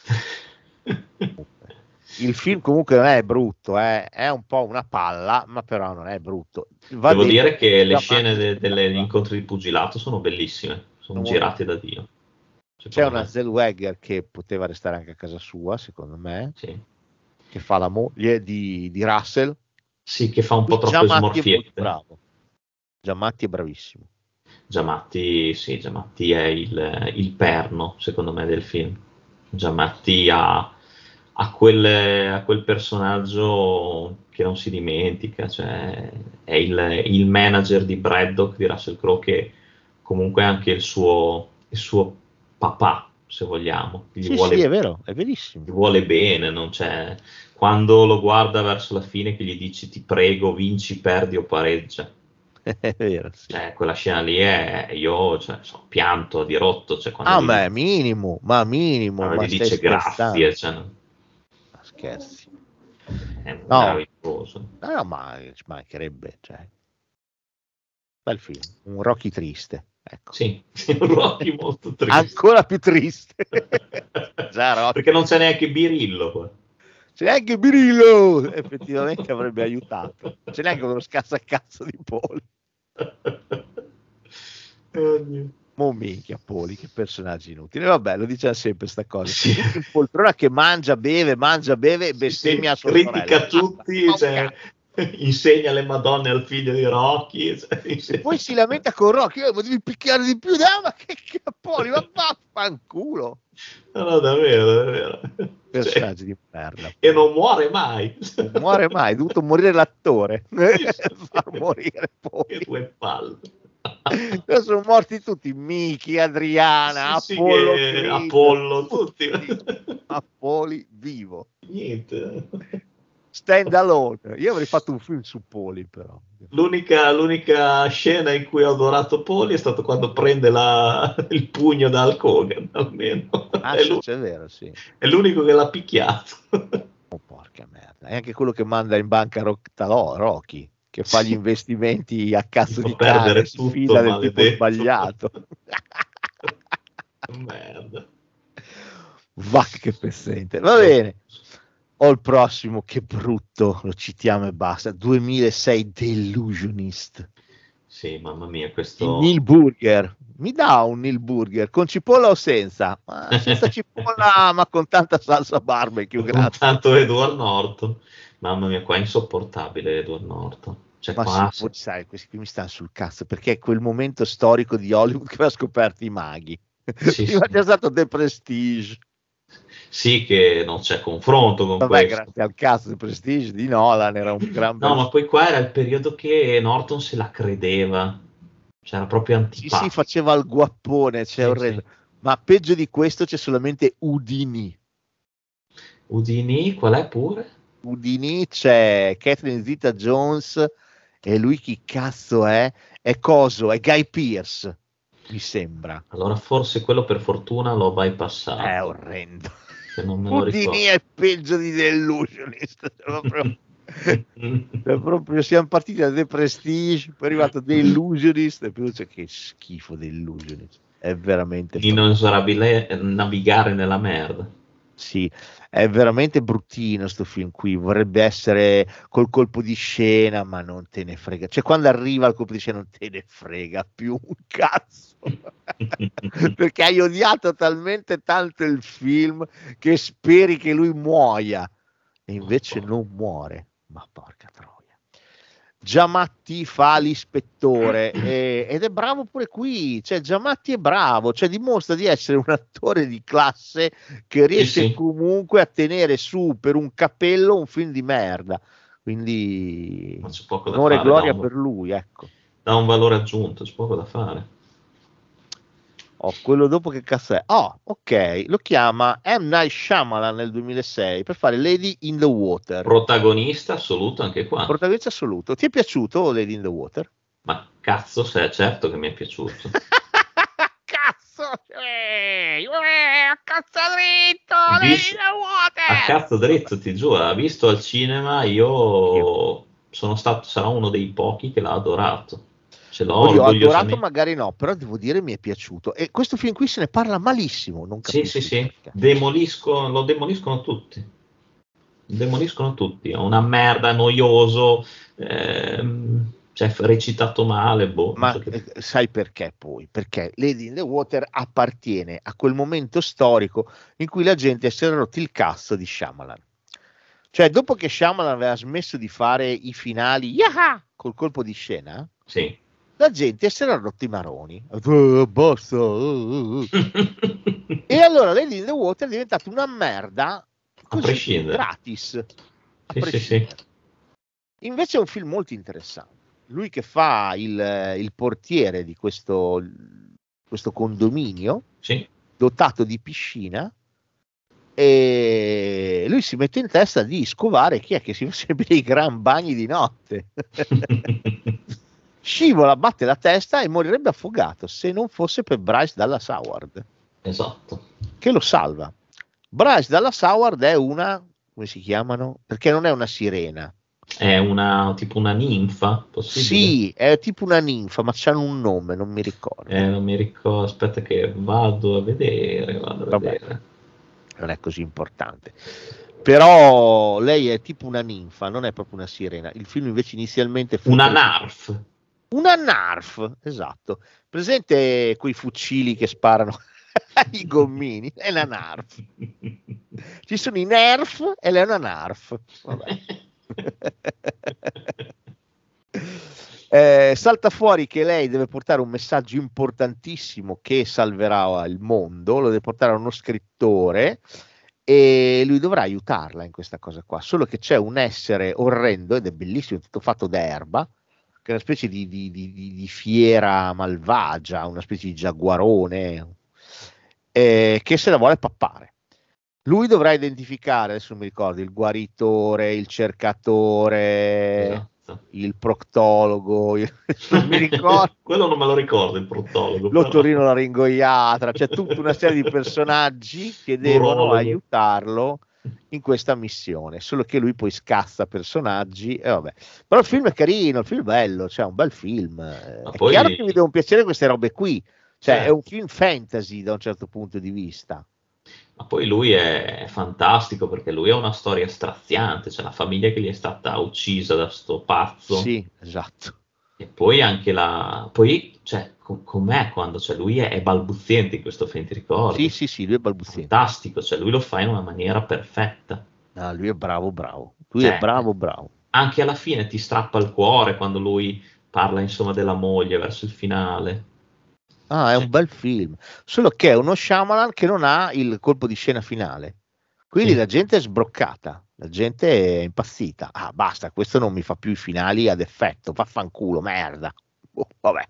Il film comunque non è brutto, eh. È un po' una palla, ma però non è brutto. Va Devo detto dire che le la scene macchina- de- degli incontri di pugilato sono bellissime, sono Sono girate da Dio. C'è secondo una me. Zellweger che poteva restare anche a casa sua, secondo me, Sì. che fa la moglie di, di Russell. Sì, che fa un po' Qui troppe Giamatti è molto smorfiette. bravo. Giamatti è bravissimo. Giamatti, sì, Giamatti è il, il perno, secondo me, del film. Giamatti ha, ha, quel, ha quel personaggio che non si dimentica, cioè è il, il manager di Braddock, di Russell Crowe, che comunque è anche il suo, il suo papà, se vogliamo. Gli Sì, vuole, sì, è vero, è verissimo. gli vuole bene, non c'è... Quando lo guarda verso la fine che gli dici ti prego, vinci, perdi o pareggia. È vero, sì. Cioè, quella scena lì è io cioè, sono pianto di rotto. Cioè, quando Ah, gli ma dice- è minimo, ma minimo, quando ma gli stai dice scherzando? grazie, cioè, Ma scherzi. è No. meraviglioso. No, ma ci mancherebbe, cioè. Bel film, un Rocky triste, ecco. Sì, sì, un Rocky molto triste. Ancora più triste. Già, Rocky. Perché non c'è neanche Birillo qua. C'è neanche Birillo, effettivamente avrebbe aiutato. C'è neanche quello scazzacazzo di Poli. Oddio. Mo minchia Poli, che personaggi inutili. Vabbè, lo diciamo sempre sta cosa. Sì. Il poltrona che mangia, beve, mangia, beve e bestemmia Sì, sua critica sorella. tutti, Ma- cioè, insegna le madonne al figlio di Rocky. Cioè, E poi si lamenta con Rocky, "Eh, ma devi picchiare di più, dai, ma che Poli, ma vaffanculo. No, no, davvero, davvero. Personaggi di merda. E non muore mai. Non muore mai, è dovuto morire l'attore per Sì, sì. far morire Che Poli. due palle. Sono morti tutti, Miki, Adriana, Sì, sì, Apollo, che- Creed, Apollo, tutti. ma Poli vivo, Niente. stand alone. Io avrei fatto un film su Poli, però. L'unica, l'unica scena in cui ho adorato Poli è stato quando prende la- il pugno da Hulk Hogan, almeno. Ah, è, sì, l'u- c'è vero, sì. è l'unico che l'ha picchiato. Oh, porca merda. È anche quello che manda in banca Rock- Talò, Rocky, che fa gli investimenti a cazzo Fa di perdere cane, si tutto, fida del tipo maledetto. sbagliato. Merda. Va che pezzente. Va bene. Ho il prossimo, che brutto, lo citiamo e basta. duemilasei The Illusionist. Sì, mamma mia, Il questo... Neil Burger. Mi dà un Neil Burger con cipolla o senza? Ma senza cipolla, ma con tanta salsa barbecue, Con grazie. tanto Edward Norton. Mamma mia, qua è insopportabile Edward Norton. Cioè, Ma qua... sì, poi sai, questi qui mi stanno sul cazzo, perché è quel momento storico di Hollywood che aveva scoperto i maghi. Sì, Prima sì. c'è stato The Prestige. Sì, che non c'è confronto con Vabbè, questo. grazie al cazzo The Prestige di Nolan, era un gran No, bel... ma poi qua era il periodo che Norton se la credeva. C'era proprio Sì, antipatico. sì, faceva il guappone, c'è Sì, orrendo. sì. Ma peggio di questo c'è solamente Udini. Udini, qual è pure? Udini c'è Catherine Zeta-Jones e lui chi cazzo è? È coso, è Guy Pearce, mi sembra. Allora forse quello per fortuna l'ho bypassato. È orrendo. Che non me lo Udini ricordo. è peggio di The Illusionist. Proprio, è proprio, siamo partiti da The Prestige, poi è arrivato The Illusionist e poi c'è che schifo The Illusionist. È veramente Inesorabile navigare nella merda. Sì, è veramente bruttino sto film qui, vorrebbe essere col colpo di scena, ma non te ne frega. Cioè, quando arriva il colpo di scena non te ne frega più un cazzo. Perché hai odiato talmente tanto il film che speri che lui muoia e invece non muore. Ma porca troia. Giamatti fa l'ispettore e, ed è bravo pure qui, cioè Giamatti è bravo, cioè dimostra di essere un attore di classe che riesce Sì, sì. comunque a tenere su per un capello un film di merda, quindi Ma c'è poco da onore e fare, gloria da un, per lui, ecco. da un valore aggiunto, c'è poco da fare. Oh, quello dopo che cazzo è? Oh, ok, lo chiama M. Night Shyamalan nel duemilasei per fare Lady in the Water. Protagonista assoluto anche qua. Protagonista assoluto. Ti è piaciuto Lady in the Water? Ma cazzo, se certo che mi è piaciuto. Cazzo, eh, a cazzo dritto, Lady Vis- in the Water. A cazzo dritto, ti giuro, visto al cinema, io sono stato, sarà uno dei pochi che l'ha adorato. Ce l'ho Oddio, adorato orgogliosamente. magari no, però devo dire mi è piaciuto. E questo film qui se ne parla malissimo, non Sì, capisco sì, sì, perché. demolisco, lo demoliscono tutti. Demoliscono tutti. È una merda, noioso, ehm, cioè recitato male, boh. non Ma so che- eh, sai perché poi? Perché Lady in the Water appartiene a quel momento storico in cui la gente si era rotti il cazzo di Shyamalan. Cioè, dopo che Shyamalan aveva smesso di fare i finali yaha, col colpo di scena, Sì. la gente si era rotti i maroni. Uh, basta. uh, uh. E allora Lady in the Water è diventata una merda così, prescindere. gratis. A Sì, sì, prescindere. sì. Invece è un film molto interessante. Lui che fa il, il portiere di questo, questo condominio Sì. dotato di piscina, e lui si mette in testa di scovare chi è che si faceva dei gran bagni di notte. Scivola, batte la testa e morirebbe affogato se non fosse per Bryce Dallas Howard Esatto. che lo salva. Bryce Dallas Howard è una, come si chiamano? Perché non è una sirena. È una tipo una ninfa, possibile? Sì, è tipo una ninfa, ma c'hanno un nome, non mi ricordo. Eh, non mi ricordo, aspetta che vado a vedere, vado a Vabbè. vedere. Non è così importante. Però lei è tipo una ninfa, non è proprio una sirena. Il film invece inizialmente fu Una narf. una narf, esatto. Presente quei fucili che sparano ai gommini? È la narf. Ci sono i nerf e lei è una narf. Vabbè. Eh, salta fuori che lei deve portare un messaggio importantissimo che salverà il mondo, lo deve portare a uno scrittore e lui dovrà aiutarla in questa cosa qua, solo che c'è un essere orrendo ed è bellissimo, tutto fatto da erba, che è una specie di, di, di, di fiera malvagia, una specie di giaguarone eh, che se la vuole pappare. Lui dovrà identificare, adesso non mi ricordo, il guaritore, il cercatore, Esatto. il proctologo, il... non mi ricordo. Quello non me lo ricordo, il proctologo. L'ottorino laringoiatra, c'è tutta una serie di personaggi che devono Urologo. aiutarlo in questa missione, solo che lui poi scassa personaggi e vabbè. Però il film è carino, il film è bello, cioè è un bel film. È poi- chiaro che mi devono piacere queste robe qui, cioè Certo. è un film fantasy da un certo punto di vista. Ma poi lui è fantastico perché lui ha una storia straziante, c'è la famiglia che gli è stata uccisa da sto pazzo. Sì, esatto. E poi anche la... Poi, cioè, com- com'è quando... Cioè, lui è, è balbuziente in questo film, ti ricordi? Sì, sì, sì, lui è balbuziente. Fantastico, cioè lui lo fa in una maniera perfetta. No, lui è bravo, bravo. Lui Cioè, è bravo, bravo. Anche alla fine ti strappa il cuore quando lui parla, insomma, della moglie verso il finale. Ah, è Sì. un bel film. Solo che è uno Shyamalan che non ha il colpo di scena finale. Quindi Sì. la gente è sbroccata, la gente è impazzita. Ah, basta, questo non mi fa più i finali ad effetto. Vaffanculo, merda. Oh, vabbè.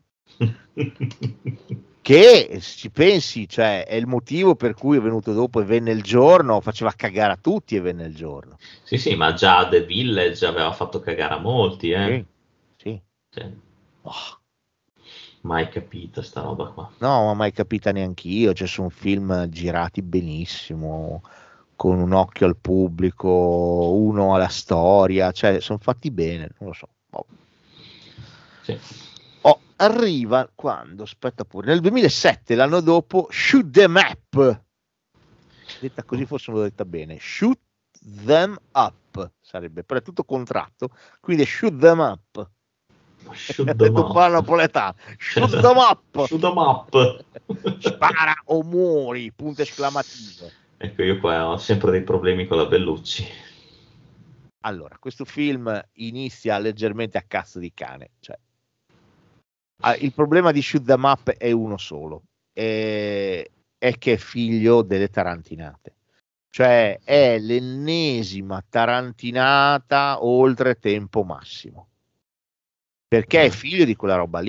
Che se ci pensi, cioè, è il motivo per cui è venuto dopo e venne il giorno, faceva cagare a tutti e venne il giorno. Sì, sì, ma già The Village aveva fatto cagare a molti, eh. Sì, sì. Cioè, Oh. mai capita sta roba qua. No, ma mai capita neanch'io. Ci sono film girati benissimo, con un occhio al pubblico, uno alla storia, cioè sono fatti bene, non lo so. Oh. Sì. Oh, arriva quando? Aspetta pure, nel duemilasette, l'anno dopo, Shoot Them Up. Detta così forse non l'ho detta bene. Shoot Them Up sarebbe, però è tutto contratto, quindi è Shoot Them Up. Shoot them Detto un po' up. napoletano. Shoot them up. Shoot them up. Spara o muori, punto esclamativo. Ecco, io qua ho sempre dei problemi con la Bellucci. Allora, questo film inizia leggermente a cazzo di cane, cioè, ah, il problema di Shoot Them Up è uno solo, è, è che è figlio delle tarantinate, cioè è l'ennesima tarantinata oltre tempo massimo, perché è figlio di quella roba lì,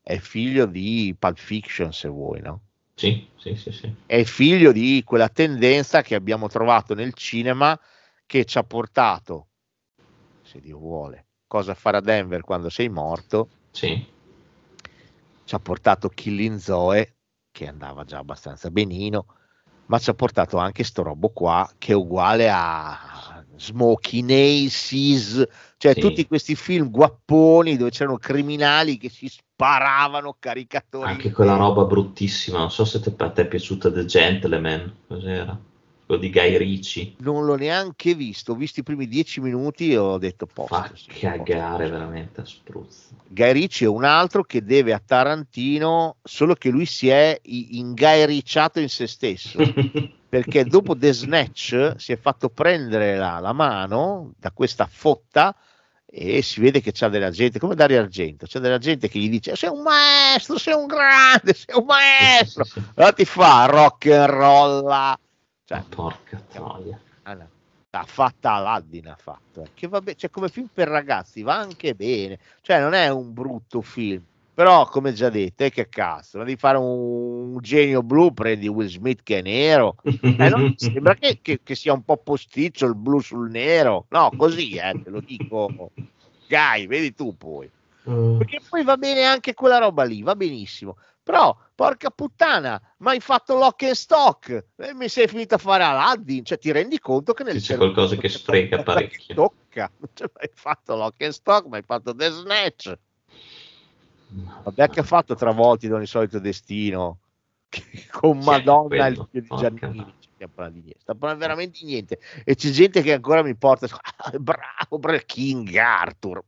è figlio di Pulp Fiction, se vuoi, no? Sì, sì, sì, sì. È figlio di quella tendenza che abbiamo trovato nel cinema, che ci ha portato, se Dio vuole, Cosa fare a Denver quando sei morto. Sì. Ci ha portato Killing Zoe, che andava già abbastanza benino, ma ci ha portato anche sto robo qua, che è uguale a Smoking Aces, cioè Sì. tutti questi film guapponi dove c'erano criminali che si sparavano, caricatori. Anche quella roba bruttissima, non so se te, a te è piaciuta The Gentleman, cos'era? Quello di Guy Ritchie. Non l'ho neanche visto, ho visto i primi dieci minuti e ho detto posto. Fa sì, cagare posto. veramente a spruzzo. Guy Ritchie è un altro che deve a Tarantino, solo che lui si è ingairicciato in se stesso. Perché dopo The Snatch si è fatto prendere la, la mano da questa fotta e si vede che c'ha della gente, come Dario Argento, c'è della gente che gli dice sei un maestro, sei un grande, sei un maestro, Sì, sì, sì. allora ti fa rock and roll, cioè, Ma porca troia. l'ha fatta Aladdin, ha fatto, eh. Che vabbè, cioè, come film per ragazzi va anche bene, cioè non è un brutto film, però come già detto, eh, che cazzo, devi fare un, un genio blu, prendi Will Smith che è nero, eh, non mi sembra che, che, che sia un po' posticcio il blu sul nero, no, così, eh, te lo dico, Guy, vedi tu poi, Mm. perché poi va bene anche quella roba lì, va benissimo, però porca puttana, ma hai fatto Lock and Stock e mi sei finito a fare Aladdin, cioè ti rendi conto che nel Sì, c'è qualcosa che spreca parecchio. tocca, cioè, hai fatto Lock and Stock, ma hai fatto The Snatch. Vabbè, che ha fatto Travolti da Ogni solito destino che, con Sì, Madonna e il quello, figlio di porca Giannini, madre. ci stiamo parlando di niente, stiamo parlando veramente di niente, e c'è gente che ancora mi porta ah, bravo, bravo King Arthur,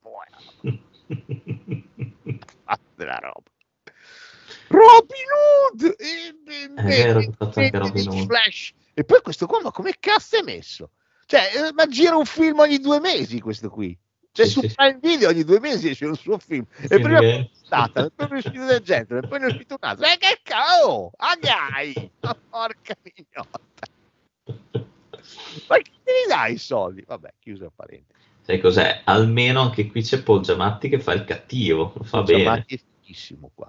della roba Robin Hood e, È vero che ha fatto anche Robin Hood. Flash, e poi questo qua, ma come cazzo è messo? Cioè, eh, ma gira un film ogni due mesi questo qui, cioè Sì, su sì, sì. Prime Video ogni due mesi esce un suo film, e Sì, prima eh. è stata, poi è uscito del genere, poi ne è uscito un altro, e che cavolo, ah dai, ma porca mignotta, ma chi te li dai i soldi? Vabbè, chiuso a parentesi. Sai cos'è? Almeno anche qui c'è Paul Giamatti che fa il cattivo, lo fa bene. Giamatti è fighissimo qua.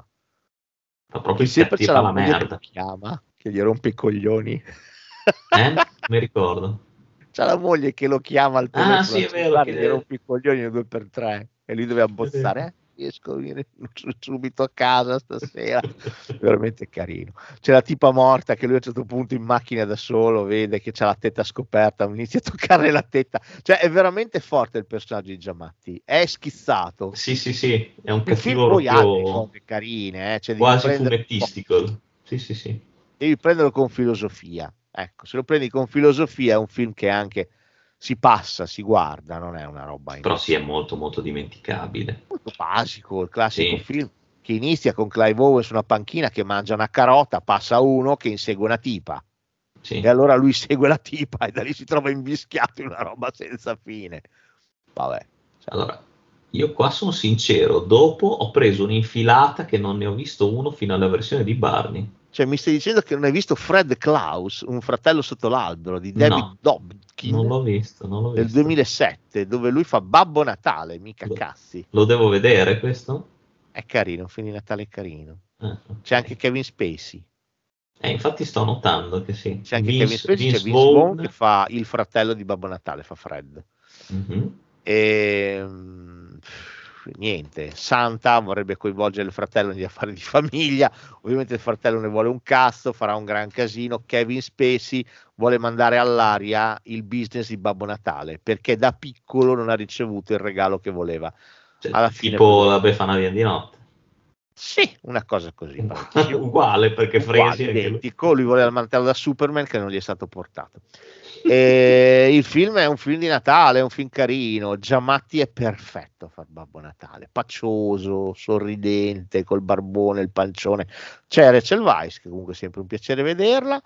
Fa proprio Che il sempre c'è cattivo la alla moglie merda. che chiama, che gli rompe i coglioni. Eh? Mi ricordo. C'è la moglie che lo chiama al telefono, Ah, sì, è vero, cellulare, che- gli rompe i coglioni due per tre e lui deve abbozzare. Eh, riesco a venire subito a casa stasera. Veramente carino. C'è la tipa morta che lui a un certo punto in macchina da solo vede che c'ha la tetta scoperta, inizia a toccare la tetta. Cioè è veramente forte il personaggio di Giamatti, è schizzato. Sì, sì, sì, è un Il film cattivo poi ha delle proprio cose carine, eh? Cioè, devi quasi prendere- fumettistico. Sì, sì, sì. devi prenderlo con filosofia. Ecco, se lo prendi con filosofia è un film che anche si passa, si guarda, non è una roba Però sì, è molto, molto dimenticabile. molto basico, il classico Sì. film che inizia con Clive Owen su una panchina che mangia una carota, passa uno che insegue una tipa Sì. e allora lui segue la tipa e da lì si trova invischiato in una roba senza fine. Vabbè, cioè, Allora, io qua sono sincero, dopo ho preso un'infilata che non ne ho visto uno fino alla versione di Barney. cioè, mi stai dicendo che non hai visto Fred Klaus, Un fratello sotto l'albero di David No, Dobkin Non l'ho visto, non l'ho del visto. duemilasette, dove lui fa Babbo Natale, mica Lo- cazzi. Lo devo vedere questo? È carino, un film di Natale carino. Eh, ok. C'è anche Kevin Spacey. Eh, infatti sto notando che sì. C'è anche Vince- Kevin Spacey, Vince c'è Vince Vaughn Vaughn. che fa il fratello di Babbo Natale, fa Fred. Mhm. E mm, niente, Santa vorrebbe coinvolgere il fratello negli affari di famiglia, ovviamente il fratello ne vuole un cazzo, farà un gran casino. Kevin Spacey vuole mandare all'aria il business di Babbo Natale perché da piccolo non ha ricevuto il regalo che voleva. Cioè, Alla fine tipo la Befana via di notte. sì, una cosa così, Uguale, perché uguale, Fresi anche lui. identico. Lui voleva il mantello da Superman che non gli è stato portato. E il film è un film di Natale, è un film carino. Giamatti è perfetto a far Babbo Natale, paccioso, sorridente, col barbone, il pancione. C'è Rachel Weisz, che comunque è sempre un piacere vederla,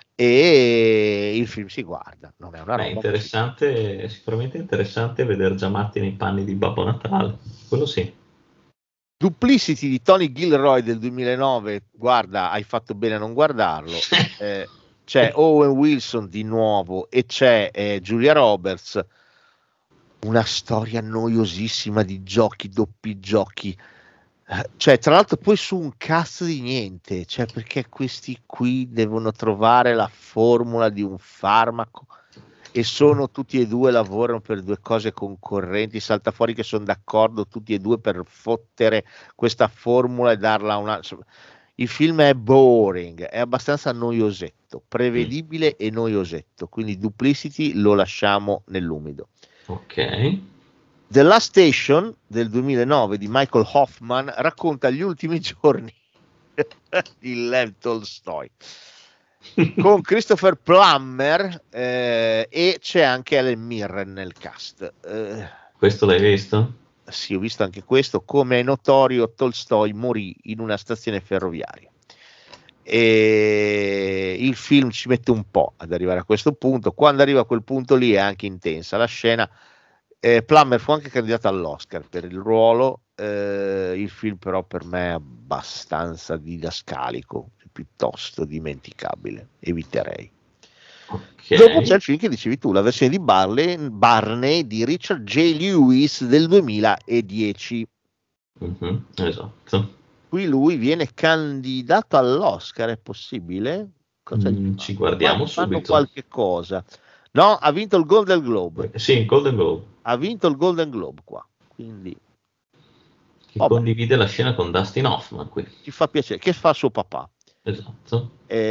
e il film si guarda, non è una Beh, roba interessante, è sicuramente interessante vedere Giamatti nei panni di Babbo Natale. Quello sì. Duplicity di Tony Gilroy del duemilanove, guarda, hai fatto bene a non guardarlo. Eh, c'è Owen Wilson di nuovo e c'è eh, Julia Roberts, una storia noiosissima di giochi, doppi giochi, Cioè, tra l'altro poi su un cazzo di niente, cioè perché questi qui devono trovare la formula di un farmaco e sono tutti e due, lavorano per due cose concorrenti, salta fuori che sono d'accordo tutti e due per fottere questa formula e darla a una... Il film è boring, è abbastanza noiosetto, prevedibile mm. e noiosetto, quindi Duplicity lo lasciamo nell'umido. Ok. The Last Station del duemilanove di Michael Hoffman racconta gli ultimi giorni di Lev Tolstoi con Christopher Plummer eh, e c'è anche Helen Mirren nel cast. Eh, questo l'hai visto? Sì, ho visto anche questo. Come è notorio, Tolstoi morì in una stazione ferroviaria e il film ci mette un po' ad arrivare a questo punto. Quando arriva a quel punto lì è anche intensa la scena. Eh, Plummer fu anche candidato all'Oscar per il ruolo, eh, il film però per me è abbastanza didascalico, piuttosto dimenticabile, eviterei. Okay. Dopo c'è il film che dicevi tu, la versione di Barley, Barney di Richard J. Lewis del duemiladieci. Mm-hmm, esatto. Qui lui viene candidato all'Oscar, è possibile? Cosa mm, ci guardiamo fanno subito. Qualche cosa. No, ha vinto il Golden Globe. Eh, sì, il Golden Globe. Ha vinto il Golden Globe qua, quindi... Che oh, condivide beh. la scena con Dustin Hoffman qui. Ci fa piacere, che fa suo papà. Esatto.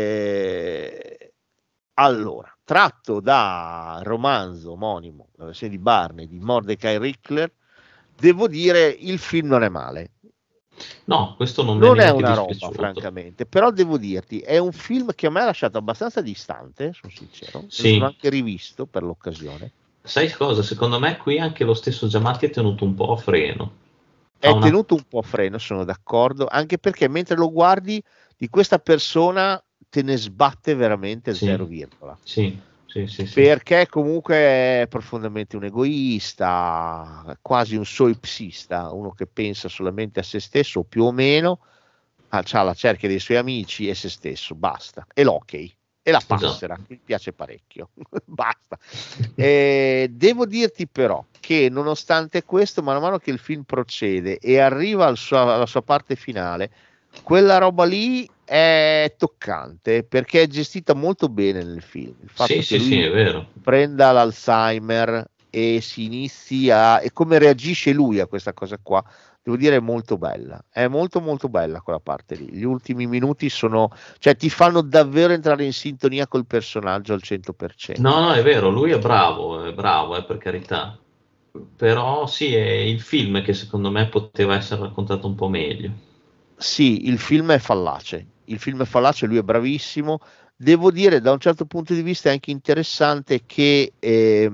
Eh, allora, tratto da romanzo omonimo, la versione di Barney, di Mordecai Richler, devo dire il film non è male. No, questo non, non è, è una roba, francamente, però devo dirti, è un film che a me ha lasciato abbastanza distante, sono sincero, sì. Lo sono anche rivisto per l'occasione. Sai cosa? Secondo me qui anche lo stesso Giamatti è tenuto un po' a freno. È una... tenuto un po' a freno, sono d'accordo, anche perché mentre lo guardi di questa persona te ne sbatte veramente sì. zero virgola. Sì. Sì, sì, sì. Perché comunque è profondamente un egoista, quasi un solipsista, uno che pensa solamente a se stesso o più o meno, ha la cerchia dei suoi amici e se stesso, basta, e l'hockey e la passera, esatto. Mi piace parecchio. Basta. E devo dirti però che nonostante questo, man mano che il film procede e arriva al sua, alla sua parte finale, quella roba lì è toccante perché è gestita molto bene nel film. Il fatto sì, che sì, lui sì, è vero. prenda l'Alzheimer e si inizia e come reagisce lui a questa cosa qua, devo dire è molto bella, è molto molto bella quella parte lì. Gli ultimi minuti sono, cioè ti fanno davvero entrare in sintonia col personaggio al cento per cento. No, no, è vero, lui è bravo, è bravo, eh, per carità. Però sì, è il film che secondo me poteva essere raccontato un po' meglio. Sì, il film è fallace, il film è fallace, lui è bravissimo. Devo dire, da un certo punto di vista è anche interessante che eh,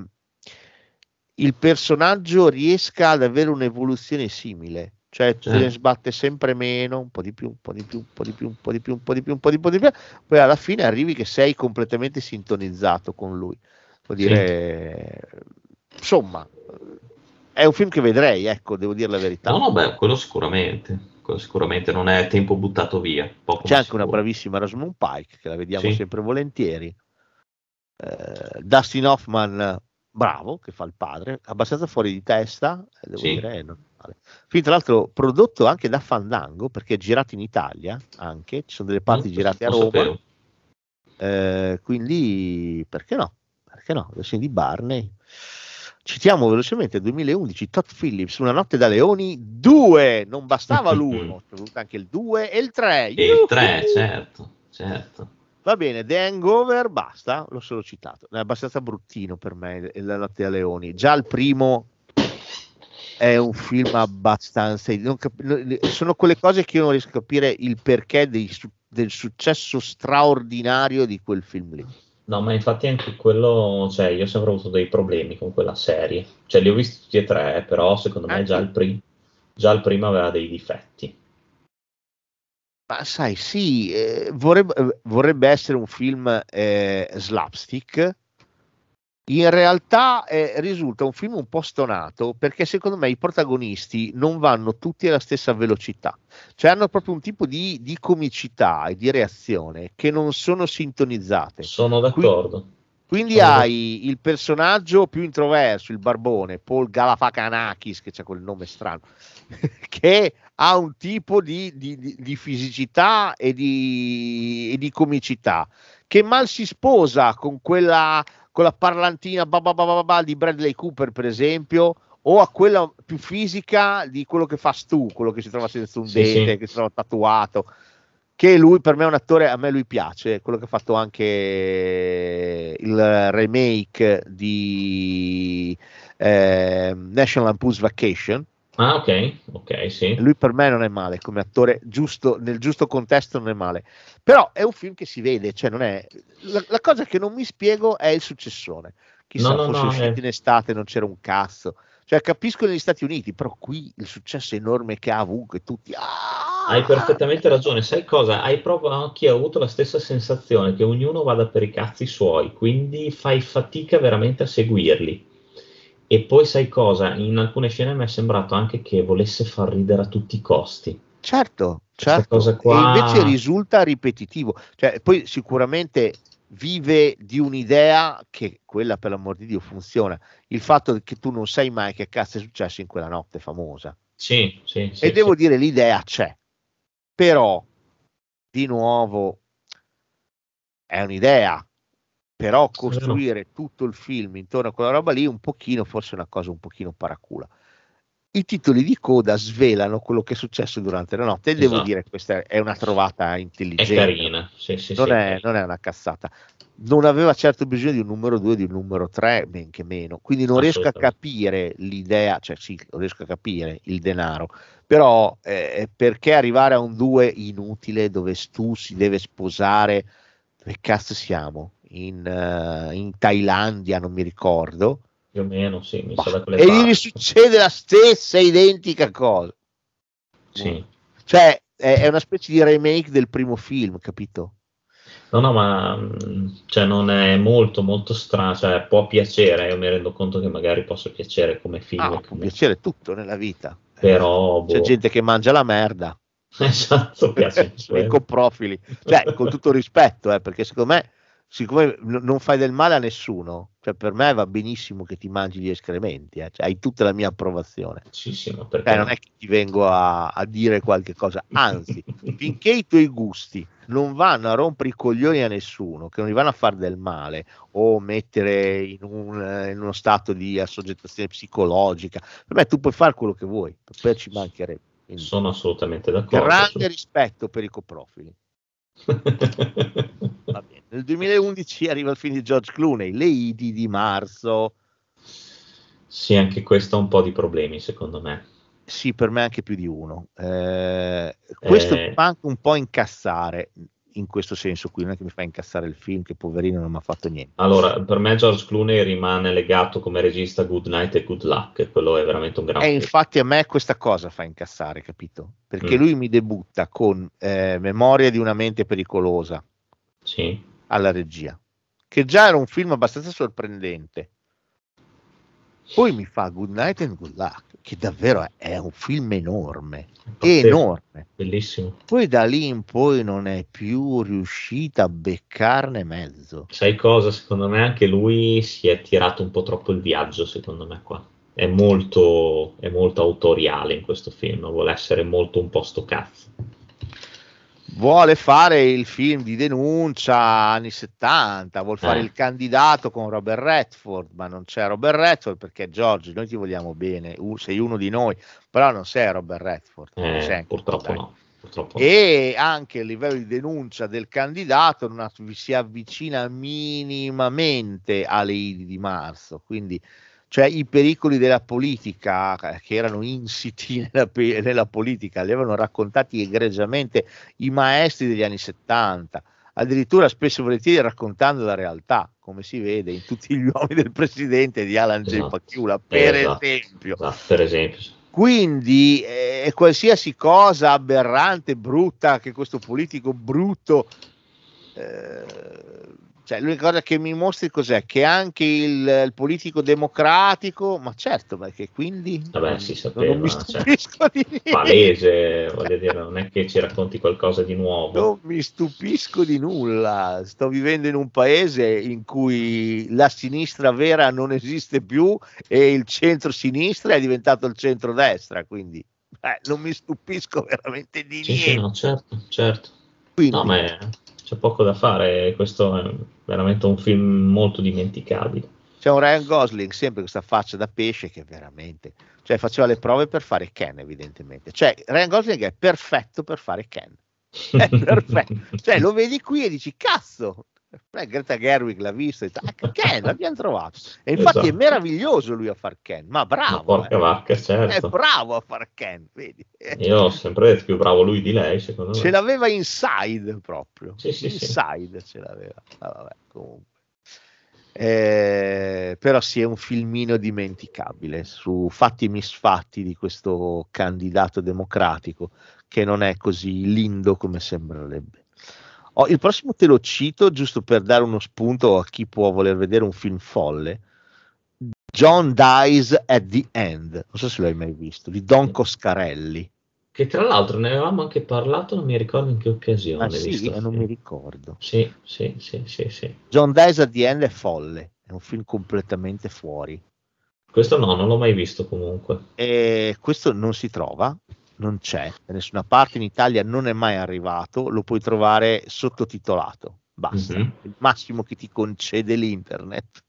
il personaggio riesca ad avere un'evoluzione simile, cioè certo. Se ne sbatte sempre meno, un po' di più, un po' di più, un po' di più, un po' di più, un po' di più, un po' di più, un po' di più, poi alla fine arrivi che sei completamente sintonizzato con lui. Vuol dire, sì. Insomma, è un film che vedrei, ecco, devo dire la verità. No, no, beh, quello sicuramente. Sicuramente non è tempo buttato via. Poco C'è anche sicuro. una bravissima Rosamund Pike che la vediamo sì. sempre volentieri. Eh, Dustin Hoffman, bravo, che fa il padre, abbastanza fuori di testa, devo sì. dire. Non male. Film tra l'altro prodotto anche da Fandango perché è girato in Italia, anche ci sono delle parti mm, girate a Roma. Eh, quindi perché no? Perché no? Versione di Barney. Citiamo velocemente duemilaundici Todd Phillips, Una notte da leoni due, non bastava l'uno, c'è voluto anche il due e il tre. E il tre, certo, certo. Va bene, The Hangover, basta, l'ho solo citato, è abbastanza bruttino per me La notte da leoni. Già il primo è un film abbastanza, non cap- sono quelle cose che io non riesco a capire il perché dei, del successo straordinario di quel film lì. No, ma infatti anche quello, cioè io ho sempre avuto dei problemi con quella serie, cioè li ho visti tutti e tre, però secondo me già il, pri- già il primo aveva dei difetti. Ma sai, sì, eh, vorrebbe, vorrebbe essere un film eh, slapstick, in realtà eh, risulta un film un po' stonato perché secondo me i protagonisti non vanno tutti alla stessa velocità, cioè hanno proprio un tipo di, di comicità e di reazione che non sono sintonizzate. Sono d'accordo. Quindi, quindi sono hai d'accordo. Il personaggio più introverso, il barbone, Paul Galifianakis, che c'ha quel nome strano, che ha un tipo di, di, di, di fisicità e di, e di comicità che mal si sposa con quella, con la parlantina ba ba ba ba ba di Bradley Cooper, per esempio, o a quella più fisica di quello che fa Stu, quello che si trova senza un Sì, dente, sì. che si trova tatuato, che lui per me è un attore, a me lui piace, quello che ha fatto anche il remake di eh, National Lampoon's Vacation. Ah, ok, ok, sì. Lui per me non è male come attore, giusto, nel giusto contesto non è male, però è un film che si vede, cioè non è la, la cosa che non mi spiego è il successone, chissà, No, no, fosse no, uscito eh. in estate non c'era un cazzo, cioè capisco negli Stati Uniti, però qui il successo enorme che ha ovunque, tutti ah! Hai perfettamente ragione, sai cosa? Hai proprio anche avuto la stessa sensazione che ognuno vada per i cazzi suoi, quindi fai fatica veramente a seguirli. E poi sai cosa? In alcune scene mi è sembrato anche che volesse far ridere a tutti i costi. Certo, Questa certo, cosa qua... e invece risulta ripetitivo, cioè poi sicuramente vive di un'idea che quella per l'amor di Dio funziona, il fatto che tu non sai mai che cazzo è successo in quella notte famosa. Sì, sì, sì. E devo sì. dire l'idea c'è, però di nuovo è un'idea, però costruire tutto il film intorno a quella roba lì un pochino, forse è una cosa un pochino paracula. I titoli di coda svelano quello che è successo durante la notte e Esatto. devo dire che questa è una trovata intelligente, È carina, sì, sì, non, sì, è, carina. non è una cazzata, non aveva certo bisogno di un numero due, di un numero tre, men che meno, quindi non riesco a capire l'idea, cioè sì, lo riesco a capire il denaro, però eh, perché arrivare a un due inutile dove Stu si deve sposare, dove cazzo siamo? In, uh, in Thailandia, non mi ricordo, più o meno, sì, mi bah, sa da quelle e parti. gli succede la stessa identica cosa, Sì. cioè è, è una specie di remake del primo film, capito? No, no, ma cioè, non è molto, molto strano, cioè può piacere, io mi rendo conto che magari posso piacere come film, Ah, può come... piacere tutto nella vita, però c'è boh. gente che mangia la merda, Esatto, piace nei coprofili, cioè con tutto rispetto, eh, perché secondo me siccome n- non fai del male a nessuno, cioè per me va benissimo che ti mangi gli escrementi, eh, cioè hai tutta la mia approvazione, sì, sì, ma perché cioè, non no? è che ti vengo a, a dire qualche cosa, anzi finché i tuoi gusti non vanno a rompere i coglioni a nessuno, che non gli vanno a fare del male o mettere in, un, in uno stato di assoggettazione psicologica, per me tu puoi fare quello che vuoi, per ci mancherebbe. Quindi, sono assolutamente d'accordo. grande rispetto per i coprofili. Va bene. Nel duemilaundici arriva il film di George Clooney, Le Idi di marzo. Sì, anche questo ha un po' di problemi secondo me. Sì, per me anche più di uno. Eh, questo Eh, mi fa anche un po' incassare, in questo senso qui, non è che mi fa incassare il film, che poverino non mi ha fatto niente. Allora, per me George Clooney rimane legato come regista Good Night e Good Luck, quello è veramente un gran E film. infatti a me questa cosa fa incassare, capito? Perché Mm. lui mi debutta con eh, Memoria di una mente pericolosa, Sì. alla regia, che già era un film abbastanza sorprendente. Poi mi fa Good Night and Good Luck, che davvero è, è un film enorme, Pazzesco. enorme. Bellissimo. Poi da lì in poi non è più riuscita a beccarne mezzo. Sai cosa? Secondo me anche lui si è tirato un po' troppo il viaggio, secondo me qua. È molto, è molto autoriale in questo film, vuole essere molto un po' sto cazzo. Vuole fare il film di denuncia anni settanta, vuole fare Eh. il candidato con Robert Redford, ma non c'è Robert Redford perché Giorgio, noi ti vogliamo bene, u- sei uno di noi, però non sei Robert Redford. non Eh, sei anche tu, purtroppo dai. no. Purtroppo no. E anche il livello di denuncia del candidato non ha- si avvicina minimamente alle Idi di marzo, quindi cioè i pericoli della politica eh, che erano insiti nella, pe- nella politica li avevano raccontati egregiamente i maestri degli anni settanta, addirittura spesso e volentieri raccontando la realtà, come si vede in Tutti gli uomini del presidente di Alan J. Esatto. Pacchiula, per Esatto. esempio. Esatto, per esempio. Quindi eh, qualsiasi cosa aberrante, brutta, che questo politico brutto, eh, cioè l'unica cosa che mi mostri cos'è? Che anche il, il politico democratico, ma certo, perché quindi Vabbè, si non, non mi sapeva, cioè, stupisco di niente. palese, voglio dire, non è che ci racconti qualcosa di nuovo. Non mi stupisco di nulla, sto vivendo in un paese in cui la sinistra vera non esiste più e il centro-sinistra è diventato il centro-destra, quindi eh, non mi stupisco veramente di Sì, niente. sì, no, certo, certo. Quindi, No, ma è- c'è poco da fare, questo è veramente un film molto dimenticabile. c'è un Ryan Gosling sempre questa faccia da pesce che veramente, cioè faceva le prove per fare Ken, evidentemente. Cioè Ryan Gosling è perfetto per fare Ken, è perfetto. Cioè lo vedi qui e dici cazzo, eh, Greta Gerwig l'ha visto e dice, ah, Ken l'abbiamo trovato, e infatti Esatto. è meraviglioso lui a far Ken, ma Ma bravo, porca eh. vacca, È certo. bravo a far Ken, vedi. Io ho sempre detto più bravo lui di lei, secondo Ce me. l'aveva inside proprio, Sì, sì, sì. inside ce l'aveva. Ah, vabbè, comunque. Eh, però sì, è un filmino dimenticabile su fatti e misfatti di questo candidato democratico che non è così lindo come sembrerebbe. Oh, il prossimo te lo cito giusto per dare uno spunto a chi può voler vedere un film folle. John Dies at the End, non so se l'hai mai visto, di Don Coscarelli. Che tra l'altro ne avevamo anche parlato, non mi ricordo in che occasione. Ah sì, visto eh, il non film. mi ricordo. Sì, sì, sì, sì, sì. John Dies at the End è folle, è un film completamente fuori. Questo no, non l'ho mai visto comunque. E questo non si trova, non c'è da nessuna parte in Italia, non è mai arrivato, lo puoi trovare sottotitolato, basta, Mhm. il massimo che ti concede l'internet.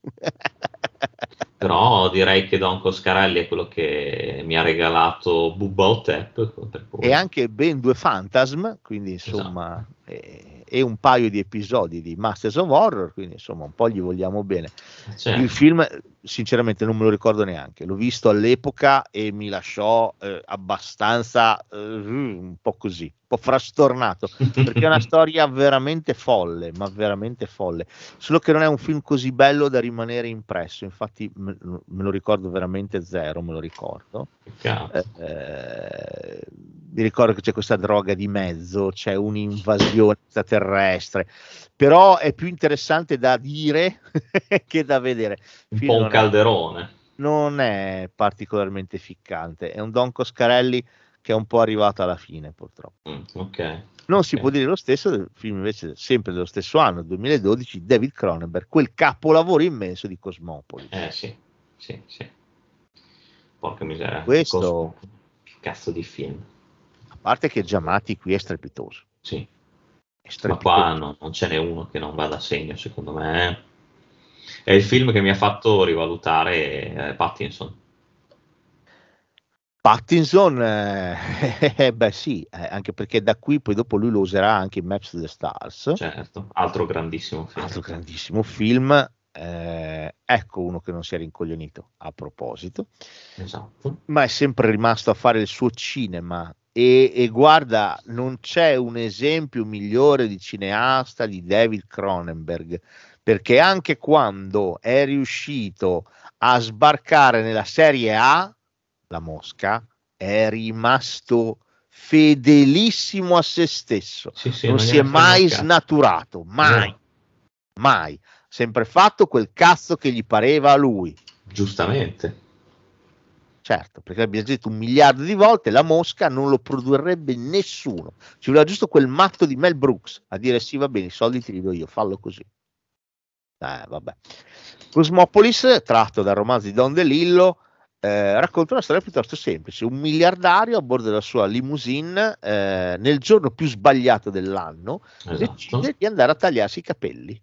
Però direi che Don Coscarelli è quello che mi ha regalato Bubba Hotep. per cui- E anche ben due Phantasm, quindi insomma, e, e un paio di episodi di Masters of Horror, quindi insomma un po' gli vogliamo bene. Cioè, Il film sinceramente non me lo ricordo neanche, l'ho visto all'epoca e mi lasciò eh, abbastanza eh, un po' così, un po' frastornato, perché è una storia veramente folle, ma veramente folle, solo che non è un film così bello da rimanere impresso, infatti me, me lo ricordo veramente zero, me lo ricordo. cazzo. Eh, mi ricordo che c'è questa droga di mezzo, c'è un'invasione extraterrestre, però è più interessante da dire che da vedere. un Film po' un non è- calderone. non è particolarmente ficcante, è un Don Coscarelli che è un po' arrivato alla fine purtroppo. Mm, ok. Non si Ok. può dire lo stesso del film invece sempre dello stesso anno, duemiladodici, David Cronenberg, quel capolavoro immenso di Cosmopoli. Eh sì, sì, sì. Porca miseria. Questo- Cosmo- Che cazzo di film. A parte che Giamatti qui è strepitoso. Sì. È Ma strepitoso. qua no- non ce n'è uno che non vada a segno, secondo me. eh. È il film che mi ha fatto rivalutare eh, Pattinson. Pattinson, eh, beh sì, eh, anche perché da qui poi dopo lui lo userà anche in Maps to the Stars, Certo, altro grandissimo film. altro grandissimo film. Eh, ecco uno che non si è rincoglionito a proposito, Esatto. ma è sempre rimasto a fare il suo cinema e, e guarda, non c'è un esempio migliore di cineasta di David Cronenberg, perché anche quando è riuscito a sbarcare nella serie A, La Mosca, è rimasto fedelissimo a se stesso, Sì, sì, non non si è gliene frega mai un cazzo. snaturato, mai, No, mai, sempre fatto quel cazzo che gli pareva a lui. giustamente. Certo, perché abbiamo detto un miliardo di volte, La Mosca non lo produrrebbe nessuno, ci voleva giusto quel matto di Mel Brooks a dire sì va bene, i soldi te li do io, fallo così. Eh, vabbè. Cosmopolis, tratto dal romanzo di Don DeLillo, eh, racconta una storia piuttosto semplice, un miliardario a bordo della sua limousine eh, nel giorno più sbagliato dell'anno Esatto. decide di andare a tagliarsi i capelli.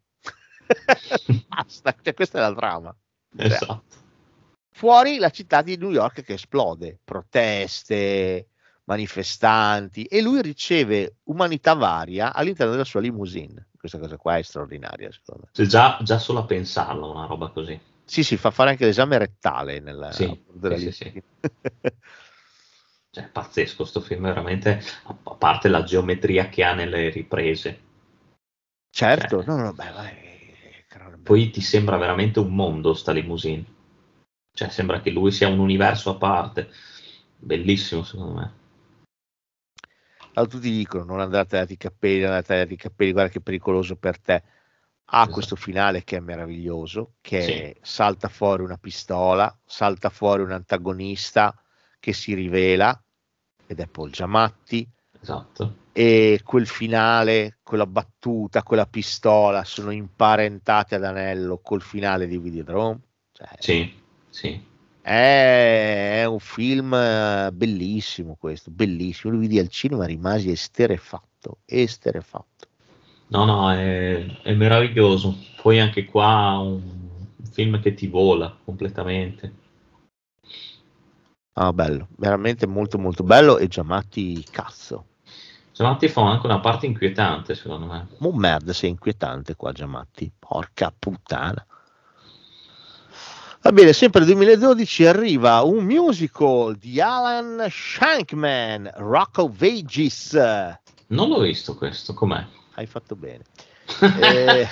Basta, cioè, questa è la trama. Cioè, Esatto. fuori la città di New York che esplode, proteste, manifestanti, e lui riceve umanità varia all'interno della sua limousine. Questa cosa qua è straordinaria, secondo me. Cioè, già, già solo a pensarlo, una roba così. Sì, sì, fa fare anche l'esame rettale nella, Sì, a bordo della sì, sì, limousine. Cioè, è pazzesco sto film, veramente, a a parte la geometria che ha nelle riprese. Certo, Cioè, no, no, beh, vai, Cronenberg. Poi ti sembra veramente un mondo sta limousine. Cioè, sembra che lui sia un universo a parte. Bellissimo, secondo me. Allora, tutti dicono non andare a tagliare i capelli, non andare a tagliare i capelli, guarda che è pericoloso per te. Ha Esatto. questo finale che è meraviglioso, che Sì. salta fuori una pistola, salta fuori un antagonista che si rivela, ed è Paul Giamatti, Esatto. e quel finale, quella battuta, quella pistola sono imparentate ad anello col finale di Videodrome. Cioè, Sì, sì. È, è un film bellissimo questo, bellissimo. Lo vidi al cinema, rimasi esterefatto, esterefatto. No, no, è, è meraviglioso. Poi anche qua un film che ti vola completamente. Ah, bello, veramente molto molto bello. E Giamatti, cazzo. Giamatti fa anche una parte inquietante, secondo me. Mo merda, sei inquietante qua Giamatti, porca puttana. Va bene, sempre nel duemiladodici arriva un musical di Alan Shankman, Rock of Ages. Non l'ho visto questo, com'è? Hai fatto bene. eh,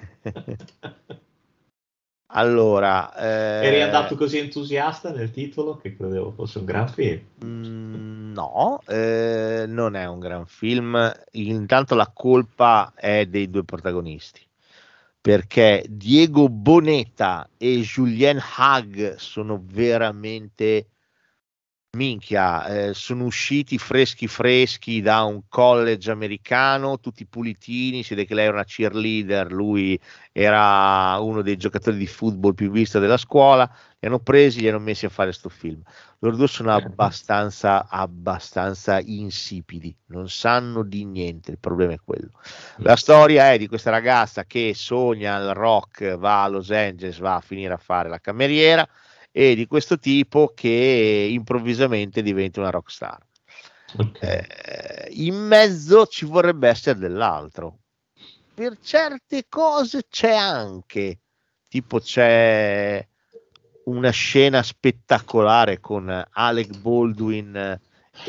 allora, eh, eri andato così entusiasta nel titolo che credevo fosse un gran film. Mm, no, eh, non è un gran film. Intanto la colpa è dei due protagonisti, perché Diego Boneta e Julien Hag sono veramente minchia, eh, sono usciti freschi freschi da un college americano, tutti pulitini, si vede che lei era una cheerleader, lui era uno dei giocatori di football più visto della scuola, li hanno presi, li hanno messi a fare sto film. Loro due sono abbastanza abbastanza insipidi, non sanno di niente, il problema è quello. La storia è di questa ragazza che sogna il rock, va a Los Angeles, va a finire a fare la cameriera, e di questo tipo che improvvisamente diventa una rockstar. Okay. Eh, in mezzo ci vorrebbe essere dell'altro. Per certe cose c'è anche, tipo c'è una scena spettacolare con Alec Baldwin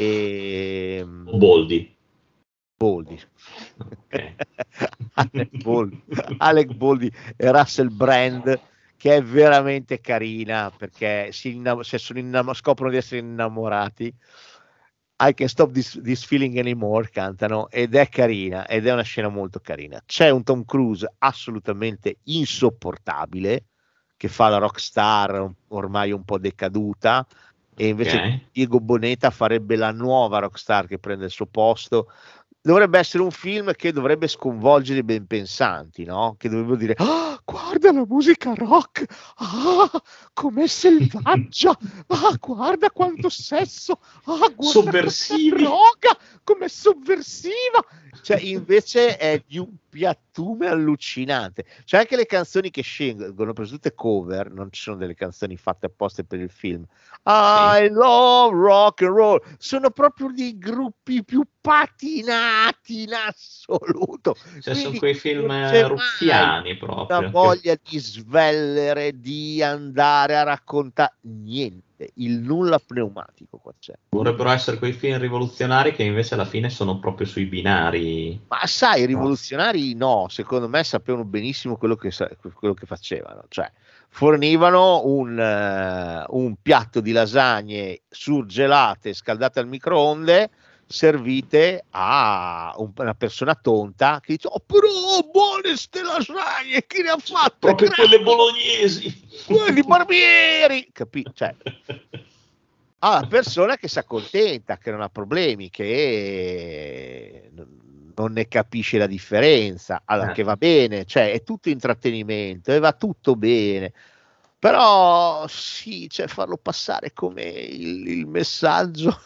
e Boldi. Boldi. Okay. Alec Baldwin, Alec Baldwin e Russell Brand, che è veramente carina, perché si innam- se sono innam- scoprono di essere innamorati. I Can't Stop This, This Feeling Anymore cantano, ed è carina, ed è una scena molto carina. C'è un Tom Cruise assolutamente insopportabile che fa la rockstar ormai un po' decaduta, e invece okay. Diego Boneta farebbe la nuova rockstar che prende il suo posto. Dovrebbe essere un film che dovrebbe sconvolgere i ben pensanti, no? Che dovrebbero dire: ah, guarda la musica rock, ah, com'è selvaggia, ah, guarda quanto sesso, ah, guarda sovversivi, droga, com'è sovversiva. Cioè, invece è di un piattume allucinante. C'è anche le canzoni che scelgono, per tutte cover, non ci sono delle canzoni fatte apposta per il film. I love rock and roll, sono proprio dei gruppi più patinati in assoluto. Cioè, sono quei film ruffiani proprio. Una voglia di svellere, di andare a raccontare niente, il nulla pneumatico qua c'è. Vorrebbero essere quei film rivoluzionari che invece alla fine sono proprio sui binari. Ma sai, i rivoluzionari no, secondo me sapevano benissimo quello che, quello che facevano, cioè fornivano un, uh, un piatto di lasagne surgelate, scaldate al microonde, servite a un, una persona tonta che dice: oh, però buone ste lasagne, chi ne ha fatto? Proprio quelle bolognesi, quelli barbieri, capito? Cioè, ah, la persona che si accontenta, che non ha problemi, che non ne capisce la differenza, allora, che va bene, cioè è tutto intrattenimento e va tutto bene, però sì, cioè farlo passare come il, il messaggio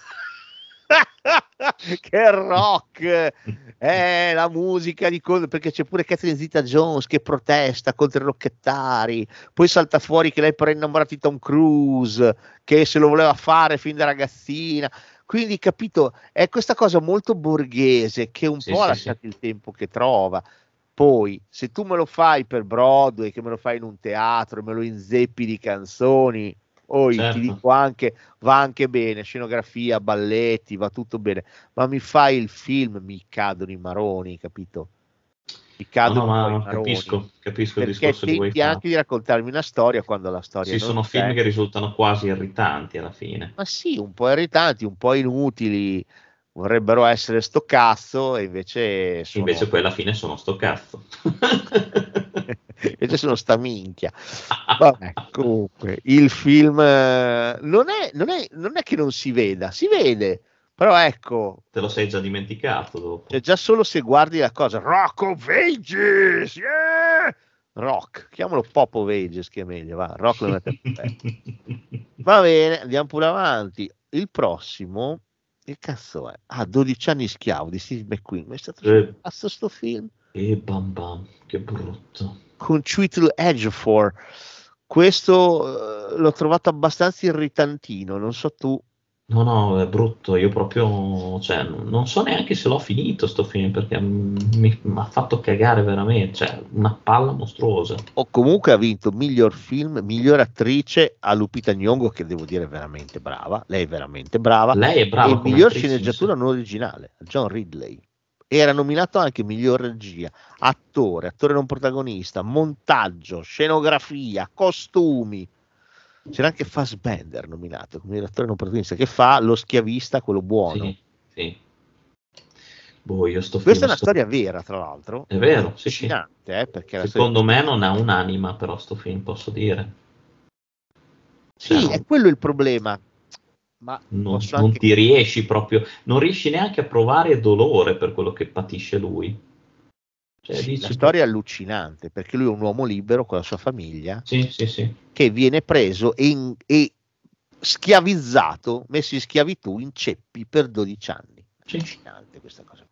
che è rock, è la musica di cosa, perché c'è pure Catherine Zeta-Jones che protesta contro i rocchettari, poi salta fuori che lei per innamorata di Tom Cruise, che se lo voleva fare fin da ragazzina. Quindi, capito, è questa cosa molto borghese che un sì, po' sì, ha lasciato sì. il tempo che trova. Poi, se tu me lo fai per Broadway, che me lo fai in un teatro, me lo inzeppi di canzoni, poi certo. ti dico anche, va anche bene, scenografia, balletti, va tutto bene, ma mi fai il film, mi cadono i maroni, capito? Mi cadono no, no, i ma maroni. Capisco, capisco il perché discorso che vuoi fare. Anche di raccontarmi una storia quando la storia sì, non sono c'è. film che risultano quasi irritanti alla fine. Ma sì, un po' irritanti, un po' inutili, vorrebbero essere sto cazzo e invece sono... invece poi alla fine sono sto cazzo. Invece sono sta minchia. Vabbè, comunque il film eh, non è, non è, non è che non si veda, si vede, però ecco, te lo sei già dimenticato dopo. Cioè, già solo se guardi la cosa Rock of Ages, yeah! Rock, chiamalo Pop of Ages che è meglio, va, Rock lo mette perfetto. Va bene, andiamo pure avanti. Il prossimo, che cazzo è? Ah, dodici anni schiavo di Steve McQueen, ma è stato Eh. cazzo sto film? E bam bam, che brutto. Con Chiwetel Ejiofor. Questo eh, l'ho trovato abbastanza irritantino, non so tu. No, no, è brutto, io proprio, cioè, non so neanche se l'ho finito sto film, perché mi ha fatto cagare veramente, cioè, una palla mostruosa. O comunque ha vinto miglior film, miglior attrice a Lupita Nyong'o, che devo dire è veramente brava, lei è veramente brava. Lei è brava e come miglior attrice, sceneggiatura sì. non originale, John Ridley. Era nominato anche miglior regia, attore, attore non protagonista, montaggio, scenografia, costumi. C'era anche Fassbender nominato come attore non protagonista, che fa lo schiavista, quello buono. Sì, sì. Boh, io sto Questa è film una sto- storia vera, tra l'altro. È vero, sì, sì. Affascinante, eh, perché la Secondo storia- me non ha un'anima, però, sto film, posso dire. Sì, Cioè, è quello il problema. Ma non, posso non anche- ti riesci proprio, non riesci neanche a provare dolore per quello che patisce lui. Cioè, Sì, dici, la storia è allucinante perché lui è un uomo libero con la sua famiglia Sì, sì, sì. che viene preso e, in- e schiavizzato, messo in schiavitù in ceppi per dodici anni. Sì. Allucinante questa cosa.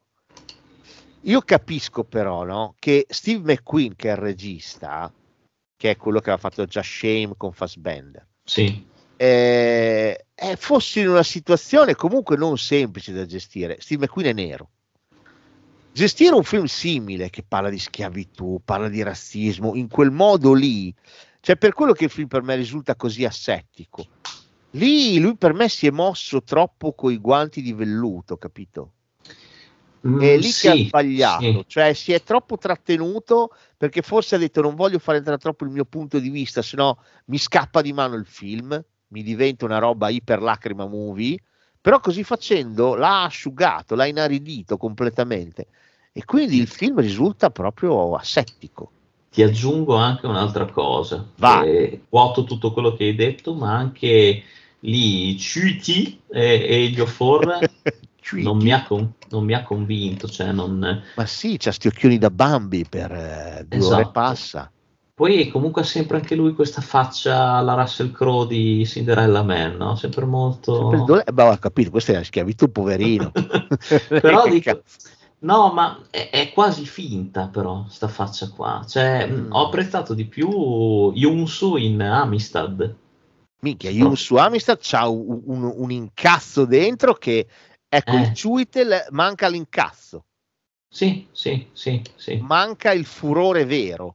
Io capisco però, no, che Steve McQueen, che è il regista, che è quello che aveva fatto già Shame con Fassbender, Sì, eh, eh, fosse in una situazione comunque non semplice da gestire. Steve McQueen è nero. Gestire un film simile che parla di schiavitù, parla di razzismo, in quel modo lì, cioè per quello che il film per me risulta così asettico. Lì lui per me si è mosso troppo coi guanti di velluto, capito? Mm, È lì sì, che ha sbagliato, sì. cioè si è troppo trattenuto perché forse ha detto non voglio far entrare troppo il mio punto di vista, sennò mi scappa di mano il film, mi diventa una roba iper lacrima movie, però così facendo l'ha asciugato, l'ha inaridito completamente e quindi il film risulta proprio asettico. Ti aggiungo anche un'altra cosa. Va. Eh, quoto tutto quello che hai detto, ma anche lì Chuiti e, e Ejiofor non mi ha con- non mi ha convinto, cioè non... Ma sì, c'ha sti occhioni da Bambi per eh, due Esatto. ore e passa. Poi comunque ha sempre anche lui questa faccia alla Russell Crowe di Cinderella Man, no? Sempre molto... Sempre il dole- Beh, ho capito, questa è la schiavitù, poverino. Però Che dico, cazzo. no, ma è, è quasi finta però sta faccia qua, cioè Mm. mh, ho apprezzato di più Yunsu in Amistad. Minchia, Yun su Amistad c'ha un, un- un incazzo dentro che ecco Eh. il Chuitel manca l'incazzo, Sì, sì, sì, sì. manca il furore vero.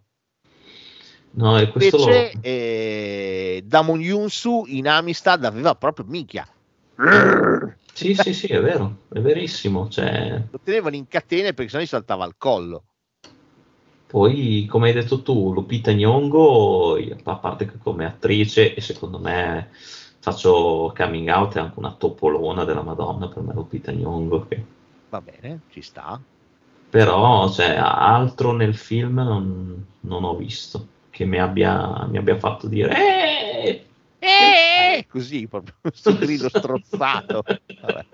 No, e questo lo... Invece eh, Damon Yunsu in Amistad aveva proprio minchia. Sì, sì, sì, è vero, è verissimo. Cioè, Lo tenevano in catene perché sennò gli saltava al collo. poi, come hai detto tu, Lupita Nyong'o, a parte che come attrice, e secondo me faccio coming out, è anche una topolona della Madonna per me Lupita Nyong'o, che... Va bene, ci sta. però cioè, altro nel film non, non ho visto che mi abbia, mi abbia fatto dire "Eh!" Eh, così proprio questo grido strozzato. Vabbè.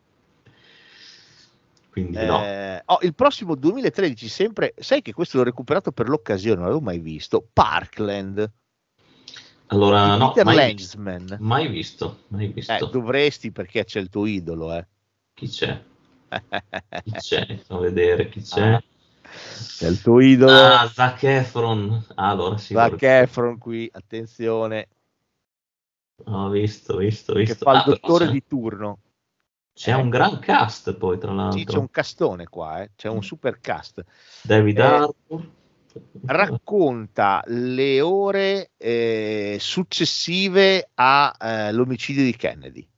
Quindi no. Eh, oh, il prossimo duemilatredici, sempre, sai che questo l'ho recuperato per l'occasione, non l'avevo mai visto. Parkland Allora, di no, Peter mai, Lanzman. mai visto, mai visto. Eh, dovresti perché c'è il tuo idolo, eh. Chi c'è? Chi c'è? A vedere chi c'è. Ah, c'è il tuo idolo. Ah, Zac Efron. Ah, allora sì. Zac vorrei- Efron qui, attenzione, Ho visto, visto, che visto. fa il Ah, però dottore c'è, di turno. c'è un gran cast poi, tra Sì, l'altro. c'è un castone qua, eh. C'è un super cast. David Eh, Harbour. Racconta le ore eh, successive all'omicidio di Kennedy.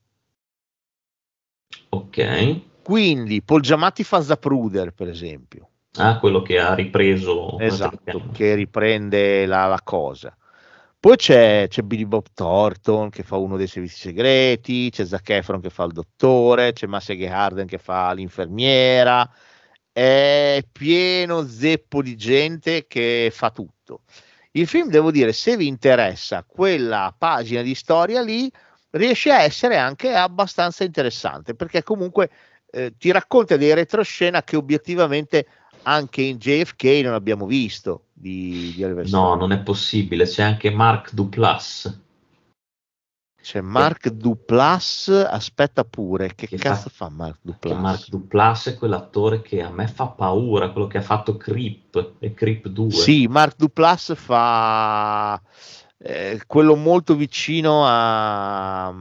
Ok. Quindi Paul Giamatti fa Zapruder, per esempio. Ah, quello che ha ripreso. Esatto, che riprende la, la cosa. Poi c'è, c'è Billy Bob Thornton che fa uno dei servizi segreti, c'è Zac Efron che fa il dottore, c'è Marcia Gay Harden che fa l'infermiera, è pieno zeppo di gente che fa tutto. Il film, devo dire, se vi interessa quella pagina di storia lì, riesce a essere anche abbastanza interessante, perché comunque eh, ti racconta dei retroscena che obiettivamente anche in J F K non abbiamo visto di, di Oliver Stone. No, non è possibile, c'è anche Mark Duplass. C'è Mark Duplass, aspetta pure, che, Che cazzo fa- fa Mark Che Duplass? Mark Duplass è quell'attore che a me fa paura, quello che ha fatto Creep e Creep due. Sì, Mark Duplass fa eh, quello molto vicino a,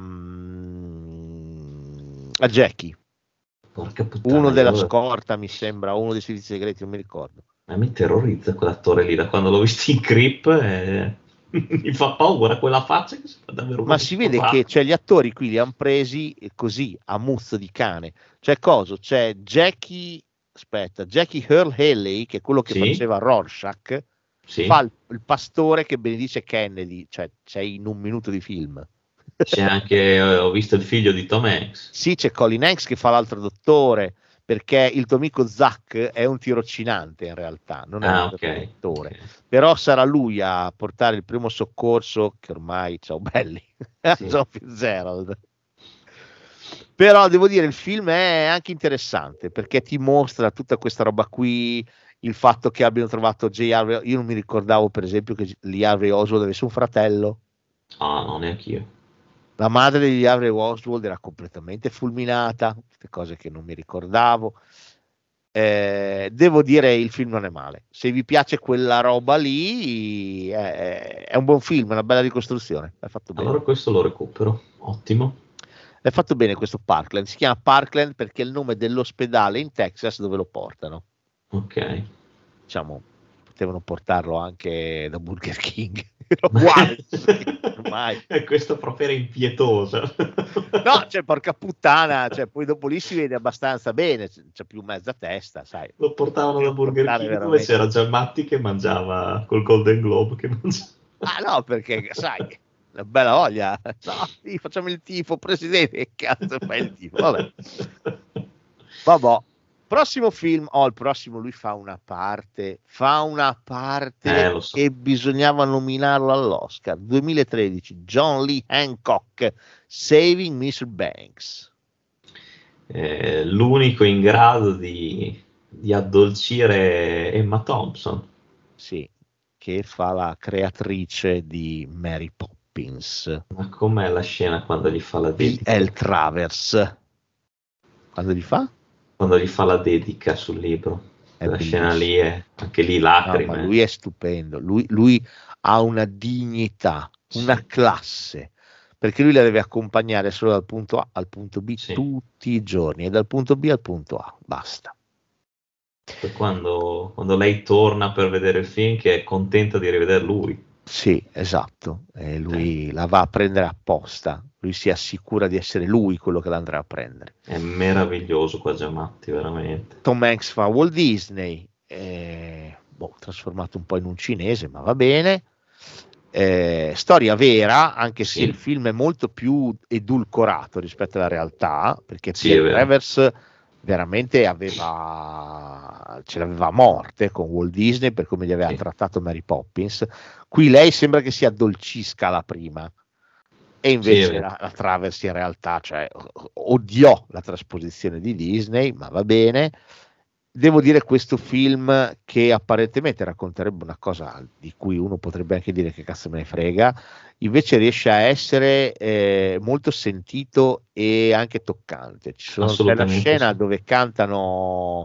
mm, a Jackie, Porca puttana, uno della io- scorta mi sembra, uno dei servizi segreti, non mi ricordo. a me mi terrorizza quell'attore lì, da quando l'ho visto in Creep eh, mi fa paura quella faccia che sembra davvero uno Ma si vede psicopatica. che cioè, gli attori qui li hanno presi così a muzzo di cane. C'è coso, c'è Jackie, aspetta, Jackie Earl Haley, che è quello che Sì. faceva Rorschach, Sì. fa il, il pastore che benedice Kennedy, cioè c'è in un minuto di film. C'è anche, eh, ho visto il figlio di Tom Hanks. Sì, c'è Colin Hanks che fa l'altro dottore, perché il tuo amico Zack è un tirocinante in realtà, non è Ah, un ok. dottore. ok. Però sarà lui a portare il primo soccorso, che ormai, ciao belli, Sì. John Fitzgerald. Però devo dire, il film è anche interessante, perché ti mostra tutta questa roba qui, il fatto che abbiano trovato J. Harvey, io non mi ricordavo per esempio che Lee Harvey Oswald avesse un fratello. Ah, non neanch'io. La madre di Harvey Oswald era completamente fulminata, queste cose che non mi ricordavo. Eh, devo dire, il film non è male. Se vi piace quella roba lì, è, è un buon film, è una bella ricostruzione. È fatto bene. Allora questo lo recupero. Ottimo. È fatto bene questo Parkland. Si chiama Parkland perché è il nome dell'ospedale in Texas dove lo portano. Ok. Diciamo, potevano portarlo anche da Burger King. Era uguale, ormai. E questo proprio era impietoso. No, cioè, porca puttana, cioè, poi dopo lì si vede abbastanza bene, c'è più mezza testa, sai. Lo portavano da Burger Portare King dove veramente. c'era Giammatti che mangiava col Golden Globe che mangiava. Ah no, perché sai, una bella voglia. No, sì, facciamo il tifo, presidente, che cazzo fai il tifo? Vabbè. Vabbè. Prossimo film, oh, il prossimo lui fa una parte, fa una parte Eh, lo so. che bisognava nominarlo all'Oscar. duemilatredici, John Lee Hancock, Saving mister Banks. Eh, l'unico in grado di, di addolcire Emma Thompson. Sì, che fa la creatrice di Mary Poppins. Ma com'è la scena quando gli fa la P dedica? L Travers. Quando gli fa? Quando gli fa la dedica sul libro. È La bellissimo. scena lì è anche lì No, lacrime. ma lui è stupendo, lui, lui ha una dignità, una Sì. classe, perché lui la deve accompagnare solo dal punto A al punto B Sì. tutti i giorni e dal punto B al punto A, basta. Poi Quando, quando lei torna per vedere il film che è contenta di rivedere lui. Sì, esatto, e lui la va a prendere apposta, lui si assicura di essere lui quello che l'andrà a prendere. È meraviglioso qua Giammatti, veramente. Tom Hanks fa Walt Disney, eh, boh, trasformato un po' in un cinese, ma va bene. Eh, storia vera, anche se Sì. il film è molto più edulcorato rispetto alla realtà, perché Sì, P L è vero. Travers veramente aveva, ce l'aveva a morte con Walt Disney per come gli aveva Sì. trattato Mary Poppins. Qui lei sembra che si addolcisca la prima, e invece Sì, è vero. la, la Travers in realtà, cioè, odiò la trasposizione di Disney, ma va bene. Devo dire, questo film che apparentemente racconterebbe una cosa di cui uno potrebbe anche dire che cazzo me ne frega, invece riesce a essere eh, molto sentito e anche toccante. Ci sono, c'è la Assolutamente scena sì. dove cantano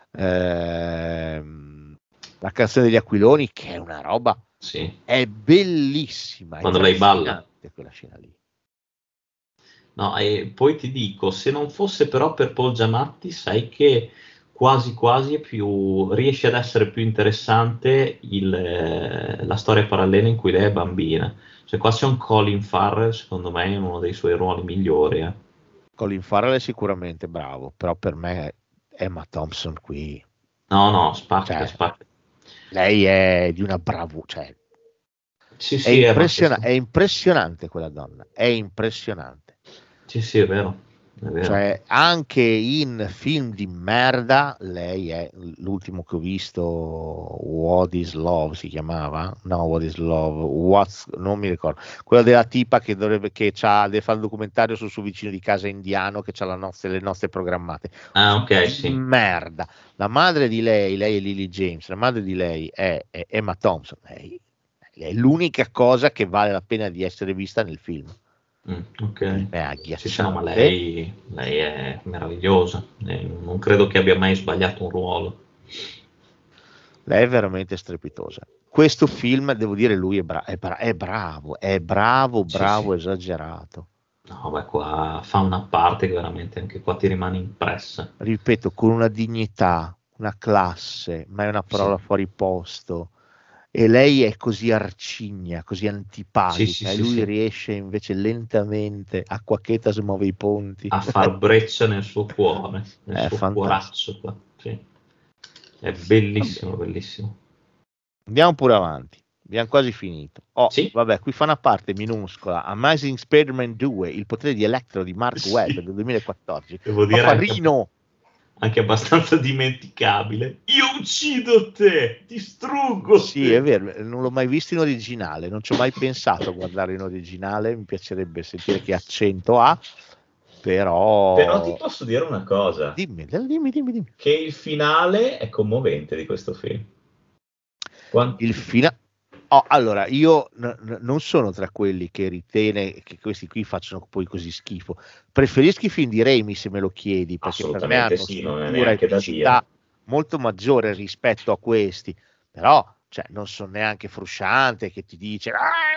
ehm, la canzone degli Aquiloni, che è una roba, Sì. è bellissima, è Quando lei balla. trascinante quella scena lì. No, e poi ti dico, se non fosse però per Paul Giamatti, sai che quasi quasi è più, riesce ad essere più interessante il, eh, la storia parallela in cui lei è bambina. Cioè qua c'è un Colin Farrell, secondo me, in uno dei suoi ruoli migliori. Eh. Colin Farrell è sicuramente bravo, però per me Emma Thompson qui, No, no, spacca, Cioè, spacca. lei è di una bravura, cioè, Sì, è, sì, è, impressiona- abbastanza- è impressionante quella donna, è impressionante. sì, sì, è vero. Cioè, anche in film di merda, lei è l'ultimo che ho visto, What is Love si chiamava? No, What is Love? What's, non mi ricordo. Quella della tipa che dovrebbe che c'ha, deve fare il documentario sul suo vicino di casa indiano che ha la nostre, le nostre programmate. Ah, ok, di sì. Merda. La madre di lei, lei è Lily James, la madre di lei è, è Emma Thompson. Lei è l'unica cosa che vale la pena di essere vista nel film. Mm, ok, è sì, no, ma lei, lei è meravigliosa, eh, non credo che abbia mai sbagliato un ruolo. Lei è veramente strepitosa. Questo film, devo dire, lui è, bra- è, bra- è bravo, è bravo, bravo, sì, sì. Esagerato. No, beh, qua fa una parte che veramente anche qua ti rimane impressa. Ripeto, con una dignità, una classe, ma è una parola sì. fuori posto. E lei è così arcigna, così antipatica, sì, sì, e lui sì, riesce invece lentamente, a quacchetta si muove i ponti, a far breccia nel suo cuore, nel è suo fantastico. Cuoraccio qua. Sì. È bellissimo, vabbè. Bellissimo. Andiamo pure avanti, abbiamo quasi finito. Oh, sì? Vabbè, qui fa una parte minuscola. Amazing Spider-Man due, il potere di Electro di Mark sì. Webb del duemilaquattordici. Devo dire Paparino! Anche abbastanza dimenticabile. Io uccido te, distruggo sì, te. È vero, non l'ho mai visto in originale, non ci ho mai pensato a guardarlo in originale, mi piacerebbe sentire che accento ha, però... Però ti posso dire una cosa. Dimmi, dimmi, dimmi, dimmi. Che il finale è commovente di questo film. Quanto... Il finale... Oh, allora, io n- n- non sono tra quelli che ritiene che questi qui facciano poi così schifo. Preferisco i film di Raimi, se me lo chiedi, perché per me hanno sì, non è una epicità molto maggiore rispetto a questi. Però, cioè, non sono neanche frusciante che ti dice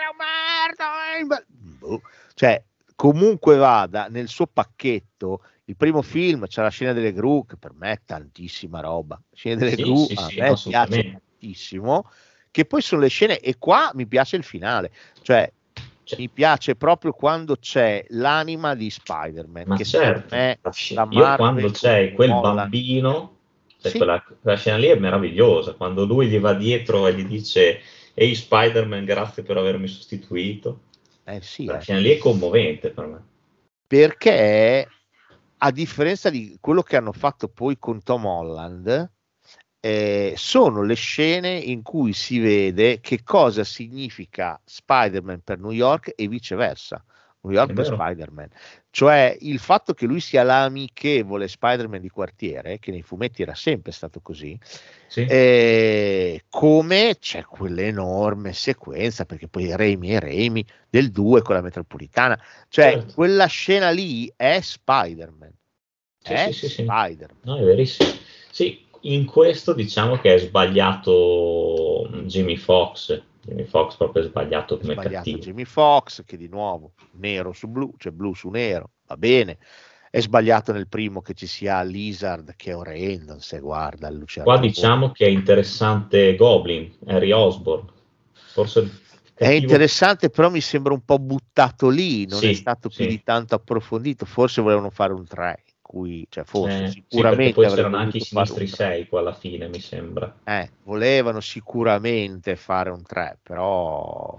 ah, merda, boh. Cioè, comunque vada, nel suo pacchetto, il primo film c'è la scena delle gru, che per me è tantissima roba. La scena delle sì, gru sì, a sì, me piace tantissimo. Che poi sono le scene, e qua mi piace il finale, cioè c'è. Mi piace proprio quando c'è l'anima di Spider-Man. Ma che certo, me, la io quando c'è quel Holland. bambino, cioè sì. quella, quella scena lì è meravigliosa, quando lui gli va dietro e gli dice ehi Spider-Man, grazie per avermi sostituito. Eh sì, la eh. scena lì è commovente per me. Perché a differenza di quello che hanno fatto poi con Tom Holland, Eh, sono le scene in cui si vede che cosa significa Spider-Man per New York e viceversa, New York per Spider-Man, cioè il fatto che lui sia l'amichevole Spider-Man di quartiere, che nei fumetti era sempre stato così, sì. eh, come c'è quell'enorme sequenza, perché poi Raimi e Raimi del due con la metropolitana, cioè certo. Quella scena lì è Spider-Man, sì, è sì, sì, Spider-Man. No, è verissimo, sì. In questo diciamo che è sbagliato Jimmy Fox, Jimmy Fox proprio è sbagliato come è sbagliato cattivo. Jimmy Fox, che di nuovo nero su blu, cioè blu su nero, va bene. È sbagliato nel primo che ci sia Lizard, che è orrendo, se guarda il lucerto. Qua diciamo che è interessante Goblin, Harry Osborn. Forse è interessante, però mi sembra un po' buttato lì, non sì, è stato più sì. di tanto approfondito, forse volevano fare un tre. Cui, cioè forse eh, sicuramente sì, poi c'erano anche i sinistri sei qua alla fine, mi sembra. Eh, volevano sicuramente fare un tre, però,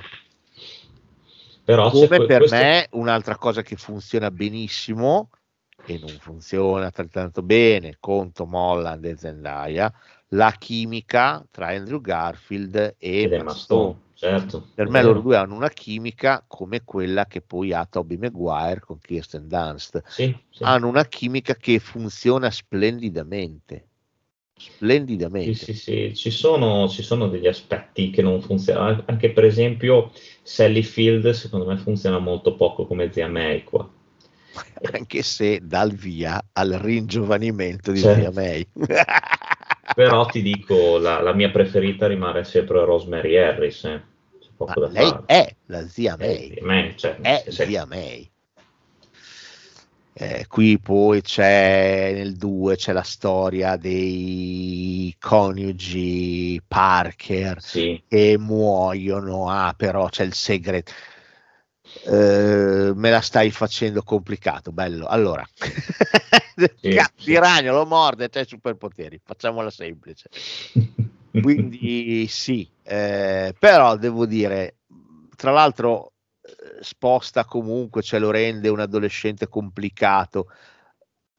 però come que- per questo... me un'altra cosa che funziona benissimo e non funziona altrettanto bene con Tom Holland e Zendaya, la chimica tra Andrew Garfield e Emma Stone. Certo, per me loro due hanno una chimica come quella che poi ha Tobey Maguire con Kirsten Dunst. Sì, sì. Hanno una chimica che funziona splendidamente. Splendidamente. Sì, sì, sì. Ci sono, ci sono degli aspetti che non funzionano. Anche per esempio Sally Field secondo me funziona molto poco come zia May qua. Anche se dà il via al ringiovanimento di certo. zia May. Però ti dico, la, la mia preferita rimane sempre Rosemary Harris. Eh. C'è poco Ma da lei fare. è la zia May. È, May, cioè, è se, zia May. Eh, qui poi c'è nel due c'è la storia dei coniugi Parker sì. che muoiono. Ah, però c'è il segreto. Uh, me la stai facendo complicato, bello. Allora, sì, cazzo sì. di ragno lo morde, c'hai superpoteri, facciamola semplice. Quindi sì, eh, però devo dire, tra l'altro sposta comunque, cioè lo rende un adolescente complicato,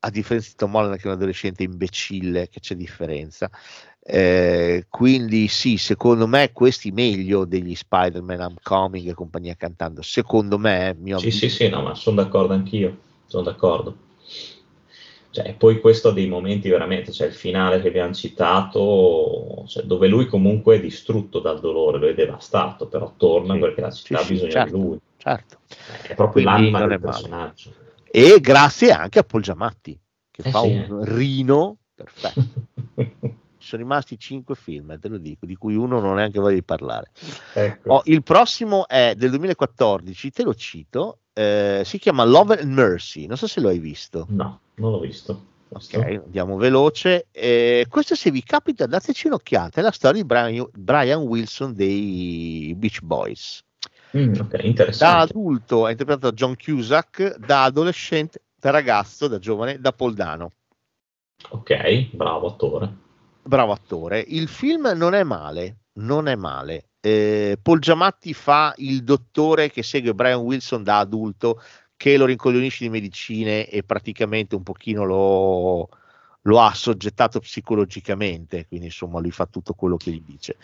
a differenza di Tom Holland che è un adolescente imbecille, che c'è differenza. Eh, quindi sì, secondo me questi meglio degli Spider-Man Homecoming e compagnia cantando, secondo me mio sì sì sì no ma sono d'accordo anch'io, sono d'accordo, cioè, poi questo ha dei momenti veramente, cioè il finale che abbiamo citato, cioè, dove lui comunque è distrutto dal dolore, lui è devastato, però torna sì, perché la città sì, ha bisogno sì, certo, di lui, certo. È proprio quindi l'anima del personaggio male. E grazie anche a Paul Giamatti che eh fa sì, un eh. rino perfetto. Sono rimasti cinque film, te lo dico, di cui uno non è neanche voglia di parlare. Ecco. Oh, il prossimo è del duemilaquattordici, te lo cito, eh, si chiama Love and Mercy, non so se lo hai visto. No, non l'ho visto. Ok, andiamo veloce. Eh, questo se vi capita dateci un'occhiata, è la storia di Brian, Brian Wilson dei Beach Boys. Mm, ok, interessante. Da adulto ha interpretato John Cusack, da adolescente, da ragazzo, da giovane, da Paul Dano. Ok, bravo attore. Bravo attore. Il film non è male, non è male. Eh, Paul Giamatti fa il dottore che segue Brian Wilson da adulto, che lo rincoglionisce di medicine e praticamente un pochino lo, lo ha assoggettato psicologicamente, quindi insomma lui fa tutto quello che gli dice.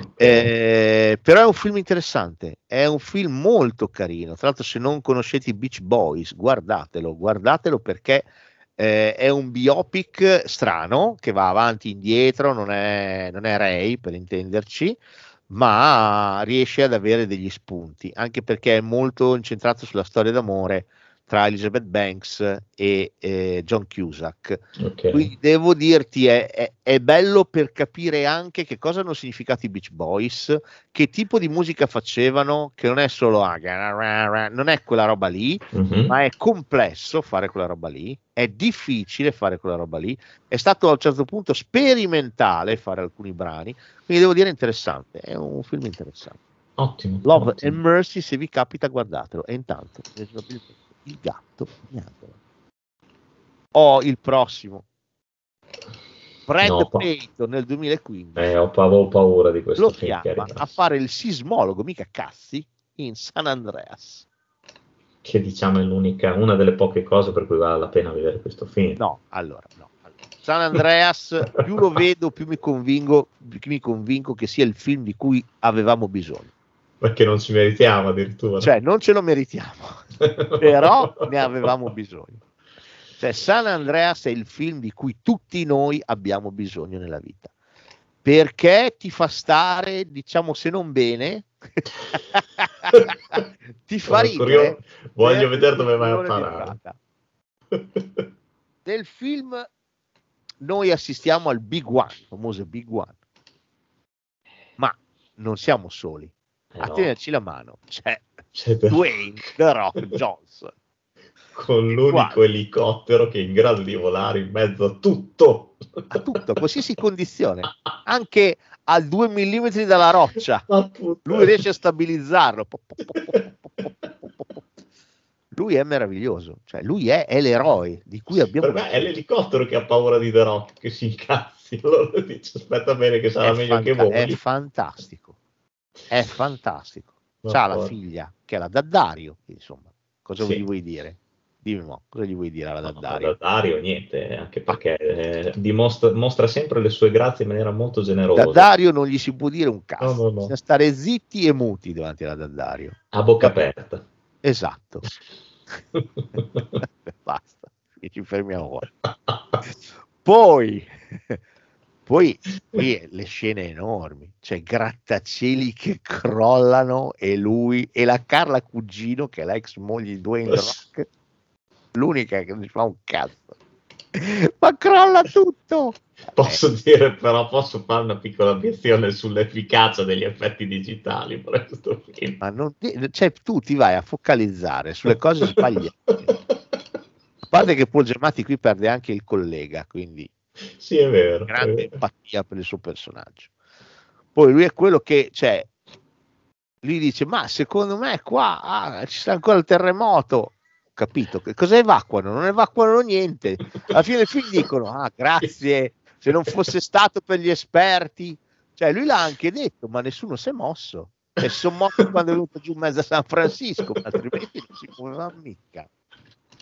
Eh, però è un film interessante, è un film molto carino. Tra l'altro, se non conoscete i Beach Boys, guardatelo, guardatelo perché Eh, è un biopic strano che va avanti e indietro, non è, non è Ray per intenderci, ma riesce ad avere degli spunti, anche perché è molto incentrato sulla storia d'amore tra Elizabeth Banks e eh, John Cusack. Okay. Quindi devo dirti è, è, è bello per capire anche che cosa hanno significato i Beach Boys, che tipo di musica facevano, che non è solo non è quella roba lì, mm-hmm. ma è complesso fare quella roba lì, è difficile fare quella roba lì, è stato a un certo punto sperimentale fare alcuni brani, quindi devo dire interessante, è un film interessante. Ottimo. Love ottimo. and Mercy, se vi capita guardatelo. E intanto il gatto miagola. Ho il prossimo Brad no, Pitt nel duemilaquindici. Eh, ho paura di questo lo film chiama a fare il sismologo, mica cazzi, in San Andreas. Che diciamo è l'unica, una delle poche cose per cui vale la pena vedere questo film. No, allora, no. Allora. San Andreas, più lo vedo, più mi convinco, più mi convinco che sia il film di cui avevamo bisogno. Perché non ci meritiamo addirittura. Cioè, non ce lo meritiamo, però ne avevamo bisogno. Cioè, San Andreas è il film di cui tutti noi abbiamo bisogno nella vita. Perché ti fa stare, diciamo, se non bene, ti fa ridere. Voglio vedere dove vai a parare. Nel film noi assistiamo al Big One, il famoso Big One. Ma non siamo soli. Eh a no. tenerci la mano c'è, c'è Dwayne The Rock Johnson con l'unico quale, elicottero che è in grado di volare in mezzo a tutto a tutto, a qualsiasi condizione, anche a due millimetri dalla roccia lui riesce a stabilizzarlo. Lui è meraviglioso, cioè lui è, è l'eroe di cui abbiamo per me è l'elicottero che ha paura di The Rock, che si incazzi, allora dice aspetta bene che sarà è meglio fanta- che voli. È fantastico. È fantastico. C'ha la figlia che è la Daddario, insomma, cosa sì. gli vuoi dire? Dimmi mo, cosa gli vuoi dire alla Daddario? No, Daddario niente, anche perché eh, dimostra mostra sempre le sue grazie in maniera molto generosa. Daddario non gli si può dire un cazzo, no, no, no. bisogna stare zitti e muti davanti alla Daddario. A bocca aperta. Esatto. Basta, che ci fermiamo ora. Poi Poi, poi le scene enormi, cioè grattacieli che crollano e lui e la Carla Cugino che è la ex moglie di Dwayne The Rock, l'unica che non ci fa un cazzo, ma crolla tutto. Posso eh. dire però, posso fare una piccola obiezione sull'efficacia degli effetti digitali per questo film. Ma non ti, cioè, tu ti vai a focalizzare sulle cose sbagliate. A parte che Paul Giamatti qui perde anche il collega, quindi sì, è vero, grande è vero. empatia per il suo personaggio. Poi lui è quello che, cioè, lui dice, ma secondo me qua ah, ci sta ancora il terremoto. Capito? Che cosa evacuano? Non evacuano niente. Alla fine del film dicono, ah, grazie, se non fosse stato per gli esperti. Cioè, lui l'ha anche detto, ma nessuno si è mosso. E sono mossi quando è venuto giù in mezzo a San Francisco, altrimenti non si muoveva mica.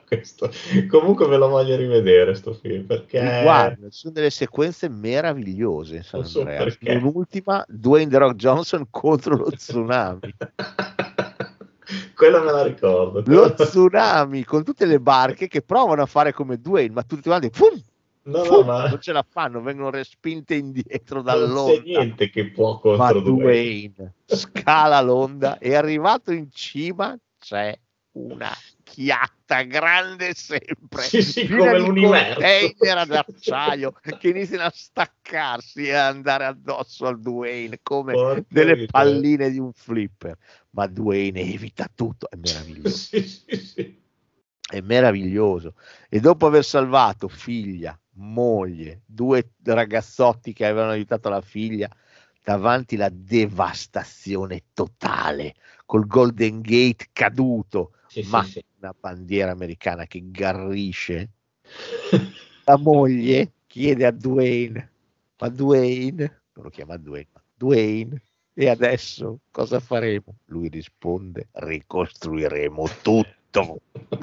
questo. Comunque me lo voglio rivedere sto film, perché guarda, ci sono delle sequenze meravigliose in San non so Andreas. perché. L'ultima, Dwayne The Rock Johnson contro lo tsunami. Quella me la ricordo. Lo tsunami con tutte le barche che provano a fare come Dwayne, ma tutti quanti pum, No, pum, no, ma non ce la fanno, vengono respinte indietro non c'è dall'onda. niente che può Ma contro Dwayne. Dwayne scala l'onda e arrivato in cima c'è una chiatta grande sempre, Sì, sì, piena come di l'universo. container d'acciaio che iniziano a staccarsi e andare addosso al Dwayne come Porca delle miseria. palline di un flipper. Ma Dwayne evita tutto, è meraviglioso. Sì, sì, sì. È meraviglioso. E dopo aver salvato figlia, moglie, due ragazzotti che avevano aiutato la figlia, davanti la devastazione totale, col Golden Gate caduto, Sì, sì, ma sì. una bandiera americana che garrisce. La moglie chiede a Dwayne, ma Dwayne, non lo chiama Dwayne, ma Dwayne, e adesso cosa faremo? Lui risponde, ricostruiremo tutto.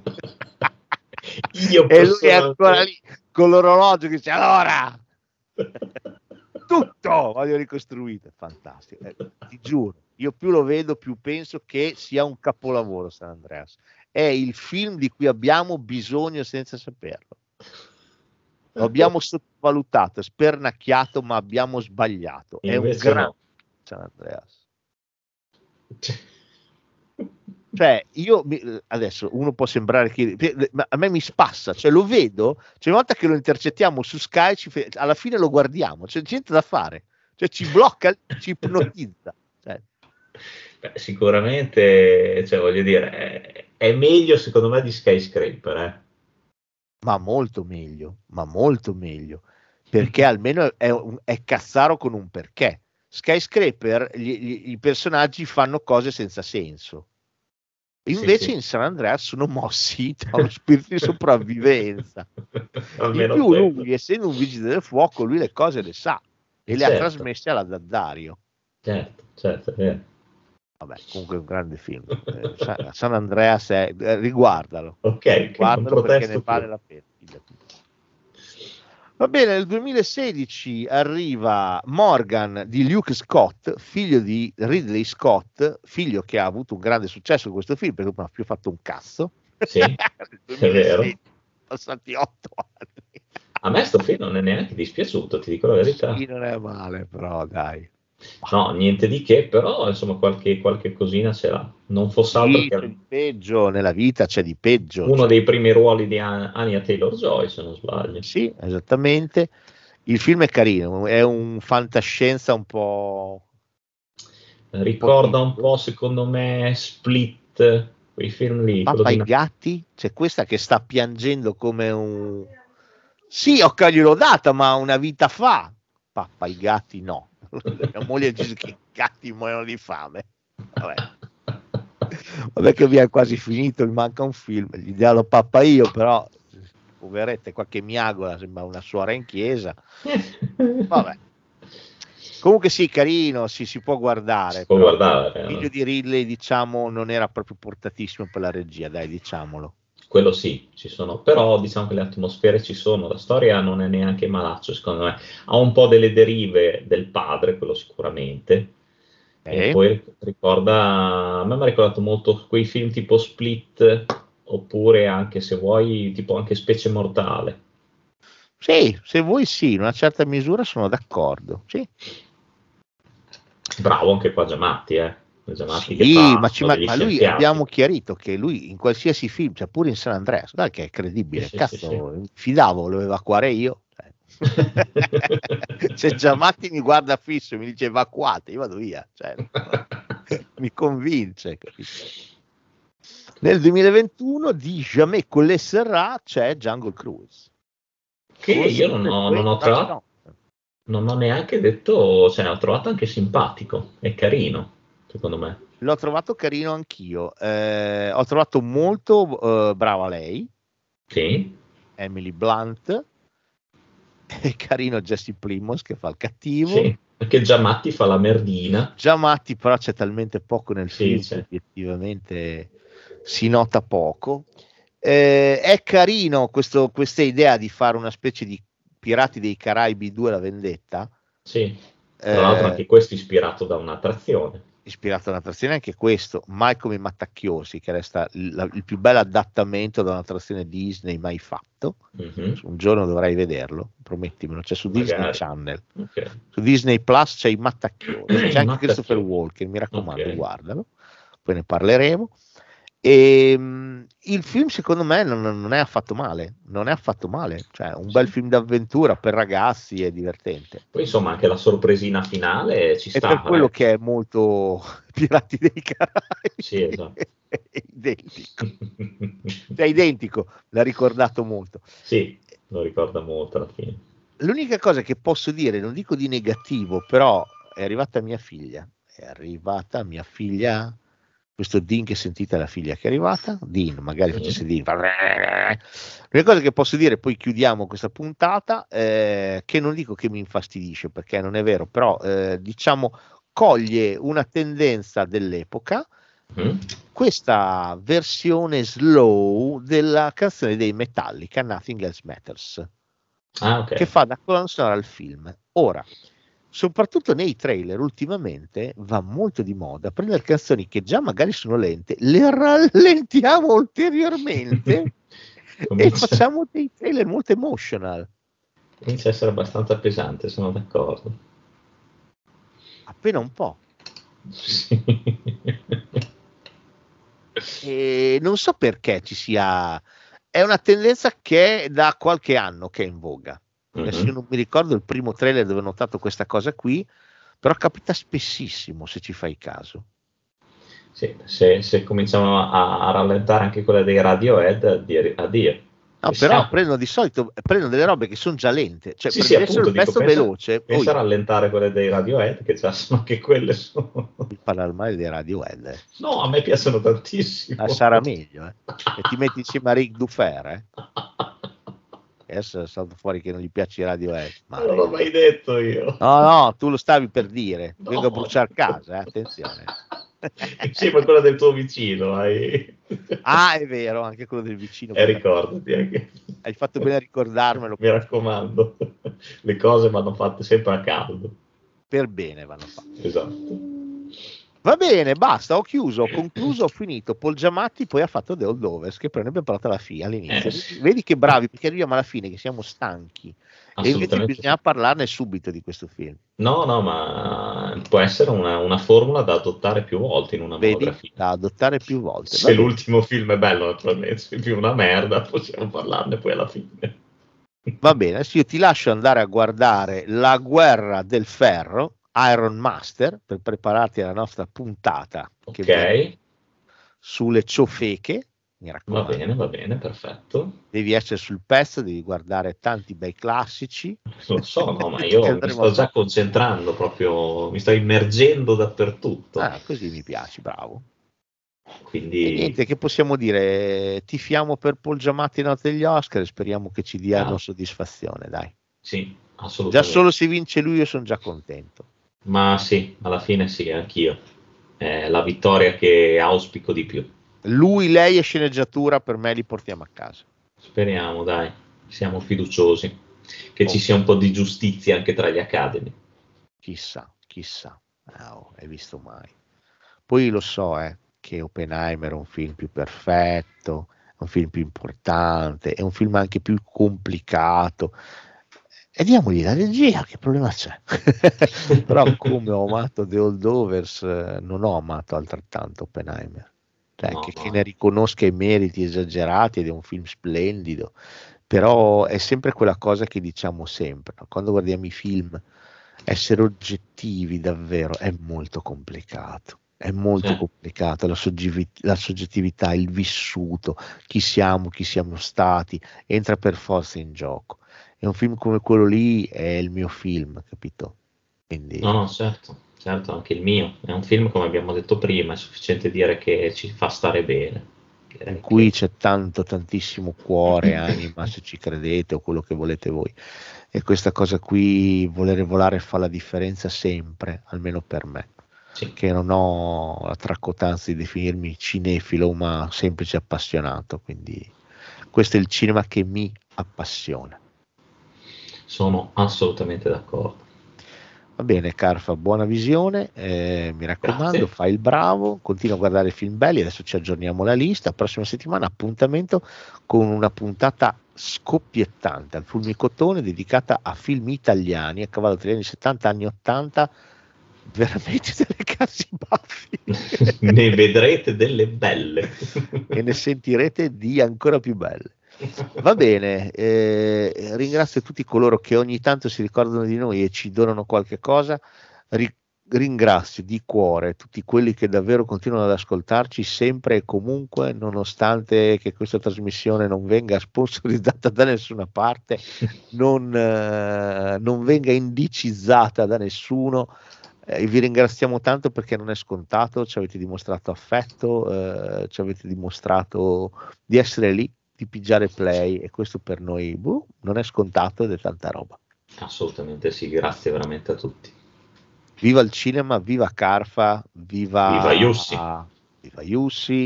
Io E lui è posso- ancora lì con l'orologio che dice allora tutto voglio ricostruito. È fantastico, eh, ti giuro, io più lo vedo più penso che sia un capolavoro San Andreas, è il film di cui abbiamo bisogno senza saperlo. Lo abbiamo sottovalutato, spernacchiato, ma abbiamo sbagliato. È un Invece grande no. San Andreas. Cioè, io mi- adesso uno può sembrare che ma a me mi spassa, cioè lo vedo, cioè una volta che lo intercettiamo su Sky, ci fe- alla fine lo guardiamo, c'è niente da fare, cioè ci blocca, ci ipnotizza. Cioè, Beh, sicuramente, cioè, voglio dire, è, è meglio secondo me di Skyscraper, eh. ma molto meglio, ma molto meglio, perché almeno è, un- è Cazzaro con un perché. Skyscraper, gli- gli- i personaggi fanno cose senza senso. Invece Sì, sì. in San Andreas sono mossi da uno spirito di sopravvivenza. In Almeno più quello. lui, essendo un vigile del fuoco, lui le cose le sa e le ha Certo. trasmesse alla Daddario. Certo, certo, è vero. Vabbè, comunque è un grande film. Eh, Sa- San Andreas è, eh, riguardalo. Ok, che non Guardalo perché protesto ne più. vale la pena. fidati. Va bene, nel duemilasedici arriva Morgan di Luke Scott, figlio di Ridley Scott, figlio che ha avuto un grande successo con questo film perché non ha più fatto un cazzo. Sì, Nel duemilasedici, vero. passati otto anni. A me sto film non è neanche dispiaciuto, ti dico la verità. Sì, non è male, però dai. No, niente di che, però insomma qualche, qualche cosina ce l'ha. Non fosse altro Sì, che c'è di peggio, nella vita c'è di peggio. uno cioè. dei primi ruoli di An- Anya Taylor-Joy, se non sbaglio. Sì, esattamente. Il film è carino, è un fantascienza un po'... Ricorda un po' po', secondo me, Split, quei film lì. quello Pappa di i Na- gatti? C'è questa che sta piangendo come un... Sì, ho gliel'ho data, ma una vita fa. Pappa i gatti no. Mia moglie dice che i gatti muoiono di fame. Vabbè. Vabbè che via è quasi finito, mi manca un film. Gli diamo pappa io, però... Poverette, qua che miagola, sembra una suora in chiesa. Vabbè. Comunque sì, carino, sì, si può guardare. Si può però guardare, il eh. figlio di Ridley, diciamo, non era proprio portatissimo per la regia, dai, diciamolo. Quello sì, ci sono, però diciamo che le atmosfere ci sono, la storia non è neanche malaccio, secondo me. Ha un po' delle derive del padre, quello sicuramente. Eh? E poi ricorda, a me mi ha ricordato molto quei film tipo Split, oppure anche, se vuoi, tipo anche Specie Mortale. Sì, se vuoi sì, in una certa misura sono d'accordo. Sì, Bravo anche qua Giamatti, eh. Giamatti che sì fa ma, ci, ma, degli ma lui scienziati. abbiamo chiarito che lui in qualsiasi film, cioè pure in San Andreas, dai che è credibile, Sì, sì, cazzo, sì, fidavo, volevo evacuare io. Se Giamatti mi guarda fisso e mi dice evacuate, io vado via, cioè, mi convince. Capito? Nel duemilaventuno di Jamais Collet Serra c'è Jungle Cruise. Che io non ho, non ho trovato, non ho neanche detto, cioè ho trovato anche simpatico, è carino, secondo me. L'ho trovato carino anch'io, eh, ho trovato molto eh, brava lei, Sì. Emily Blunt, è carino Jesse Plimons che fa il cattivo. Sì, perché Giamatti fa la merdina. Giamatti però c'è talmente poco nel Sì, film sì. che obiettivamente si nota poco. Eh, è carino questo, questa idea di fare una specie di Pirati dei Caraibi due La Vendetta. Sì, tra l'altro Eh, anche questo ispirato da un'attrazione. ispirato da un'attrazione anche questo, mai come i Mattacchiosi, che resta il, il più bel adattamento da un'attrazione Disney mai fatto. Mhm. Un giorno dovrai vederlo, promettimelo, c'è su Disney Magari. Channel. Ok. Su Disney Plus c'è i Mattacchiosi, c'è anche Mattacchiosi. Christopher Walken, mi raccomando, Ok. guardalo, poi ne parleremo. E mh, il film secondo me non, non è affatto male, non è affatto male, cioè un bel film d'avventura per ragazzi, è divertente. Poi insomma anche la sorpresina finale ci E sta. per quello eh. che è molto Pirati dei Caraibi, Sì, esatto. è identico, è identico, l'ha ricordato molto. Sì, lo ricorda molto alla fine. L'unica cosa che posso dire, non dico di negativo, però è arrivata mia figlia, è arrivata mia figlia, questo Dean che sentite la figlia che è arrivata, Dean, magari Sì. facesse Dean. L'unica cosa che posso dire, poi chiudiamo questa puntata, eh, che non dico che mi infastidisce, perché non è vero, però eh, diciamo coglie una tendenza dell'epoca, Mhm. questa versione slow della canzone dei Metallica, Nothing Else Matters, Ah, ok. che fa da colonna sonora al film. Ora, soprattutto nei trailer ultimamente va molto di moda prendere canzoni che già magari sono lente, le rallentiamo ulteriormente e Comincia, facciamo dei trailer molto emotional. comincia a essere abbastanza pesante, sono d'accordo. Appena un po'. Sì. E non so perché ci sia, è una tendenza che è da qualche anno che è in voga. Adesso Mhm. io non mi ricordo il primo trailer dove ho notato questa cosa qui, però capita spessissimo se ci fai caso. Sì, se, se cominciamo a, a rallentare anche quella dei Radiohead, addio. addio. No, Ci però siamo. prendono di solito prendono delle robe che sono già lente, cioè Sì, per sì, deve essere appunto, un dico, pezzo pensa, veloce, pensa a poi rallentare quelle dei Radiohead, che già sono anche quelle sono... il parlare male dei Radiohead, eh. No, a me piacciono tantissimo. Ah, sarà meglio, eh. E ti metti insieme a Rick Dufer, eh. Adesso è stato fuori che non gli piace i Radiohead. Ma Non l'ho mai detto io. no, no, tu lo stavi per dire. No. Vengo a bruciare casa, eh, attenzione. Insieme a quella del tuo vicino, hai... Ah, è vero, anche quello del vicino. E ricordati anche. Hai fatto bene a ricordarmelo. Mi raccomando, le cose vanno fatte sempre a caldo. Per bene vanno fatte. Esatto. Va bene, basta, ho chiuso, ho concluso, ho finito. Paul Giamatti poi ha fatto The Holdovers, che poi ne abbiamo parlato alla fine, all'inizio. Eh, sì. Vedi che bravi, perché arriviamo alla fine che siamo stanchi. E invece Assolutamente bisogna sì. parlarne subito di questo film. No, no, ma può essere una, una formula da adottare più volte in una Vedi? monografia. Da adottare più volte. Va Se bene. l'ultimo film è bello, naturalmente, se è più una merda, possiamo parlarne poi alla fine. Va bene, adesso io ti lascio andare a guardare La guerra del ferro, Iron Master, per prepararti alla nostra puntata che viene Ok, sulle ciofeche. Mi va raccomando, bene, va bene, perfetto. devi essere sul pezzo, devi guardare tanti bei classici. Lo so, no, ma io Che mi andremo sto a già fare. concentrando proprio, mi sto immergendo dappertutto. Ah, così mi piaci, bravo. E Quindi, niente, che possiamo dire? Tifiamo per Paul Giamatti notte degli Oscar e speriamo che ci diano Ah. soddisfazione, dai. sì, Già assolutamente. solo se vince lui io sono già contento. Ma sì, alla fine sì, anch'io. È la vittoria che auspico di più. Lui, lei e sceneggiatura per me li portiamo a casa. Speriamo, dai, siamo fiduciosi che ci Oh. sia un po' di giustizia anche tra gli Academy. Chissà, chissà. Ah, oh, hai visto mai. Poi lo so, eh, che Oppenheimer è un film più perfetto, è un film più importante, è un film anche più complicato. E diamogli la regia, che problema c'è? Però come ho amato The Holdovers, eh, non ho amato altrettanto Oppenheimer. Cioè, No, che, no. che ne riconosca i meriti esagerati ed è un film splendido, però è sempre quella cosa che diciamo sempre, no? Quando guardiamo i film, essere oggettivi davvero è molto complicato. È molto Sì. complicato, la, soggevi- la soggettività, il vissuto, chi siamo, chi siamo stati, entra per forza in gioco. E un film come quello lì è il mio film, capito? Quindi No, no, certo, certo, anche il mio. È un film, come abbiamo detto prima, è sufficiente dire che ci fa stare bene. Direi in cui che- c'è tanto, tantissimo cuore, anima, se ci credete o quello che volete voi. E questa cosa qui, volere volare, fa la differenza sempre, almeno per me, sì. che non ho la traccotanza di definirmi cinefilo, ma semplice appassionato, quindi questo è il cinema che mi appassiona. Sono assolutamente d'accordo. Va bene Carfa, buona visione, eh, mi raccomando, Grazie. fai il bravo, continua a guardare film belli, adesso ci aggiorniamo la lista, prossima settimana appuntamento con una puntata scoppiettante al fulmicotone dedicata a film italiani a cavallo tra gli anni settanta e anni ottanta, veramente delle casi baffi. Ne vedrete delle belle. E ne sentirete di ancora più belle. Va bene, eh, ringrazio tutti coloro che ogni tanto si ricordano di noi e ci donano qualche cosa. Ri- ringrazio di cuore tutti quelli che davvero continuano ad ascoltarci sempre e comunque, nonostante che questa trasmissione non venga sponsorizzata da nessuna parte, non, eh, non venga indicizzata da nessuno. Eh, vi ringraziamo tanto perché non è scontato, ci avete dimostrato affetto, eh, ci avete dimostrato di essere lì, di pigiare play, e questo per noi boh, non è scontato ed è tanta roba. Assolutamente sì, grazie veramente a tutti. Viva il cinema, viva Carfa, viva Viva Jussi. viva Jussi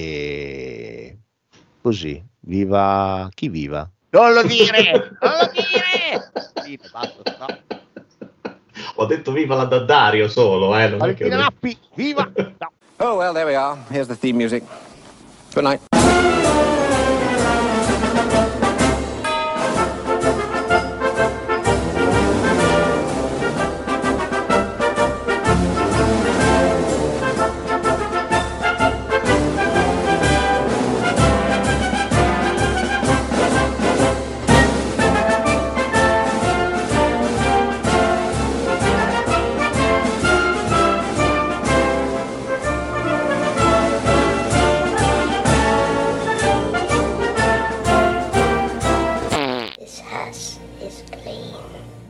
e così, viva chi viva? Non lo dire, non lo dire! Viva, basta, no. Ho detto viva la Daddario solo, eh, non è che ho Valentina detto- Nappi, viva! No. Oh, well, there we are. Here's the theme music. Good night. This house is clean.